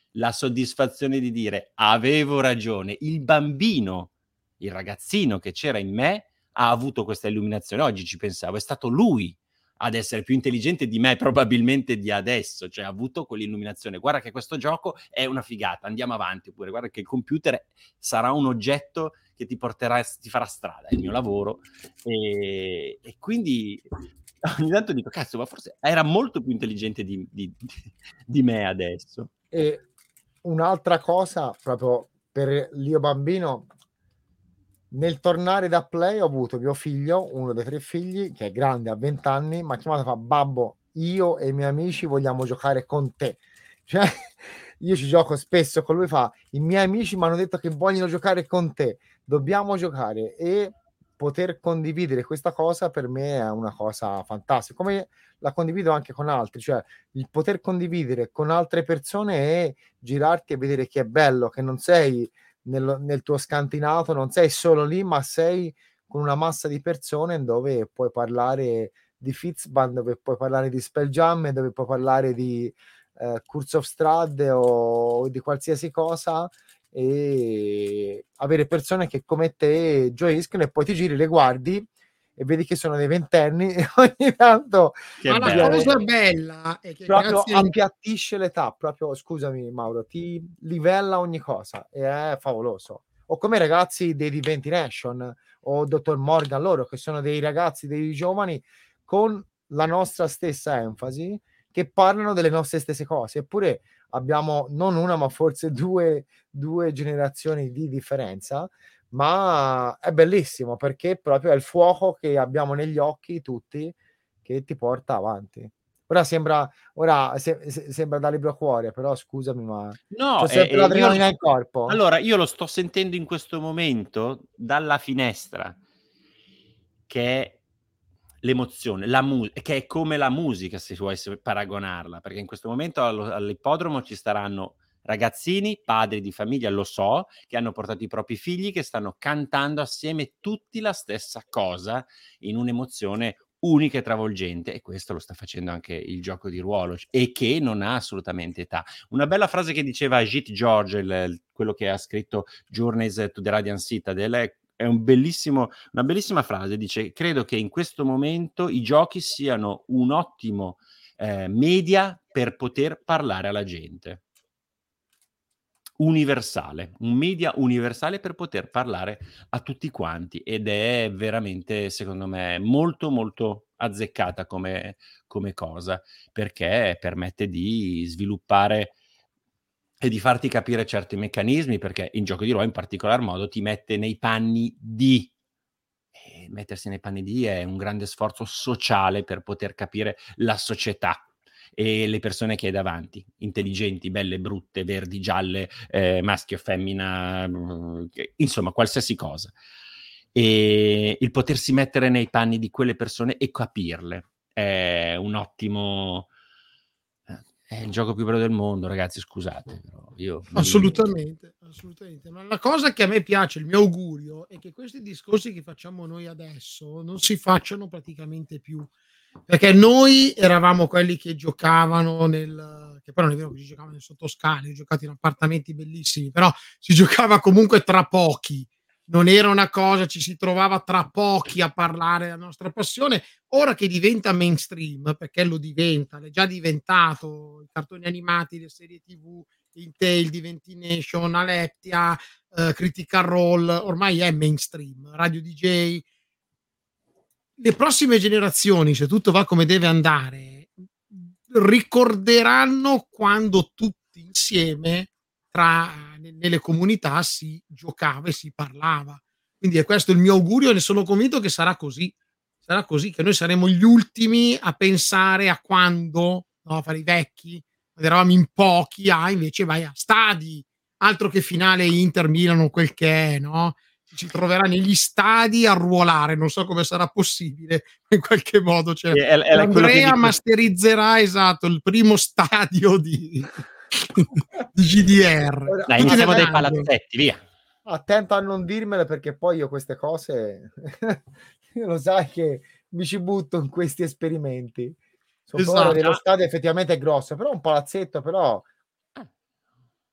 Speaker 9: la soddisfazione di dire avevo ragione, il bambino, il ragazzino che c'era in me ha avuto questa illuminazione. Oggi ci pensavo, è stato lui ad essere più intelligente di me probabilmente di adesso, cioè ha avuto quell'illuminazione. Guarda che questo gioco è una figata, andiamo avanti, oppure guarda che il computer sarà un oggetto che ti porterà, ti farà strada, è il mio lavoro. E, e quindi ogni tanto dico, cazzo, ma forse era molto più intelligente di, di, di me adesso.
Speaker 6: E un'altra cosa, proprio per l'io bambino, nel tornare da Play ho avuto mio figlio, uno dei tre figli, che è grande, ha venti anni, mi ha chiamato e fa: babbo, io e i miei amici vogliamo giocare con te. Cioè, io ci gioco spesso con lui, fa: i miei amici mi hanno detto che vogliono giocare con te, dobbiamo giocare. E poter condividere questa cosa per me è una cosa fantastica, come la condivido anche con altri, cioè il poter condividere con altre persone e girarti e vedere che è bello, che non sei nel, nel tuo scantinato, non sei solo lì, ma sei con una massa di persone dove puoi parlare di Fizzband, dove puoi parlare di Spelljam, dove puoi parlare di eh, Curse of Strahd o di qualsiasi cosa, e avere persone che come te gioiscono, e poi ti giri, le guardi e vedi che sono dei ventenni e ogni tanto
Speaker 7: ma la cosa bella è che
Speaker 6: proprio
Speaker 7: grazie...
Speaker 6: appiattisce l'età, proprio, scusami Mauro, ti livella ogni cosa e è favoloso. O come i ragazzi dei Divination o dottor Morgan, loro che sono dei ragazzi, dei giovani con la nostra stessa enfasi, che parlano delle nostre stesse cose, eppure abbiamo non una ma forse due, due generazioni di differenza, ma è bellissimo perché proprio è il fuoco che abbiamo negli occhi tutti che ti porta avanti. Ora sembra, ora se, se, sembra da libro cuore, però scusami, ma
Speaker 9: no,
Speaker 6: c'è sempre
Speaker 9: eh,
Speaker 6: l'adrenalina
Speaker 9: io,
Speaker 6: in corpo.
Speaker 9: Allora, io lo sto sentendo in questo momento dalla finestra, che è l'emozione, la mu- che è come la musica, se vuoi paragonarla, perché in questo momento allo, all'ippodromo ci staranno ragazzini, padri di famiglia, lo so, che hanno portato i propri figli, che stanno cantando assieme tutti la stessa cosa in un'emozione unica e travolgente, e questo lo sta facendo anche il gioco di ruolo, e che non ha assolutamente età. Una bella frase che diceva Ajit George, il, il, quello che ha scritto Journeys to the Radiant Citadel, è È un bellissimo, una bellissima frase, dice: credo che in questo momento i giochi siano un ottimo eh, media per poter parlare alla gente. Universale, un media universale per poter parlare a tutti quanti, ed è veramente, secondo me, molto molto azzeccata come, come cosa, perché permette di sviluppare e di farti capire certi meccanismi, perché in gioco di ruolo in particolar modo ti mette nei panni di, e mettersi nei panni di è un grande sforzo sociale per poter capire la società e le persone che hai davanti, intelligenti, belle, brutte, verdi, gialle, eh, maschio, femmina, insomma qualsiasi cosa, e il potersi mettere nei panni di quelle persone e capirle è un ottimo... È il gioco più bello del mondo, ragazzi, scusate. Però io...
Speaker 7: Assolutamente, assolutamente. Ma la cosa che a me piace, il mio augurio, è che questi discorsi che facciamo noi adesso non si facciano praticamente più. Perché noi eravamo quelli che giocavano nel... che poi non è vero che si giocava nel sottoscale, ho giocato in appartamenti bellissimi, però si giocava comunque tra pochi. Non era una cosa, ci si trovava tra pochi a parlare della nostra passione. Ora che diventa mainstream, perché lo diventa, è già diventato, i cartoni animati, le serie tivù, Intel, Divination, Aleptia, eh, Critical Role, ormai è mainstream, Radio D J. Le prossime generazioni, se tutto va come deve andare, ricorderanno quando tutti insieme tra nelle comunità si giocava e si parlava. Quindi è questo il mio augurio e ne sono convinto che sarà così. Sarà così, che noi saremo gli ultimi a pensare a quando, no, a fare i vecchi, quando eravamo in pochi, a invece vai a stadi, altro che finale Inter Milan o quel che è, no? Si troverà negli stadi a ruolare, non so come sarà possibile, in qualche modo, cioè, è, è Andrea masterizzerà, esatto, il primo stadio di, di G D R.
Speaker 9: Dai, iniziamo dai palazzetti, via.
Speaker 6: Attento a non dirmele, perché poi io queste cose lo sai che mi ci butto in questi esperimenti. Sopra esatto. Dello stadio effettivamente è grosso, però un palazzetto, però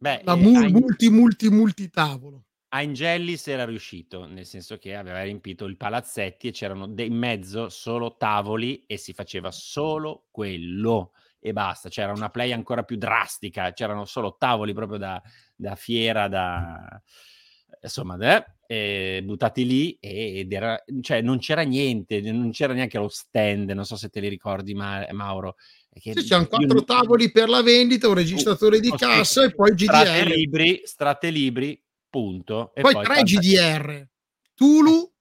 Speaker 9: Beh,
Speaker 7: La
Speaker 9: eh,
Speaker 7: mu-
Speaker 9: a, In-
Speaker 7: multi, multi, multi tavolo.
Speaker 9: a Ingellis era riuscito, nel senso che aveva riempito il palazzetti e c'erano de- in mezzo solo tavoli e si faceva solo quello e basta. C'era una play ancora più drastica, c'erano solo tavoli proprio da, da fiera, da insomma, eh, eh, buttati lì e- ed era, cioè non c'era niente, non c'era neanche lo stand, non so se te li ricordi, Ma- Mauro. Che
Speaker 7: Sì, c'erano
Speaker 9: io
Speaker 7: quattro
Speaker 9: non-
Speaker 7: tavoli per la vendita, un registratore di
Speaker 9: Ho
Speaker 7: cassa
Speaker 9: scritto
Speaker 7: e poi G D
Speaker 9: strate
Speaker 7: R.
Speaker 9: libri, strate libri, punto. E
Speaker 7: Poi
Speaker 9: poi
Speaker 7: tre
Speaker 9: tanta-
Speaker 7: G D R. Tulu,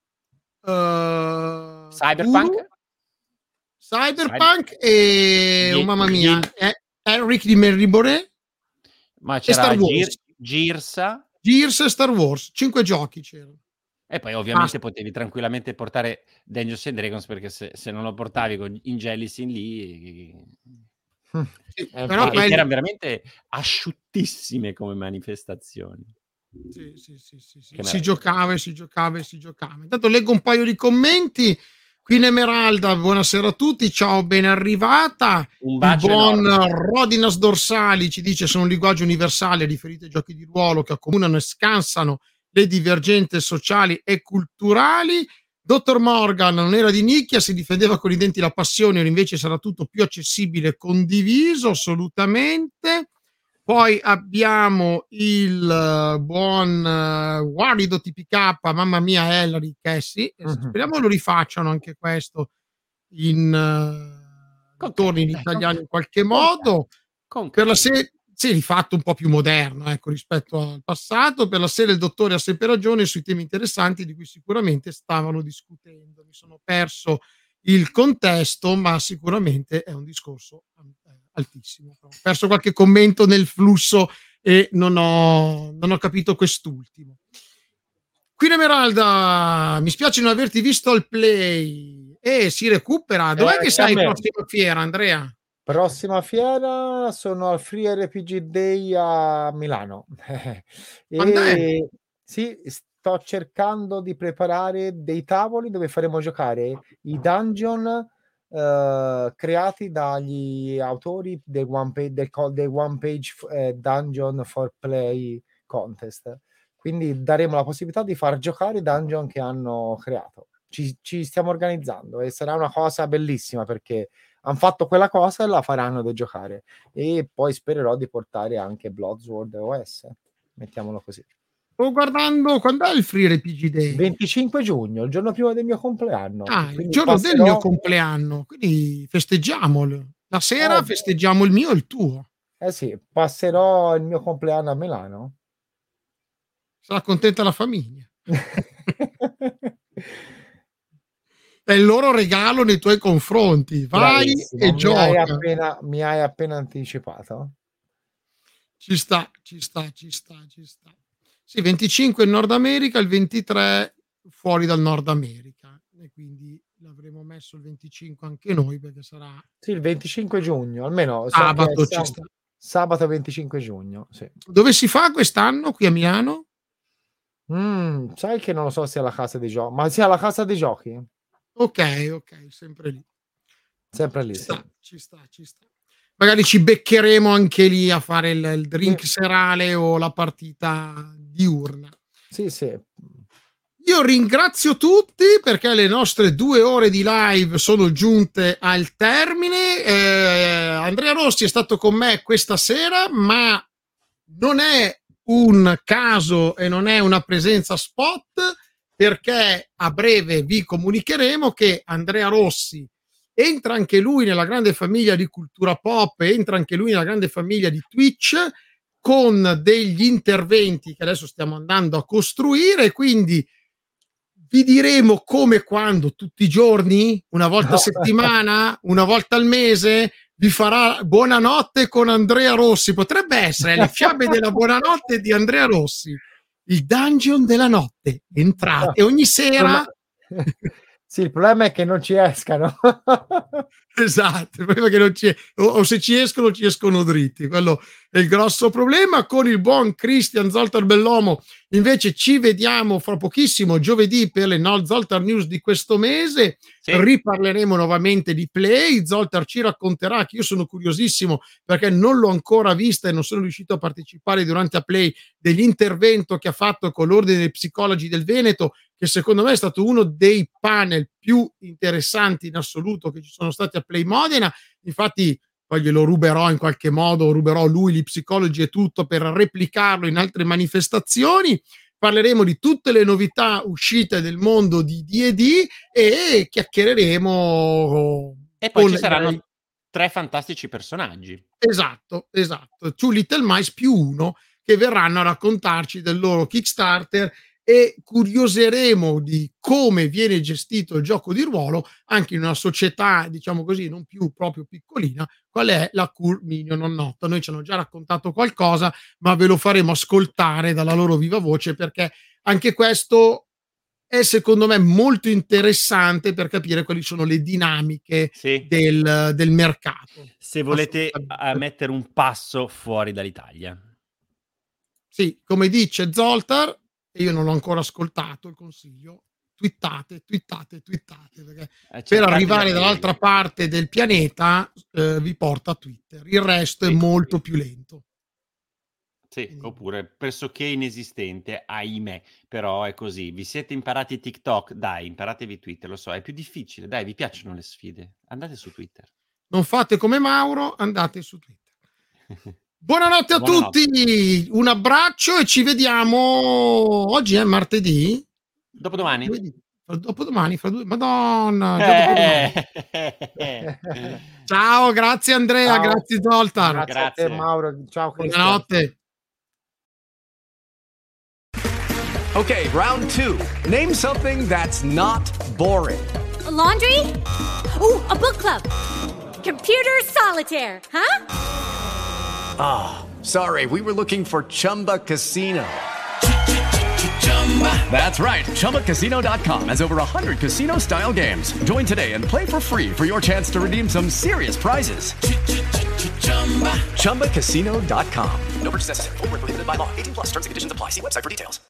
Speaker 7: eh,
Speaker 9: Cyberpunk?
Speaker 7: Tulu, Cyberpunk e, oh,
Speaker 9: Ge-
Speaker 7: mamma mia,
Speaker 9: Ge-
Speaker 7: eh, Henrik di Merriboré
Speaker 9: Ma
Speaker 7: e Star
Speaker 9: c'era
Speaker 7: Wars.
Speaker 9: Gir- Girsa.
Speaker 7: Gears e Star Wars. Cinque giochi c'erano.
Speaker 9: E poi ovviamente
Speaker 7: Basta.
Speaker 9: potevi tranquillamente portare Dungeons and Dragons, perché se, se non lo portavi con Ingellis in lì,
Speaker 7: Sì,
Speaker 6: Eh,
Speaker 7: però
Speaker 9: e
Speaker 7: quelli-
Speaker 9: erano veramente asciuttissime come manifestazioni.
Speaker 7: Sì, sì, sì, sì, sì.
Speaker 9: Che
Speaker 7: Si
Speaker 9: meraviglia.
Speaker 7: giocava e si giocava e si giocava. Intanto leggo un paio di commenti. Qui in Emeralda, buonasera a tutti, ciao, ben arrivata.
Speaker 9: Un
Speaker 7: Il
Speaker 9: bacio
Speaker 7: buon
Speaker 9: enorme.
Speaker 7: Rodinas Dorsali ci dice: sono un linguaggio universale riferito ai giochi di ruolo che accomunano e scansano le divergenze sociali e culturali. Dottor Morgan non era di nicchia, si difendeva con i denti la passione, ora invece sarà tutto più accessibile e condiviso, assolutamente. Poi abbiamo il uh, buon uh, Warido T P K, mamma mia, Ellery Cassie.
Speaker 6: Mhm.
Speaker 7: Speriamo lo rifacciano anche questo in uh,
Speaker 9: Con
Speaker 7: torni in
Speaker 9: calma, dai,
Speaker 7: italiano
Speaker 9: con
Speaker 7: in qualche
Speaker 9: calma.
Speaker 7: modo.
Speaker 9: Con
Speaker 7: Per la
Speaker 9: calma.
Speaker 7: serie, sì, rifatto un po' più moderno, ecco, rispetto al passato. Per la serie il dottore ha sempre ragione sui temi interessanti di cui sicuramente stavano discutendo. Mi sono perso il contesto, ma sicuramente è un discorso eh, altissimo. Ho perso qualche commento nel flusso e non ho, non ho capito quest'ultimo. Qui in Emeralda, mi spiace non averti visto al play. E si recupera. Dov'è
Speaker 6: Eh,
Speaker 7: che sei
Speaker 6: a me.
Speaker 7: prossima fiera, Andrea?
Speaker 6: Prossima fiera sono al Free R P G Day a Milano.
Speaker 7: Quando è?
Speaker 6: E sì, sto cercando di preparare dei tavoli dove faremo giocare i dungeon eh, creati dagli autori del One Page, del, co- del One Page eh, Dungeon for Play Contest. Quindi daremo la possibilità di far giocare i dungeon che hanno creato. Ci, ci stiamo organizzando e sarà una cosa bellissima perché hanno fatto quella cosa e la faranno da giocare. E poi spererò di portare anche Bloodsword O S. Mettiamolo così.
Speaker 7: Sto guardando, quando è il Free R P G Day?
Speaker 6: venticinque giugno, il giorno prima del mio compleanno.
Speaker 7: Ah, il
Speaker 6: Quindi
Speaker 7: giorno
Speaker 6: passerò-
Speaker 7: del mio compleanno, quindi festeggiamolo. La sera
Speaker 6: Eh,
Speaker 7: festeggiamo il mio e il tuo.
Speaker 6: Eh sì, passerò il mio compleanno a Milano.
Speaker 7: Sarà contenta la famiglia. È il loro regalo nei tuoi confronti. Vai
Speaker 6: Bravissimo,
Speaker 7: e
Speaker 6: mi hai,
Speaker 7: gioca.
Speaker 6: appena, mi hai appena anticipato.
Speaker 7: Ci sta, ci sta, ci sta, ci sta. Sì, venticinque in Nord America, il ventitré fuori dal Nord America. E quindi l'avremo messo il venticinque anche noi perché sarà
Speaker 6: Sì, il venticinque giugno, almeno so che
Speaker 7: sabato.
Speaker 6: è
Speaker 7: Ci
Speaker 6: sab-
Speaker 7: sta.
Speaker 6: sabato venticinque giugno. Sì.
Speaker 7: Dove si fa quest'anno qui a Milano?
Speaker 6: Mm, sai che non lo so se è la casa dei giochi, ma sia la casa dei giochi,
Speaker 7: Ok, ok, sempre lì.
Speaker 6: sempre lì.
Speaker 7: Ci
Speaker 6: Sì.
Speaker 7: sta, ci sta, ci sta. Magari ci beccheremo anche lì a fare il, il drink
Speaker 6: Sì.
Speaker 7: serale o la partita diurna.
Speaker 6: Sì, sì.
Speaker 7: Io ringrazio tutti perché le nostre due ore di live sono giunte al termine. Eh, Andrea Rossi è stato con me questa sera, ma non è un caso e non è una presenza spot, perché a breve vi comunicheremo che Andrea Rossi entra anche lui nella grande famiglia di Cultura Pop, entra anche lui nella grande famiglia di Twitch con degli interventi che adesso stiamo andando a costruire, quindi vi diremo come, quando, tutti i giorni, una volta a settimana, una volta al mese, vi farà Buonanotte con Andrea Rossi. Potrebbe essere le fiabe della buonanotte di Andrea Rossi, il dungeon della notte. Entrate ogni sera.
Speaker 6: Sono, Sì, il problema è che non ci escano.
Speaker 7: Esatto, il problema è che non ci o, o se ci escono, ci escono dritti. Quello è il grosso problema. Con il buon Christian Zoltar Bellomo invece ci vediamo fra pochissimo, giovedì, per le No Zoltar News di questo mese. Sì. Riparleremo nuovamente di Play. Zoltar ci racconterà, che io sono curiosissimo perché non l'ho ancora vista e non sono riuscito a partecipare durante a Play, dell'intervento che ha fatto con l'Ordine dei Psicologi del Veneto, che secondo me è stato uno dei panel più interessanti in assoluto che ci sono stati a Play Modena. Infatti poi glielo ruberò in qualche modo, ruberò lui gli psicologi e tutto per replicarlo in altre manifestazioni. Parleremo di tutte le novità uscite del mondo di D and D e chiacchiereremo.
Speaker 9: E poi ci saranno dei... tre fantastici personaggi.
Speaker 7: Esatto, esatto. Two Little Mice più uno, che verranno a raccontarci del loro Kickstarter e curioseremo di come viene gestito il gioco di ruolo anche in una società, diciamo così, non più proprio piccolina, qual è la Cool Minion Nota. Noi ci hanno già raccontato qualcosa, ma ve lo faremo ascoltare dalla loro viva voce, perché anche questo è secondo me molto interessante per capire quali sono le dinamiche sì. del, del mercato.
Speaker 9: Se volete mettere un passo fuori dall'Italia.
Speaker 7: Sì, come dice Zoltar, e io non l'ho ancora ascoltato il consiglio, twittate, twittate, twittate, perché eh, per arrivare dall'altra parte del pianeta eh, vi porta a Twitter, il resto sì, è molto sì. più lento.
Speaker 9: Sì, Quindi... oppure pressoché inesistente, ahimè, però è così. Vi siete imparati TikTok? Dai, imparatevi Twitter, lo so, è più difficile, dai, vi piacciono le sfide, andate su Twitter.
Speaker 7: Non fate come Mauro, andate su Twitter. Buonanotte a Buonanotte. tutti, un abbraccio e ci vediamo oggi è martedì?
Speaker 9: Dopodomani.
Speaker 7: Dopodomani, fra due, madonna. Eh. Ciao, grazie Andrea, ciao. Grazie Zoltar.
Speaker 6: Grazie, grazie. a te Mauro, ciao.
Speaker 7: Buonanotte.
Speaker 10: Ok, round two. Name something that's not boring.
Speaker 11: A laundry? Ooh, a book club. Computer solitaire, huh?
Speaker 10: Ah, oh, sorry, we were looking for Chumba Casino. That's right, Chumba Casino dot com has over one hundred casino-style games. Join today and play for free for your chance to redeem some serious prizes. Chumba Casino dot com. No purchase necessary. Void where prohibited by law. eighteen plus terms and conditions apply. See website for details.